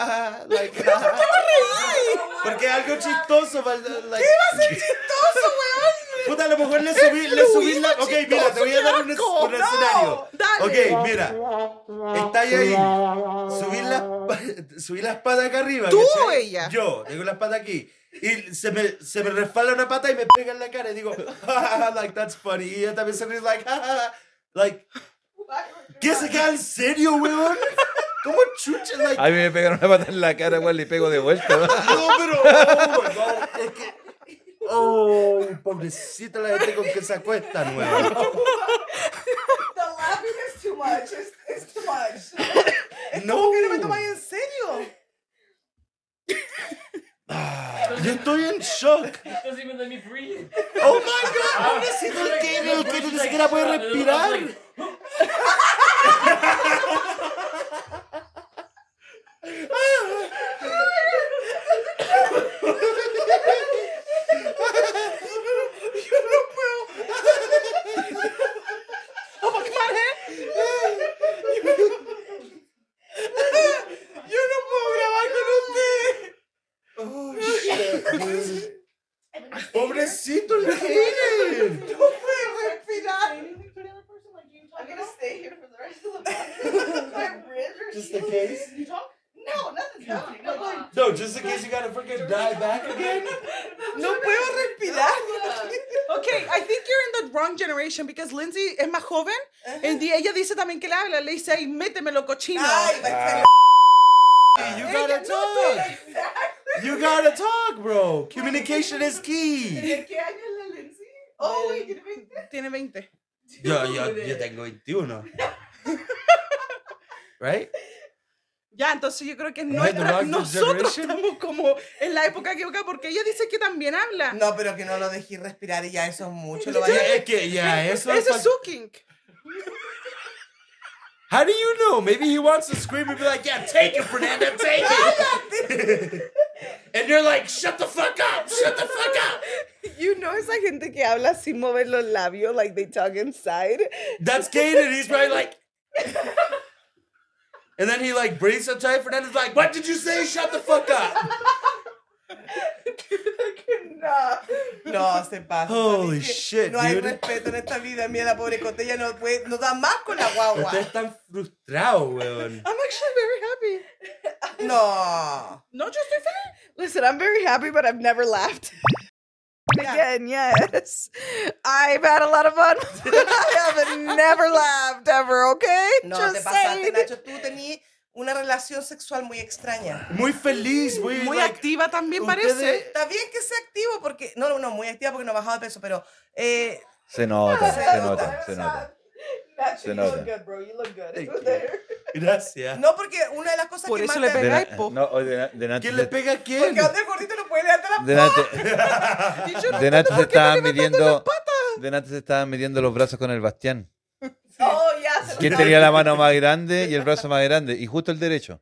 porque es algo chistoso, like, ¿qué va a ser chistoso, weón? Puta, a lo mejor le subí la, ok, mira, te voy a dar un escenario. Dale. Ok, mira, está ahí, subí subí las patas acá arriba. ¿Tú ¿cachai? o ella? Yo, tengo las patas aquí. Y se me resbala una pata y me pega en la cara. Y digo, like, that's funny. Y ella también se ríe, like, like, ¿qué se queda en serio, weón? ¿Cómo chucha? Like, A mí me pegan una pata en la cara, igual le pego de vuelta. ¿no? no, pero, oh my God, es que, oh, pobrecita la gente con que se acuesta, nueva. The laughing is too much. It's too much. No, ¿Por qué no me tomáis en serio? yo estoy en shock. It doesn't even let me breathe. Oh my God, pobrecito el que ni siquiera puede respirar. Yo no puedo grabar con usted. Oh, shit, dude. Pobrecito el que. No puedo respirar. I'm gonna stay here for the rest of the podcast. My ribs are Just in healing. case. You talk? No, nothing's happening. I'm like, No, just in case you gotta freaking die back again. No puedo respirar. Okay, I think you're in the wrong generation because Lindsay es más joven y ella dice también que le habla, le dice, ay, métemelo cochino. Ay, You gotta talk. You gotta talk, bro. Communication is key. ¿de qué año es la Lindsay? Oh, wait, ¿tiene 20? Tiene 20. Yo tengo 21. Right? Ya, entonces yo creo que Am I the wrong nosotros generation? estamos como en la época equivocada porque ella dice que también habla. No, pero que no lo dejé respirar y ya eso es mucho. Lo Yeah, vaya... es que, yeah, eso Ese es es. su kink. How do you know? Maybe he wants to scream and be like, yeah, take it, Fernanda, take it. And you're like, shut the fuck up, shut the fuck up. You know esa gente que habla sin mover los labios, like they talk inside. That's Kane, and he's probably like. And then he like breathes so tight. Fernanda's like, what did you say? Shut the fuck up. No, se pasa. Holy Es que shit, no hay dude. respeto en esta vida. Mira, la pobre Cotella no da más con la guagua. Ustedes están frustrados, weón. I'm actually very happy. No. No, yo estoy feliz. Listen, I'm very happy, but I've never laughed. Again, yes. I've had a lot of fun. I haven't never laughed ever, okay? No, Just te pasaste, saying. Nacho. Tú tenías una relación sexual muy extraña. Muy feliz, muy, Muy like, activa también ustedes- parece. Está bien que sea activo porque... No, muy activa porque no ha bajado de peso, pero... Se nota, Se se nota. nota, se nota. Nacho, Se you nota. look good, bro. You look good. Thank Over you. there. Gracias. No, porque una de las cosas Por que eso más le te- pega. De, po. no, delante ¿Quién le pega a quién? Porque donde el gordito no puede levantar la delante, Y yo no delante entiendo se por qué estaban me levantan midiendo, las patas. delante se estaban midiendo los brazos con el Bastián. Oh, yeah. se ¿Quién lo tenía la mano más grande y el brazo más grande? Y justo el derecho.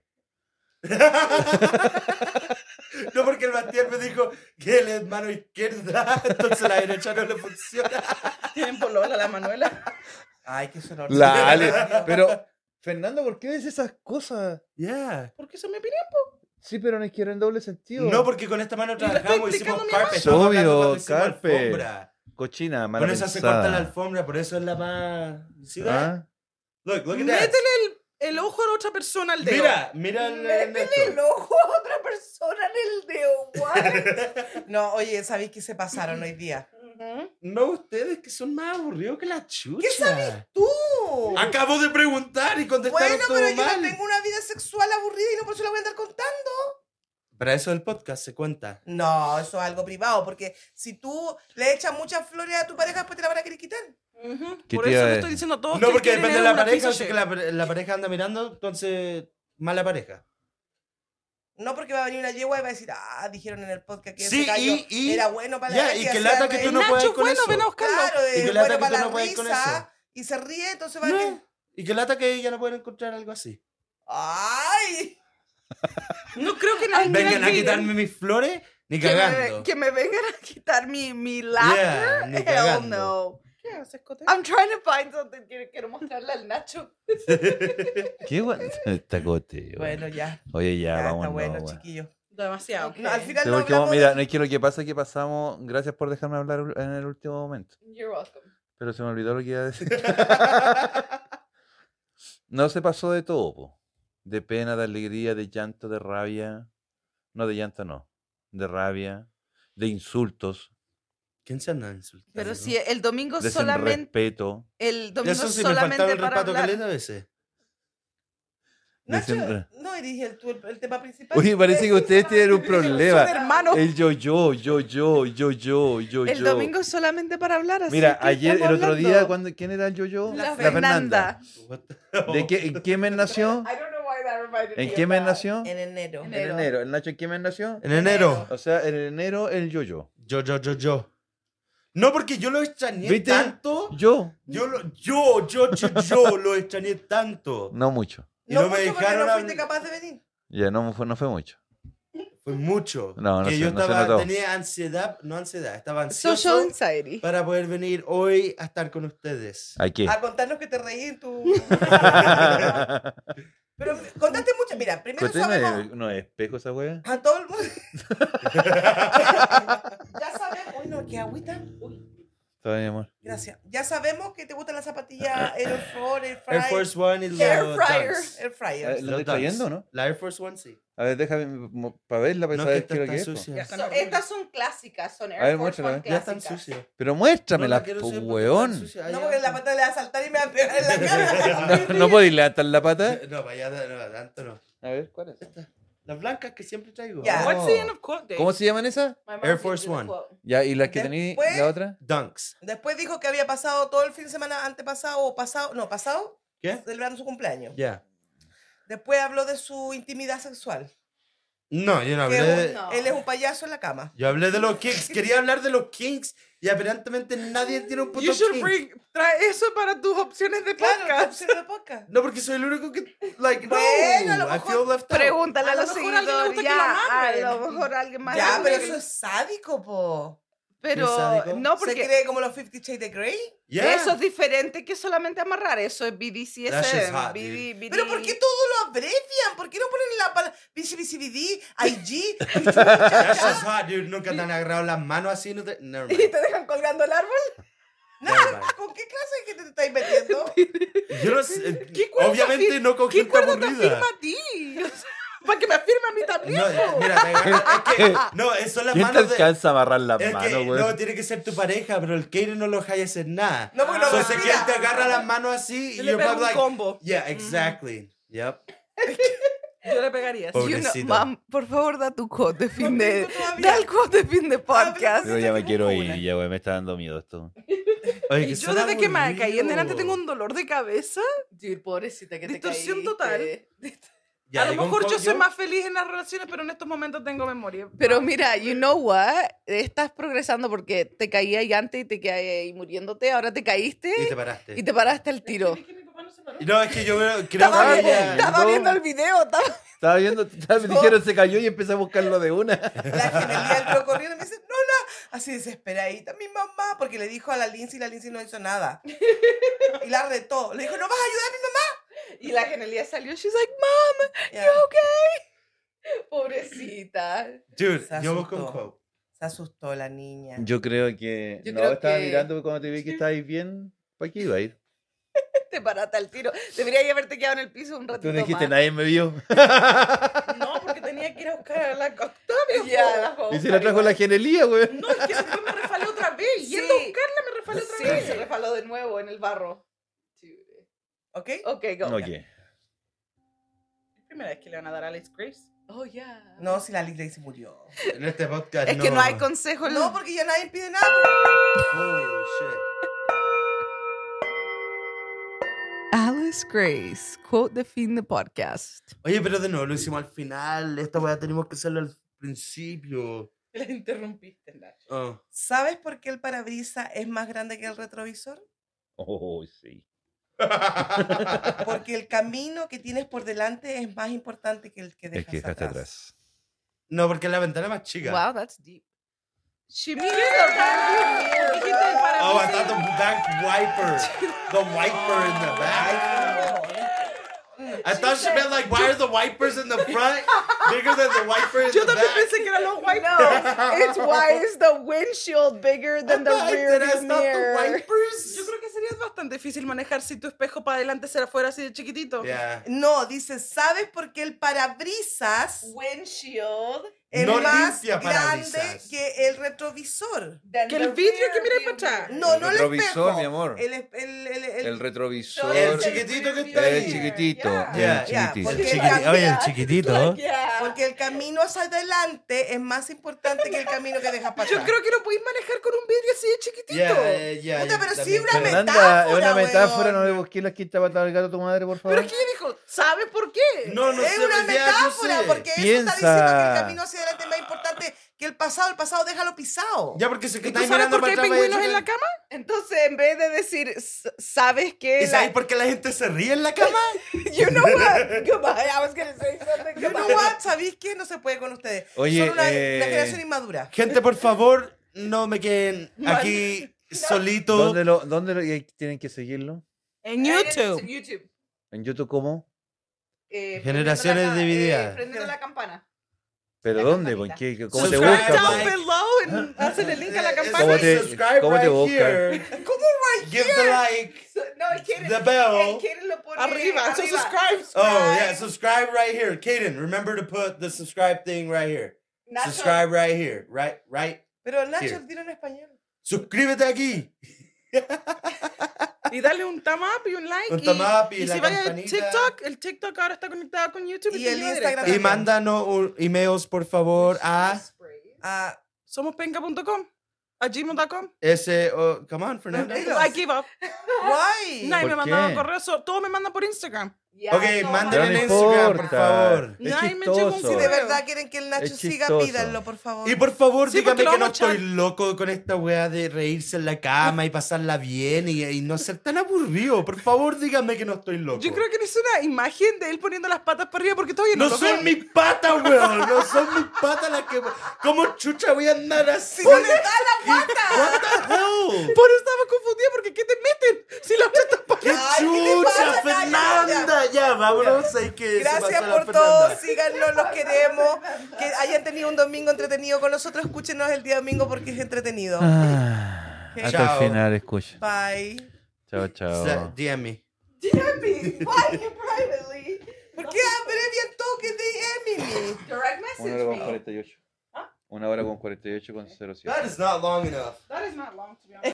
No, porque el Bastián me dijo que él es mano izquierda, entonces la derecha no le funciona. Tienen polola la Manuela. Ay, qué sonoro. La Ale. Pero, Fernando, ¿por qué dices esas cosas? Yeah. Porque eso es mi opinión, po. Sí, pero no es que era en doble sentido. No, porque con esta mano le estoy trabajamos, hicimos explicando a mi mamá. carpet. estamos hablando Obvio, cuando hicimos carpet. alfombra. Cochina, mala Con esa se pensada. corta la alfombra, por eso es la más... ¿Sí ves? ¿Ah? Look at that. Métele el ojo a la otra persona al dedo. Mira el Métele el esto. ojo a otra persona en el dedo. What? No, oye, ¿sabéis que se pasaron hoy día? No, ustedes que son más aburridos que la chucha. ¿Qué sabes tú? Acabo de preguntar y contestaron Bueno, todo pero yo mal. no tengo una vida sexual aburrida y no por eso la voy a andar contando. Para eso el podcast se cuenta. No, eso es algo privado, porque si tú le echas muchas flores a tu pareja, después te la van a querer quitar. Ujú. ¿Qué Por te eso iba a le decir? estoy diciendo a todos No, que porque quieren depende de es la una pareja. piece Si of que shit. la pareja anda mirando, entonces mala pareja. No, porque va a venir una yegua y va a decir, dijeron en el podcast que Sí, ese gallo y- era bueno para ya, la y gente que hacía lata que tú reír. no Nacho puedes es con bueno, eso. ven a buscarlo. Claro, Y que es lata bueno que para tú la no puedes con risa eso. y se ríe, entonces va a No. que... Y que lata que ella no puede encontrar algo así. ¡Ay! No creo que nadie Vengan quiera a que- quitarme mis flores, ni Que cagando. me vengan a quitar mi laughter. ni Hell cagando. no. ¿Qué haces, Cote? I'm trying to find something. Quiero mostrarle al Nacho. ¿Qué guay? Está cote. Bueno, ya. Oye, ya, Ya, vamos. está bueno, chiquillos. Demasiado. No, al final Sí, no porque, hablamos mira, de- no es que lo que pasa es que pasamos. Gracias por dejarme hablar en el último momento. You're welcome. Pero se me olvidó lo que iba a decir. No se pasó de todo, po. de pena, de alegría, de llanto, de rabia. No, de llanto no. De rabia, de insultos, ¿Quién se anda insultando? Pero si el domingo de solamente. respeto. El domingo Eso sí me faltaba solamente el para repato hablar. caleta a veces. Nacho, Dicen- no dirige el tema principal. Uy, parece que ustedes tienen un Son problema. hermanos. El yo. El domingo es solamente para hablar. Así Mira, que ayer, estamos el otro hablando. día, ¿quién era el yo? La Fernanda. What the- ¿De qué, ¿En qué mes nació? I don't know why that reminded me ¿En of qué mes that. nació? En enero. En enero. ¿El Nacho en qué mes nació? En enero. O sea, en enero el yo. Yo. No, porque yo lo extrañé ¿Viste? tanto. Yo. Yo lo extrañé tanto. No mucho. Y No no me mucho porque dejaron no fuiste hablar. capaz de venir. Ya no fue mucho. Fue mucho. No, no que se- yo no se estaba, notó. tenía ansiedad, estaba Social ansioso anxiety. para poder venir hoy a estar con ustedes. ¿Hay qué? A contarnos que te reí en tu... Pero contaste mucho. Mira, primero sabemos... ¿No es espejo esa wea? A todo el mundo. Ya sabemos. Uy, no, qué agüita. Uy, Está bien, amor. gracias. Ya sabemos que te gustan las zapatillas Air Force, Air Force One y los Air fryer. Dunks. Air Fryer. ¿La Los estoy Dunks. trayendo, no? La Air Force One, sí. A ver, déjame para verla, para No, saber que qué es lo está que es. po. sucia. Ya están Estas son clásicas, son Air A ver, Force muéstrala, One Ya están clásicas. sucias. Pero No, muéstramela, la quiero po, sucia porque weón. están sucias. No, Allá. porque la pata le va a saltar y me va a pegar en la cara. ¿No podéis levantar la pata? No, para allá, no, tanto no. A ver, ¿cuál es? Las blancas que siempre traigo. Ya. What's the end of quote day? ¿Cómo se llaman esas? My mom Air gives Force you the One. quote. Ya, ¿y las que tenéis, Después- la otra? Dunks. Después dijo que había pasado todo el fin de semana antepasado o pasado, ¿Qué? celebrando su cumpleaños. Ya. Después habló de su intimidad sexual. No, yo no Que hablé de... No. él es un payaso en la cama. Yo hablé de los Kings. Quería hablar de los Kings y aparentemente nadie tiene un puto You should Kings. trae eso para tus opciones de Claro, podcast. ¿qué de podcast? No, porque soy el único que... Like, Bueno, a lo no, I mejor- feel left out. Pregúntale a A lo los mejor a alguien le seguidores. gusta que lo Ya, a amarren. lo mejor alguien más. Ya, pero grande. eso es sádico, po. Pero ¿Qué sádico? no, ¿Se porque cree como los 50 Shades de Grey? Yeah. eso es diferente que solamente amarrar. Eso es BDSM. That shit's hot, dude. ¿Pero por qué todo lo abrevian? ¿Por qué no ponen la palabra BCBCBD, IG? That's just hot, dude. Nunca te han agarrado las manos así. No te... Never ¿Y mind. te dejan colgando el árbol? Never mind. ¿Con qué clase de gente te estáis metiendo? Yo no sé. ¿Qué cuerda Obviamente te no con ¿Qué gente cuerda te aburrida. afirma a ti? Para que me afirme a mí también. No, mira, te agarra- es que, no, son las ¿Quién te manos de... alcanza a amarrar las Es manos, que güey? no, tiene que ser tu pareja, pero el Kaden no lo deja hacer nada. No, porque no Entonces que él respira. te agarra las manos así y Yo le you're pego probably un like, combo. yeah, exactly. Yep. Yo le pegaría así. Pobrecito. Mam, por favor, da tu quote de fin de. tengo todavía. Da el quote de fin de podcast. Yo ya me quiero Una. ir, ya, güey, me está dando miedo esto. Oye, Y que yo suena desde que me caí en aburrido. delante tengo un dolor de cabeza. Dude, pobrecita que Distorsión te caíste. total. Ya, A lo llegó un mejor yo co- soy más feliz en las relaciones, pero en estos momentos tengo memoria. Pero mira, you know what? Estás progresando porque te caías y antes y te quedas ahí muriéndote. Ahora te caíste Y te paraste. y te paraste al tiro. Es que mi papá no se paró. Y no, es que yo creo Estaba, que viendo, ella... estaba viendo el video. Estaba viendo, me dijeron se cayó y empecé a buscarlo de una. La gemelía entró corriendo y me dice, no, así desesperadita, mi mamá, porque le dijo a la Lindsay y la Lindsay no hizo nada. Y la retó. Le dijo, ¿no vas a ayudar a mi mamá? Y la genialidad salió. She's like, Mom, Ya. you okay? Pobrecita. Dude, Se yo busco un asustó. quote. Se asustó la niña. Yo creo que... Yo no, creo estaba que- mirando cuando te vi que estabais bien. ¿Para qué iba a ir? Te paraste al tiro. Debería haberte quedado en el piso un Tú ratito no dijiste, más. nadie me vio. No, porque tenía que ir a buscar a la Octavia. Ya, la Y se la trajo la genelía, güey. No, es que después me refalé otra vez. Sí. Yendo a buscarla me refalé otra Sí, vez. se refaló de nuevo en el barro. ¿Ok? Ok, go. Ok. Es primera vez que le van a dar a Alex Grace. Oh, yeah. No, si la Lindsay se murió. En este podcast Es que no hay consejo. en- No, porque ya nadie pide nada. Oh, shit. Alice Grace, quote de fin de podcast. Oye, pero de nuevo lo hicimos al final. Esta weá tenemos que hacerlo al principio. La interrumpiste, Nacho. Oh. ¿Sabes por qué el parabrisas es más grande que el retrovisor? Oh, sí. Porque el camino que tienes por delante es más importante que el que Es dejas que dejaste atrás. atrás. No, porque la ventana es más chica. Wow, that's deep. She means the Dijiste el Oh, I parabrisas. thought the back wiper. The wiper in the back. I thought she meant like, why are the wipers in the front bigger than the wiper in Yo the también back? pensé que eran los white. No, it's why is the windshield bigger than the Like, rear did I view stop the mirror. wipers? Yo creo que serías bastante bastante difícil manejar si tu espejo para adelante fuera así de chiquitito. Yeah. No, dice, ¿sabes por qué el parabrisas Windshield. es No más limpia grande parabrisas. que el retrovisor? Que el vidrio que mira para atrás. No, El no el retrovisor, espejo. mi amor. El El retrovisor. El chiquitito que está El ahí. chiquitito. Ya, El ya, chiquitito. porque- Oye, el chiquitito. Porque el camino hacia adelante es más importante que el camino que dejas para Yo atrás. creo que no podéis manejar con un vidrio así de chiquitito. Ya, Puta, pero sí también una creo. Fernanda, es una metáfora, metáfora, weón. no le busqué la quinta pata del gato a tu madre, por favor. Pero es que ella dijo, ¿sabes por qué? No, no Es sé, una ya, yo metáfora, sé. porque eso está Piensa. diciendo que el camino hacia adelante es más importante que el pasado déjalo pisado. Ya, porque se que ¿Y tú estáis sabes mirando por qué hay para atrás, vaya a pingüinos en la chocar. cama? Entonces, en vez de decir, ¿sabes qué? ¿Y sabéis por qué la gente se ríe en la cama? You know what? Goodbye. I was gonna say something. You know Goodbye. what? ¿Sabéis qué? No se puede con ustedes. Oye, Son una generación inmadura. Gente, por favor, no me queden aquí solito. ¿Dónde tienen que seguirlo? En YouTube. YouTube. ¿En YouTube cómo? Generaciones divididas. Prendiendo la campana. ¿Pero La dónde? campanita. ¿Cómo te Subscribe buscas? down Down below, hacen el link a la It campana. ¿Cómo says te- subscribe cómo te right busca? here. ¿Cómo right Give the like. No, el Kaden, The bell. el Kaden lo pone Arriba, so subscribe. Oh, yeah, subscribe right here. Kaden, remember to put the subscribe thing right here. Nacho, Subscribe right here. Right. Pero Nacho, Here. dilo en español. Suscríbete aquí. Y dale un thumb up y un like. Un thumb up y la si vaya a campanita. TikTok, el TikTok ahora está conectado con YouTube. Y te el lleva Instagram directo. Y mándanos emails, por favor, a Ah, Somospenca.com, a gmail.com. ese... come on, Fernanda. Dilo. I give up. Why? Nadie me ¿Por mandaba qué? correos, todos me mandan por Instagram. ya, Ok, no, mándenle Pero en no Instagram, por importa. favor. Es Nadie me llegó un chistoso. Si de correo. verdad quieren que el Nacho Es siga, chistoso. pídanlo, por favor. Y por favor, Sí, porque dígame lo que no vamos a estoy echar. loco con esta weá de reírse en la cama y pasarla bien y no ser tan aburrido. Por favor, dígame que no estoy loco. Yo creo que es una imagen de él poniendo las patas para arriba porque todavía no No lo son veo. mis patas, weón. No son mis patas las que... ¿Cómo chucha voy a andar así? ¿Dónde está la What the hell? Por eso estaba confundida porque ¿qué te meten? Si la otra está ¡Qué Ay, ¿qué te chucha, pasa, Naya? Fernanda! Ya, vámonos. Hay que se Gracias pasó la por Fernanda. todo, síganos, los queremos. Que hayan tenido un domingo entretenido con nosotros. Escúchenos el día domingo porque es entretenido. Ah, hasta Chao. el final, escucha. Bye. Chao, chao. DM me. Why you privately? ¿Por qué abrevian todo que de Emily? Direct message 1 hora con me. 48. 1 hora con 48 con 07. That is not long enough. That is not long, to be honest. Es